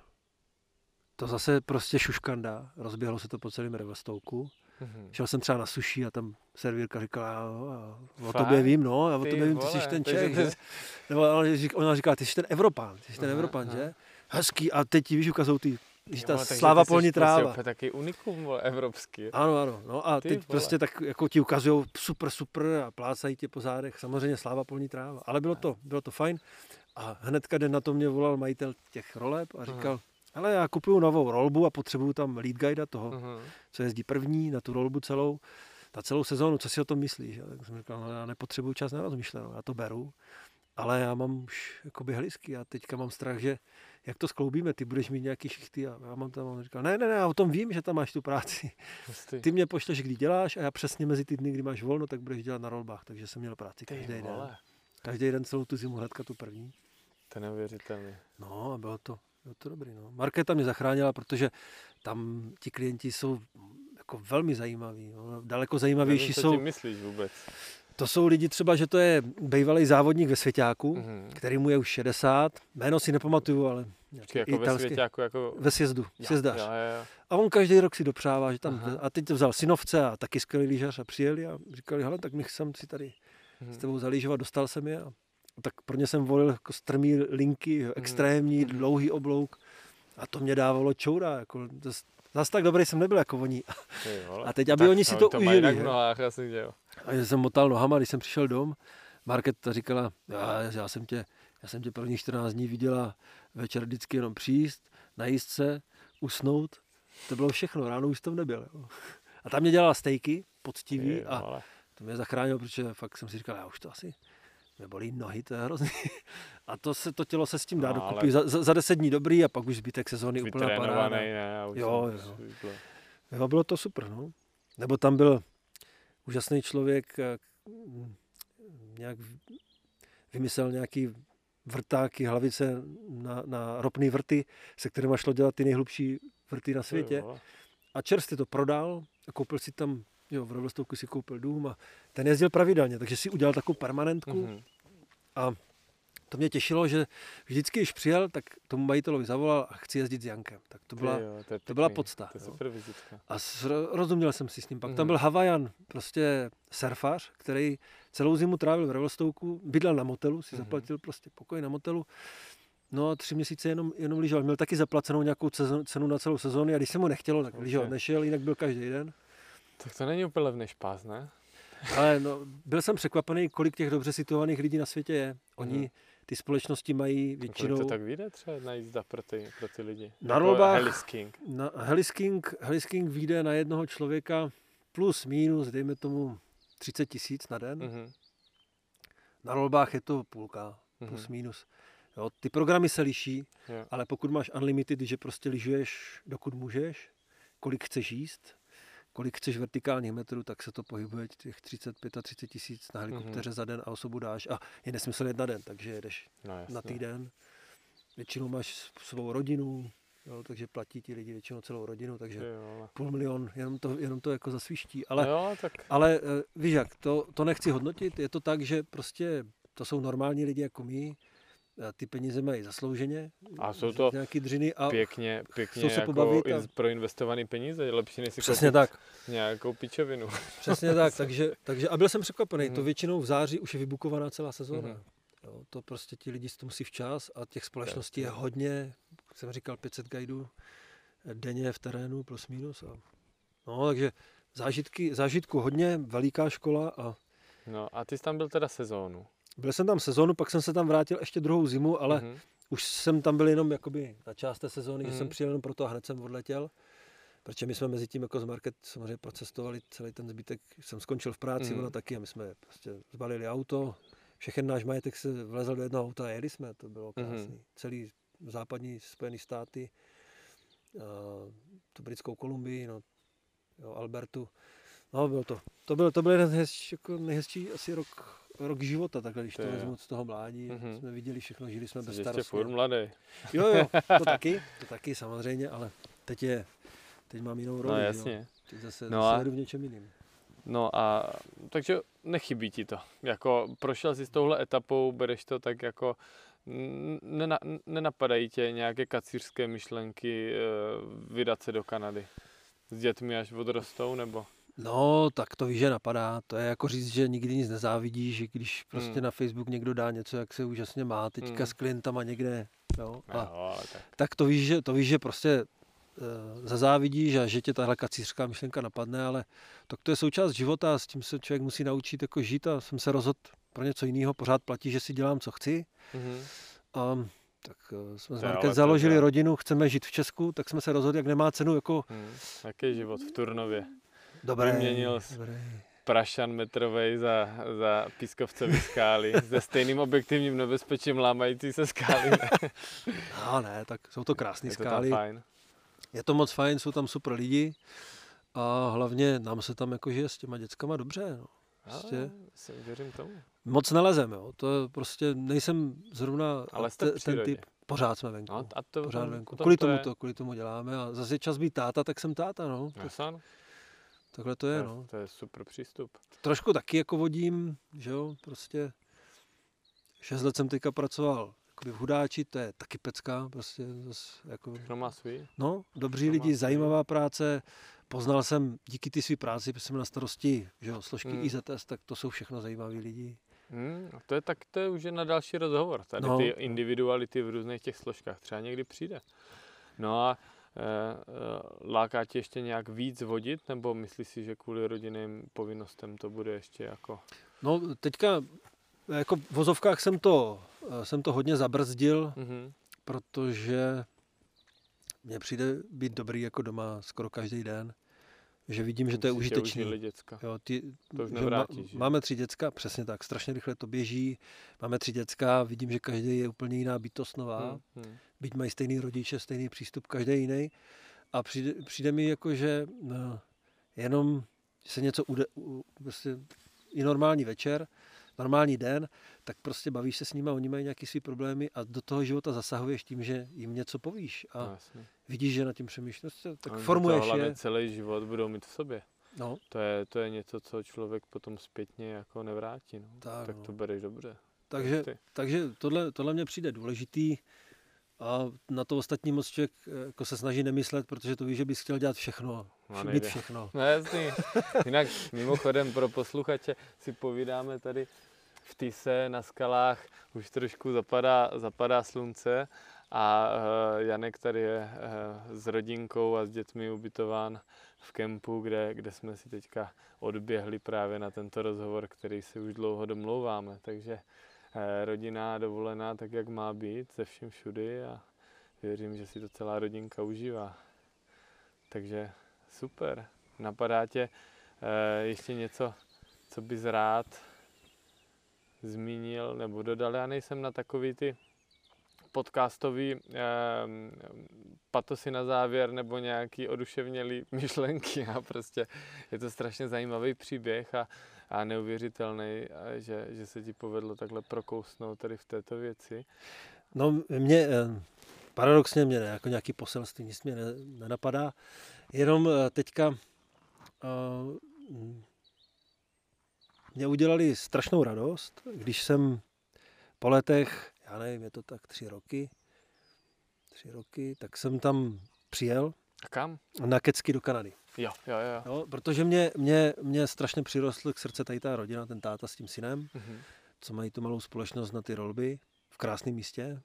[SPEAKER 3] to zase prostě šuškanda, rozběhlo se to po celém Revelstouku. Šel jsem třeba na sushi a tam servírka říkala, o tobě vím, no, já o tobě vím, ty jsi ten Čech, že? Nebo ona říkala, ty jsi ten Evropan, že? Hezký, a teď ti víš, ukazují ty, když ta sláva polní tráva.
[SPEAKER 2] Prostě taky unikum evropský.
[SPEAKER 3] Ano, no a teď prostě tak jako ti ukazují super a plácají tě po zádech, samozřejmě sláva polní tráva, ale bylo to fajn. A hnedka den na to mě volal majitel těch roleb a říkal, ale já kupuju novou rolbu a potřebuju tam lead guida toho, co jezdí první na tu rolbu na celou sezónu, co si o tom myslíš? Tak jsem říkal, no, já nepotřebuju čas na rozmyšlenou, já to beru, ale já mám už jakoby Hlisky a teďka mám strach, že jak to skloubíme, ty budeš mít nějaký šichty a já mám tam, on říkal, ne, já o tom vím, že tam máš tu práci. Ty mě pošleš, kdy děláš a já přesně mezi ty dny, kdy máš volno, tak budeš dělat na rolbách, takže jsem měl práci každý den. Každý den celou tu zimu hnedka tu první.
[SPEAKER 2] To je neuvěřitelné.
[SPEAKER 3] No a bylo to dobrý. No. Markéta mě zachránila, protože tam ti klienti jsou jako velmi zajímaví. No. Daleko zajímavější jsou...
[SPEAKER 2] Co ti myslíš vůbec?
[SPEAKER 3] To jsou lidi třeba, že to je bývalý závodník ve Svěťáku, který mu je už 60. Jméno si nepamatuju, ale...
[SPEAKER 2] Jako ve Svěťáku, jako...
[SPEAKER 3] Ve sjezdu, sjezdař. A on každý rok si dopřává, že tam... A teď to vzal synovce a taky skvělý lyžař a přijeli a říkali, hele, tak jsem si tady s tebou zalýžovat, dostal jsem je a tak pro ně jsem volil jako strmý linky, extrémní, dlouhý oblouk a to mě dávalo čoura, jako zase tak dobrý jsem nebyl jako oni. A teď, aby oni si to užili. A já jsem motal nohama, když jsem přišel dom, Markéta říkala, já jsem tě první 14 dní viděla večer vždycky jenom přijít, najíst se, usnout, to bylo všechno, ráno už tam nebyl. Jo. A tam mě dělala stejky, poctivý a to mě zachránilo, protože fakt jsem si říkal, já už to asi mě bolí nohy, to je hrozný. A to tělo se s tím dá dokupy za 10 dní dobrý a pak už zbytek sezóny úplná paráda. Jo, bylo to super, no. Nebo tam byl úžasný člověk, nějak vymyslel nějaký vrtáky, hlavice na ropný vrty, se kterými šlo dělat ty nejhlubší vrty na světě. A čerstvě to prodal a koupil si tam, v Revelstouku si koupil dům a ten jezdil pravidelně, takže si udělal takovou permanentku a to mě těšilo, že vždycky, když přijel, tak tomu majitelovi zavolal a chci jezdit s Jankem. Tak to byla podsta.
[SPEAKER 2] To je super vizitka.
[SPEAKER 3] A rozuměl jsem si s ním. Pak tam byl Havajan, prostě surfař, který celou zimu trávil v Revelstouku, bydlel na motelu, si zaplatil prostě pokoj na motelu. No a 3 měsíce jenom lyžoval. Měl taky zaplacenou nějakou cenu na celou sezónu a když se mu nechtělo, tak lyžoval nešel, jinak byl každý den.
[SPEAKER 2] Tak to není úplně levný špás, ne?
[SPEAKER 3] Ale no, byl jsem překvapený, kolik těch dobře situovaných lidí na světě je. Oni ty společnosti mají většinou...
[SPEAKER 2] Kolik to tak vyjde třeba jedna jízda pro ty lidi?
[SPEAKER 3] Na
[SPEAKER 2] jako
[SPEAKER 3] rolbách... Hellis King vyjde na jednoho člověka plus minus, dejme tomu 30 000 na den. Na rolbách je to půlka, plus minus. Jo, ty programy se liší, ale pokud máš unlimited, že prostě lyžuješ, dokud můžeš, kolik chceš jíst, kolik chceš vertikálních metrů, tak se to pohybuje těch 35 a 30 000 na helikoptéře za den a osobu dáš. A je nesmysl jet na den, takže jedeš na týden. Většinou máš svou rodinu, jo, takže platí ti lidi většinou celou rodinu, takže 500 000, jenom to jako zasviští. Ale víš jak, to nechci hodnotit, je to tak, že prostě to jsou normální lidi jako my, ty peníze mají zaslouženě.
[SPEAKER 2] A jsou to
[SPEAKER 3] nějaký dřiny a
[SPEAKER 2] pěkně
[SPEAKER 3] se
[SPEAKER 2] jako
[SPEAKER 3] pobavit
[SPEAKER 2] proinvestovaný peníze, lepší než si
[SPEAKER 3] přesně tak.
[SPEAKER 2] Nějakou pičovinu.
[SPEAKER 3] Přesně tak, takže a byl jsem překvapený, to většinou v září už je vybukovaná celá sezóna. Jo, to prostě ti lidi si to musí včas a těch společností je hodně, jsem říkal 500 guidů denně v terénu plus minus. No, takže zážitku hodně, veliká škola.
[SPEAKER 2] No a ty jsi tam byl teda sezónu.
[SPEAKER 3] Byl jsem tam sezónu, pak jsem se tam vrátil ještě druhou zimu, ale už jsem tam byl jenom jakoby na část té sezóny, že jsem přijel jenom proto a hned jsem odletěl. Protože my jsme mezi tím jako z market samozřejmě procestovali celý ten zbytek. Jsem skončil v práci, ona taky a my jsme prostě zbalili auto. Všechen náš majetek se vlezl do jednoho auta a jeli jsme, to bylo krásný. Celý západní Spojené státy, tu britskou Kolumbii, no, jo, Albertu. No, bylo to. To byl jeden nejhezčí asi rok života, takhle, když to vezmu z toho mládí. Jsme viděli všechno, žili jsme bez starosti.
[SPEAKER 2] Ještě furt mladý.
[SPEAKER 3] Jo, to taky samozřejmě, ale teď mám jinou roli.
[SPEAKER 2] No jasně.
[SPEAKER 3] Teď zase jedu v něčem jiným.
[SPEAKER 2] No a takže nechybí ti to. Jako prošel jsi s touhle etapou, bereš to tak jako nenapadají tě nějaké kacířské myšlenky vydat se do Kanady? S dětmi až odrostou, nebo?
[SPEAKER 3] No, tak to víš, že napadá. To je jako říct, že nikdy nic nezávidíš, že když prostě na Facebook někdo dá něco, jak se úžasně má teďka s klientama někde, jo. Tak to víš, že prostě zazávidíš a že tě tahle kacířská myšlenka napadne, ale tak to je součást života a s tím se člověk musí naučit jako žít a jsem se rozhodl pro něco jiného. Pořád platí, že si dělám, co chci. Tak jsme z Market založili rodinu, chceme žít v Česku, tak jsme se rozhodli, jak nemá cenu jako...
[SPEAKER 2] Jaký život v Turnově?
[SPEAKER 3] Dobrý.
[SPEAKER 2] Vyměnil prašan metrovej za pískovcový skály se stejným objektivním nebezpečím lámající se skály.
[SPEAKER 3] No ne, tak jsou to krásné skály.
[SPEAKER 2] Je to tam fajn.
[SPEAKER 3] Je to moc fajn, jsou tam super lidi a hlavně nám se tam jako žije s těma dětskama dobře. No. Prostě
[SPEAKER 2] věřím tomu.
[SPEAKER 3] Moc nelezem, jo. To prostě nejsem zrovna ten typ. Pořád jsme venku.
[SPEAKER 2] No, a to,
[SPEAKER 3] pořád venku. Kvůli tomu děláme a zase čas být táta, tak jsem táta, no. Takhle to je, no.
[SPEAKER 2] To je super přístup.
[SPEAKER 3] Trošku taky jako vodím, že jo, prostě 6 let jsem teďka pracoval v Hudáči, to je taky pecka, prostě zase jako...
[SPEAKER 2] No má svý.
[SPEAKER 3] No, dobří lidi, zajímavá práce. Poznal jsem díky ty svý práci, protože jsem na starosti, že jo, složky IZS, tak to jsou všechno zajímaví lidi.
[SPEAKER 2] To je už na další rozhovor. Tady ty individuality v různých těch složkách třeba někdy přijde. No a láká tě ještě nějak víc vodit, nebo myslíš si, že kvůli rodinným povinnostem to bude ještě jako...
[SPEAKER 3] No teďka jako v vozovkách jsem to hodně zabrzdil, protože mně přijde být dobrý jako doma skoro každý den, že vidím, že to je užitečný.
[SPEAKER 2] Jo, to už nevrátíš.
[SPEAKER 3] Máme 3 děcka, přesně tak, strašně rychle to běží. Máme 3 děcka, vidím, že každý je úplně jiná bytost nová. Byť mají stejný rodiče, stejný přístup, každý jiný. A přijde mi jako, že jenom se něco prostě i normální večer, normální den, tak prostě bavíš se s nimi, oni mají nějaké své problémy a do toho života zasahuješ tím, že jim něco povíš a vidíš, že nad tím přemýšlíš, tak formuješ je.
[SPEAKER 2] Celý život budou mít v sobě.
[SPEAKER 3] No.
[SPEAKER 2] To je něco, co člověk potom zpětně jako nevrátí. No. Tak to bereš dobře.
[SPEAKER 3] Takže tohle mně přijde důležitý a na to ostatní moc člověk jako se snaží nemyslet, protože to ví, že bys chtěl dělat všechno. Mít všechno.
[SPEAKER 2] No jasný. Jinak mimochodem pro posluchače si povídáme tady v Tise na skalách, už trošku zapadá slunce A Janek tady je s rodinkou a s dětmi ubytován v kempu, kde jsme si teďka odběhli právě na tento rozhovor, který si už dlouho domlouváme. Takže rodinná dovolená tak, jak má být, ze vším všudy a věřím, že si to celá rodinka užívá. Takže super. Napadá tě ještě něco, co bys rád zmínil nebo dodal? Já nejsem na takový ty podcastový patosy na závěr nebo nějaký oduševnělý myšlenky a prostě je to strašně zajímavý příběh a neuvěřitelný, že se ti povedlo takhle prokousnout tady v této věci.
[SPEAKER 3] No paradoxně mě jako nějaký poselství, nic mě nenapadá, jenom teďka mě udělali strašnou radost, když jsem po letech, já nevím, je to tak 3 roky, tak jsem tam přijel.
[SPEAKER 2] A kam?
[SPEAKER 3] Na kecky do Kanady.
[SPEAKER 2] Jo.
[SPEAKER 3] Protože mě strašně přirostl k srdce tady ta rodina, ten táta s tím synem, co mají tu malou společnost na ty rolby v krásném místě.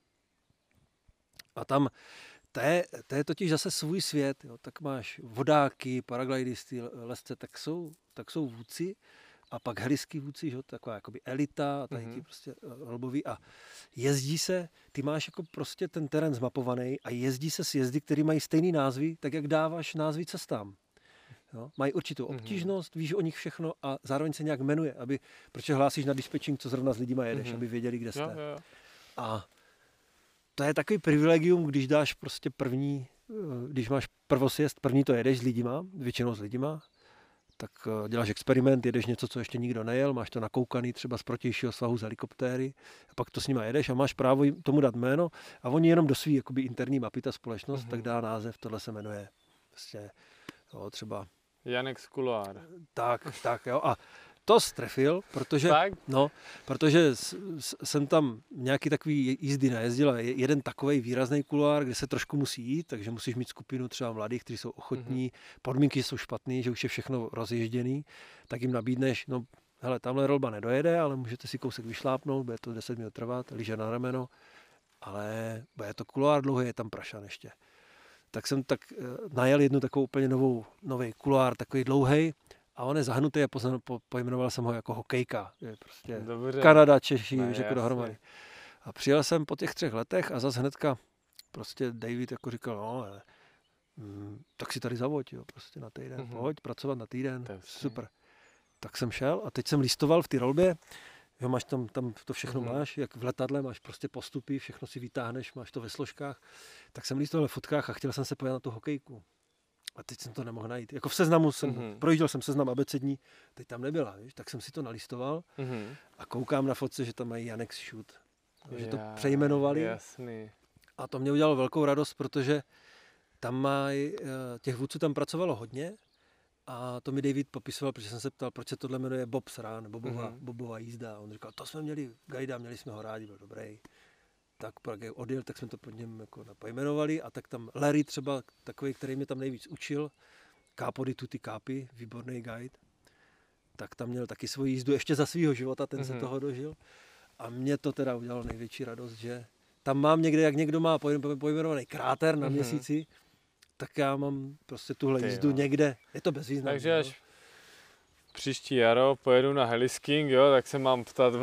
[SPEAKER 3] A tam, to je totiž zase svůj svět, jo. Tak máš vodáky, paraglidisty, lesce, tak jsou vůdci a pak heliský vůdci, že? Taková jakoby elita a tady ti prostě rolboví a jezdí se, ty máš jako prostě ten terén zmapovaný a jezdí se sjezdy, které mají stejný názvy, tak jak dáváš názvy cestám. Jo? Mají určitou obtížnost, víš o nich všechno a zároveň se nějak jmenuje, protože hlásíš na dispečing, co zrovna s lidima jedeš, aby věděli, kde jste.
[SPEAKER 2] Jo.
[SPEAKER 3] A to je takový privilegium, když dáš prostě když máš prvosjezd, první to jedeš s lidima, většinou s lidima, tak děláš experiment, jedeš něco, co ještě nikdo nejel, máš to nakoukaný třeba z protějšího svahu z helikoptéry, a pak to s nima jedeš a máš právo tomu dát jméno a oni jenom do svý jakoby interní mapy, ta společnost, tak dá název, tohle se jmenuje prostě, jo, třeba
[SPEAKER 2] Janek z Kuloár.
[SPEAKER 3] Tak, jo, a to strefil, protože jsem tam nějaký takový jízdy najezdil a jeden takovej výrazný kuloár, kde se trošku musí jít, takže musíš mít skupinu třeba mladých, kteří jsou ochotní, podmínky jsou špatné, že už je všechno rozježděný, tak jim nabídneš, no hele, tamhle rolba nedojede, ale můžete si kousek vyšlápnout, bude to 10 minut trvat, lyže na rameno, ale bude to kuloár dlouhý, je tam prašan ještě. Tak jsem najel jednu takovou úplně nový kuloár, takový dlouhej, a on je zahnutý a pojmenoval jsem ho jako hokejka. Je prostě
[SPEAKER 2] Dobře.
[SPEAKER 3] Kanada, Češi, řekl dohromady. A přijel jsem po těch 3 letech a zase hnedka prostě David jako říkal, no, tak si tady zavoď, jo, prostě na týden. Pojď pracovat na týden, super. Tak jsem šel a teď jsem listoval v té rolbě, jo, máš tam to všechno máš, jak v letadle, máš prostě postupy, všechno si vytáhneš, máš to ve složkách. Tak jsem listoval v fotkách a chtěl jsem se podívat na tu hokejku. A teď jsem to nemohl najít. Jako v seznamu projížděl jsem seznam abecední, teď tam nebyla, víš? Tak jsem si to nalistoval a koukám na fotce, že tam mají Janek's Shoot. Že to přejmenovali.
[SPEAKER 2] Jasný.
[SPEAKER 3] A to mě udělalo velkou radost, protože tam mají, těch vůdců tam pracovalo hodně a to mi David popisoval, protože jsem se ptal, proč se tohle jmenuje Bob's Run, Bobova jízda. A on říkal, to jsme měli guida, měli jsme ho rádi, byl dobrý. Tak pak jak odjel, tak jsme to pod něm jako pojmenovali a tak tam Larry třeba, takový, který mě tam nejvíc učil, Capo di tutti capi, výborný guide, tak tam měl taky svoji jízdu ještě za svýho života, ten se toho dožil a mě to teda udělalo největší radost, že tam mám někde, jak někdo má pojmenovaný kráter na měsíci, tak já mám prostě tuhle jízdu někde, je to bezvýznamné.
[SPEAKER 2] Takže až příští jaro pojedu na heliskiing, jo, tak se mám ptat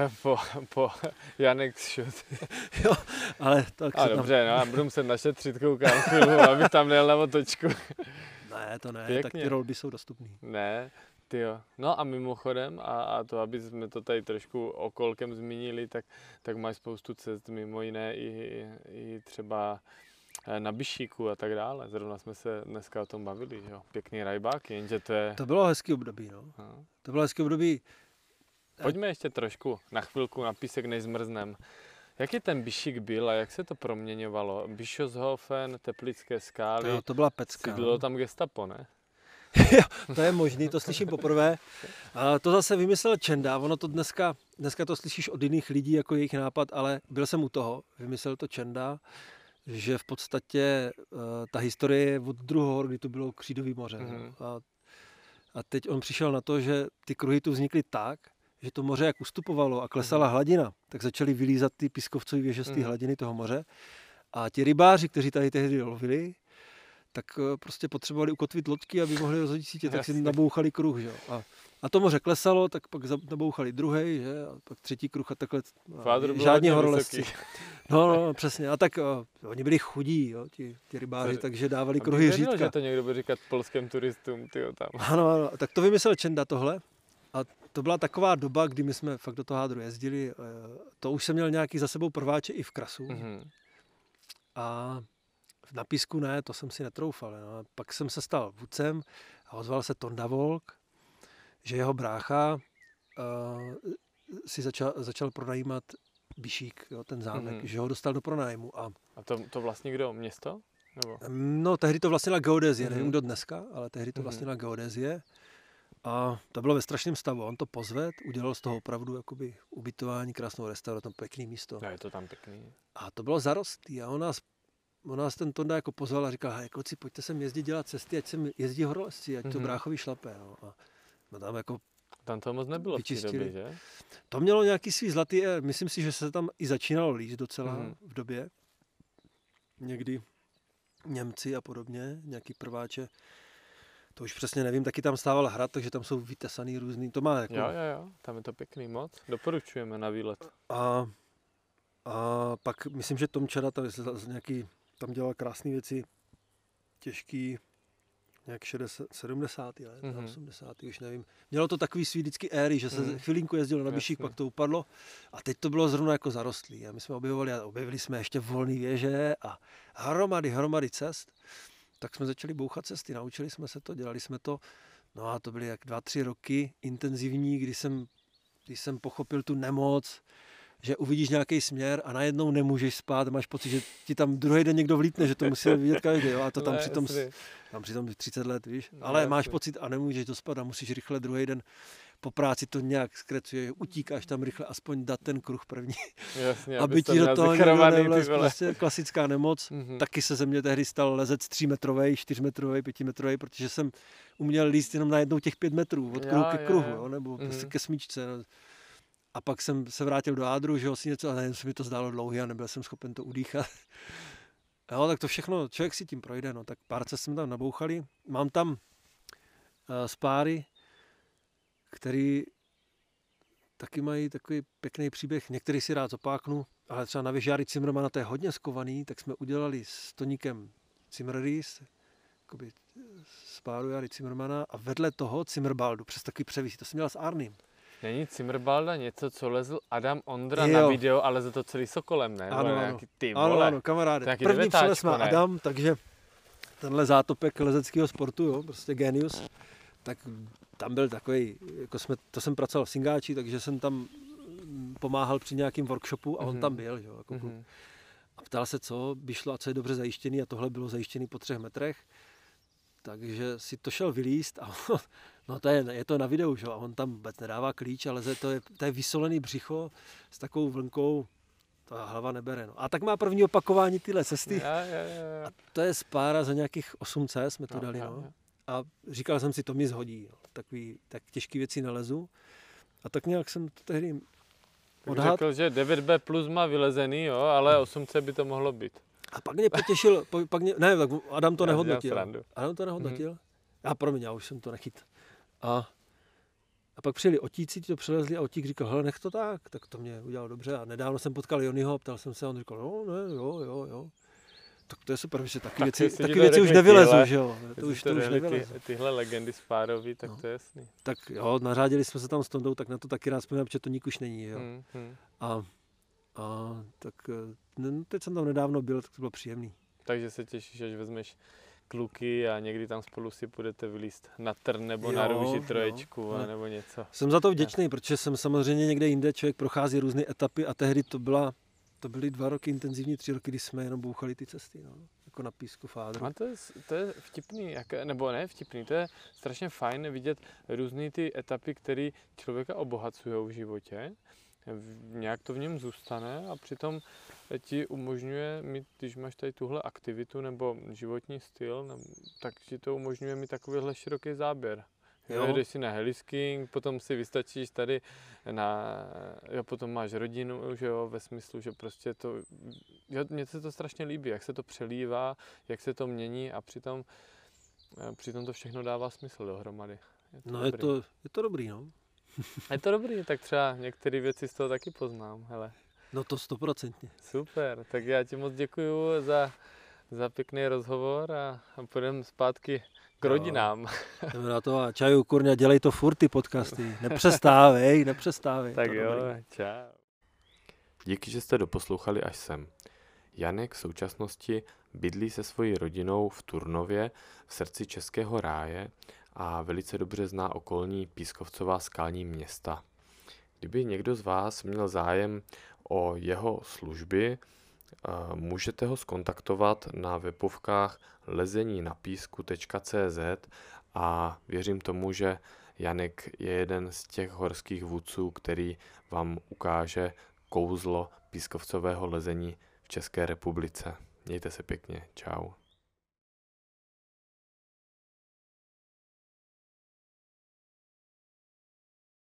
[SPEAKER 2] po Janek's Shoot.
[SPEAKER 3] Jo, ale tak
[SPEAKER 2] a dobře, no, budu muset našetřit, koukám chvíli, abych tam nejel na otočku.
[SPEAKER 3] Ne, to ne,
[SPEAKER 2] Pěkně.
[SPEAKER 3] Tak ty rolby jsou dostupný.
[SPEAKER 2] Ne, tyjo. No a mimochodem, a to, aby jsme to tady trošku okolkem zmínili, tak máš spoustu cest, mimo jiné i třeba na Bišíku a tak dále. Zrovna jsme se dneska o tom bavili, jo. Pěkný rajbáky, jenže to je...
[SPEAKER 3] To bylo hezký období, no. To bylo hezký období.
[SPEAKER 2] Pojďme ještě trošku na chvilku na písek, než zmrznem. Jaký ten Bišík byl a jak se to proměňovalo? Bischofshofen, Teplické skály.
[SPEAKER 3] To byla pecka.
[SPEAKER 2] Sídlilo tam gestapo, ne?
[SPEAKER 3] To je možný, to slyším poprvé. A to zase vymyslel Čenda, ono to dneska to slyšíš od jiných lidí jako jejich nápad, ale byl jsem u toho, vymyslel to Čenda, že v podstatě ta historie je od druhého, kdy to bylo Křídový moře. A teď on přišel na to, že ty kruhy tu vznikly tak, že to moře jak ustupovalo a klesala hladina, tak začali vylízat ty pískovcové věže z té hladiny toho moře A ti rybáři, kteří tady tehdy lovili, tak prostě potřebovali ukotvit loďky, aby mohli rozhodit sítě, tak si nabouchali kruh. Že? A to moře klesalo, tak pak nabouchali druhej, že? A pak třetí kruh a takhle. Žádní horolezci. No, přesně. A tak oni byli chudí, jo, ti rybáři, takže dávali kruhy řídka.
[SPEAKER 2] Že to někdo bude říkat polským turistům, tyjo, tam.
[SPEAKER 3] Ano, tak to vymyslel Čenda tohle. A to byla taková doba, kdy my jsme fakt do toho Hádru jezdili. To už jsem měl nějaký za sebou prváče i v krasu. Mm-hmm. A na písku ne, to jsem si netroufal. No. Pak jsem se stal vůdcem a ozval se Tonda Volk, že jeho brácha si začal pronajímat Bišík, jo, ten zámek, že ho dostal do pronájmu. A
[SPEAKER 2] to vlastně kdo? Město? Nebo?
[SPEAKER 3] No, tehdy to vlastnila geodezie, nevím kdo dneska, ale tehdy to vlastnila geodezie. A to bylo ve strašném stavu. On to pozvedl, udělal z toho opravdu jakoby ubytování, krásnou restauraci, pěkný místo.
[SPEAKER 2] No, je to tam pěkný. A
[SPEAKER 3] to bylo zarostlý a on nás ten Tonda jako pozval a říkal, hej, kluci, pojďte sem jezdit dělat cesty, ať sem jezdí horolezci, ať to bráchovi šlape. No. A no tam jako
[SPEAKER 2] tam to moc nebylo vyčistili. V té době, že?
[SPEAKER 3] To mělo nějaký svý zlatý, myslím si, že se tam i začínalo líst docela v době. Někdy Němci a podobně, nějaký prváče. To už přesně nevím, taky tam stával hrad, takže tam jsou vytesaný různý, to má jako...
[SPEAKER 2] Jo, tam je to pěkný moc, doporučujeme na výlet.
[SPEAKER 3] A pak myslím, že Tom Čada tam dělal krásné věci, těžký, nějak 70. let, 80. už nevím. Mělo to takový svý vždycky éry, že se chvilinku jezdilo na Bišík, pak to upadlo a teď to bylo zrovna jako zarostlý. A my jsme objevili jsme ještě volný věže a hromady cest. Tak jsme začali bouchat cesty, naučili jsme se to, dělali jsme to. No a to byly jak 2-3 roky intenzivní, když jsem pochopil tu nemoc, že uvidíš nějaký směr a najednou nemůžeš spát, máš pocit, že ti tam druhý den někdo vlítne, že to musí vidět každý, jo? A to tam přitom 30 let, víš, ale máš pocit a nemůžeš dospat a musíš rychle druhý den po práci to nějak skrecuje, utíkáš tam rychle, aspoň dát ten kruh první.
[SPEAKER 2] Jasně,
[SPEAKER 3] aby ti do toho někdo nevlez, prostě klasická nemoc. Taky se ze mě tehdy stal lezec 3metrovej, 4metrovej, 5metrovej, protože jsem uměl líst jenom na jednou těch 5 metrů, od kruhu ke kruhu, jo, nebo prostě ke smíčce. No. A pak jsem se vrátil do Ádru, že si něco, a najednou se mi to zdálo dlouhý a nebyl jsem schopen to udýchat. Jo, tak to všechno, člověk si tím projde, no, tak pár cest jsme tam nabouchali. Mám tam spáry, který taky mají takový pěkný příběh. Některý si rád zopáknu, ale třeba na věži Jary Zimmermana, to je hodně skovaný, tak jsme udělali s Toníkem Zimmerries, jakoby spáru Jary Zimmermana a vedle toho Zimmerbaldu, přes takový převisí. To jsem měl s Arným.
[SPEAKER 2] Není Zimmerbalda něco, co lezl Adam Ondra na video, ale za to celý Sokolem, ne?
[SPEAKER 3] Ano, kamaráde. První přelez má Adam, takže tenhle zátopek lezeckého sportu, jo, prostě genius. Tak tam byl takový, jako to jsem pracoval v Singáči, takže jsem tam pomáhal při nějakém workshopu a on tam byl, jo, jako a ptal se, co by šlo a co je dobře zajištěný a tohle bylo zajištěný po 3 metrech. Takže si to šel vylíst a no je to na videu, že? A on tam vůbec nedává klíč, ale to je vysolený břicho s takovou vlnkou, ta hlava nebere. No. A tak má první opakování tyhle cesty. A to je spára za nějakých 8C jsme to dali. No. A říkal jsem si, to mi zhodí. Jo. Tak těžké věci nalezu. A tak nějak jsem to tehdy odhad.
[SPEAKER 2] Řekl, že 9B plus má vylezený, jo, ale 8C by to mohlo být.
[SPEAKER 3] A pak mě potěšil, tak Adam to nehodnotil. Já už jsem to nechyt. A pak přijeli Otíci, ti to přelezli a Otík říkal, hele, nech to tak to mě udělalo dobře. A nedávno jsem potkal Jonyho, ptal jsem se a on říkal, jo. Tak to je super, že taky věci už nevylezu, že jo. To už nevylezu.
[SPEAKER 2] Tyhle legendy z Párový, tak to je jasný.
[SPEAKER 3] Tak jo, nařádili jsme se tam s Tondou, tak na to taky rád vzpomínám, protože to nik už není, jo. A tak teď jsem tam nedávno byl, tak to bylo příjemný.
[SPEAKER 2] Takže se těšíš, až vezmeš kluky a někdy tam spolu si půjdete vylíst na Trn nebo na Růži troječku nebo něco.
[SPEAKER 3] Jsem za to vděčný, protože jsem samozřejmě někde jinde, člověk prochází různé etapy a tehdy to byly 2 roky intenzivní, 3 roky, kdy jsme jenom bouchali ty cesty, no, jako na písku v Hádru.
[SPEAKER 2] A to je vtipný, nebo ne vtipný, to je strašně fajn vidět různé ty etapy, které člověka obohacují v životě. Nějak to v něm zůstane a přitom ti umožňuje mít, když máš tady tuhle aktivitu nebo životní styl, tak ti to umožňuje mít takovýhle široký záběr. Jdeš si na heliskiing, potom si vystačíš tady potom máš rodinu, že jo, ve smyslu, že prostě to mně se to strašně líbí, jak se to přelívá, jak se to mění a přitom to všechno dává smysl dohromady.
[SPEAKER 3] Je to dobrý, no.
[SPEAKER 2] Je to dobrý, tak třeba některé věci z toho taky poznám, hele.
[SPEAKER 3] No to 100%.
[SPEAKER 2] Super, tak já ti moc děkuju za pěkný rozhovor a půjdeme zpátky k rodinám.
[SPEAKER 3] Jdeme na to a čaju, kurňa, dělej to furt ty podcasty. Nepřestávej.
[SPEAKER 2] Tak jo, čau.
[SPEAKER 1] Díky, že jste doposlouchali až sem. Janek v současnosti bydlí se svojí rodinou v Turnově v srdci Českého ráje a velice dobře zná okolní pískovcová skalní města. Kdyby někdo z vás měl zájem o jeho služby, můžete ho zkontaktovat na webovkách lezeninapísku.cz a věřím tomu, že Janek je jeden z těch horských vůdců, který vám ukáže kouzlo pískovcového lezení v České republice. Mějte se pěkně, čau.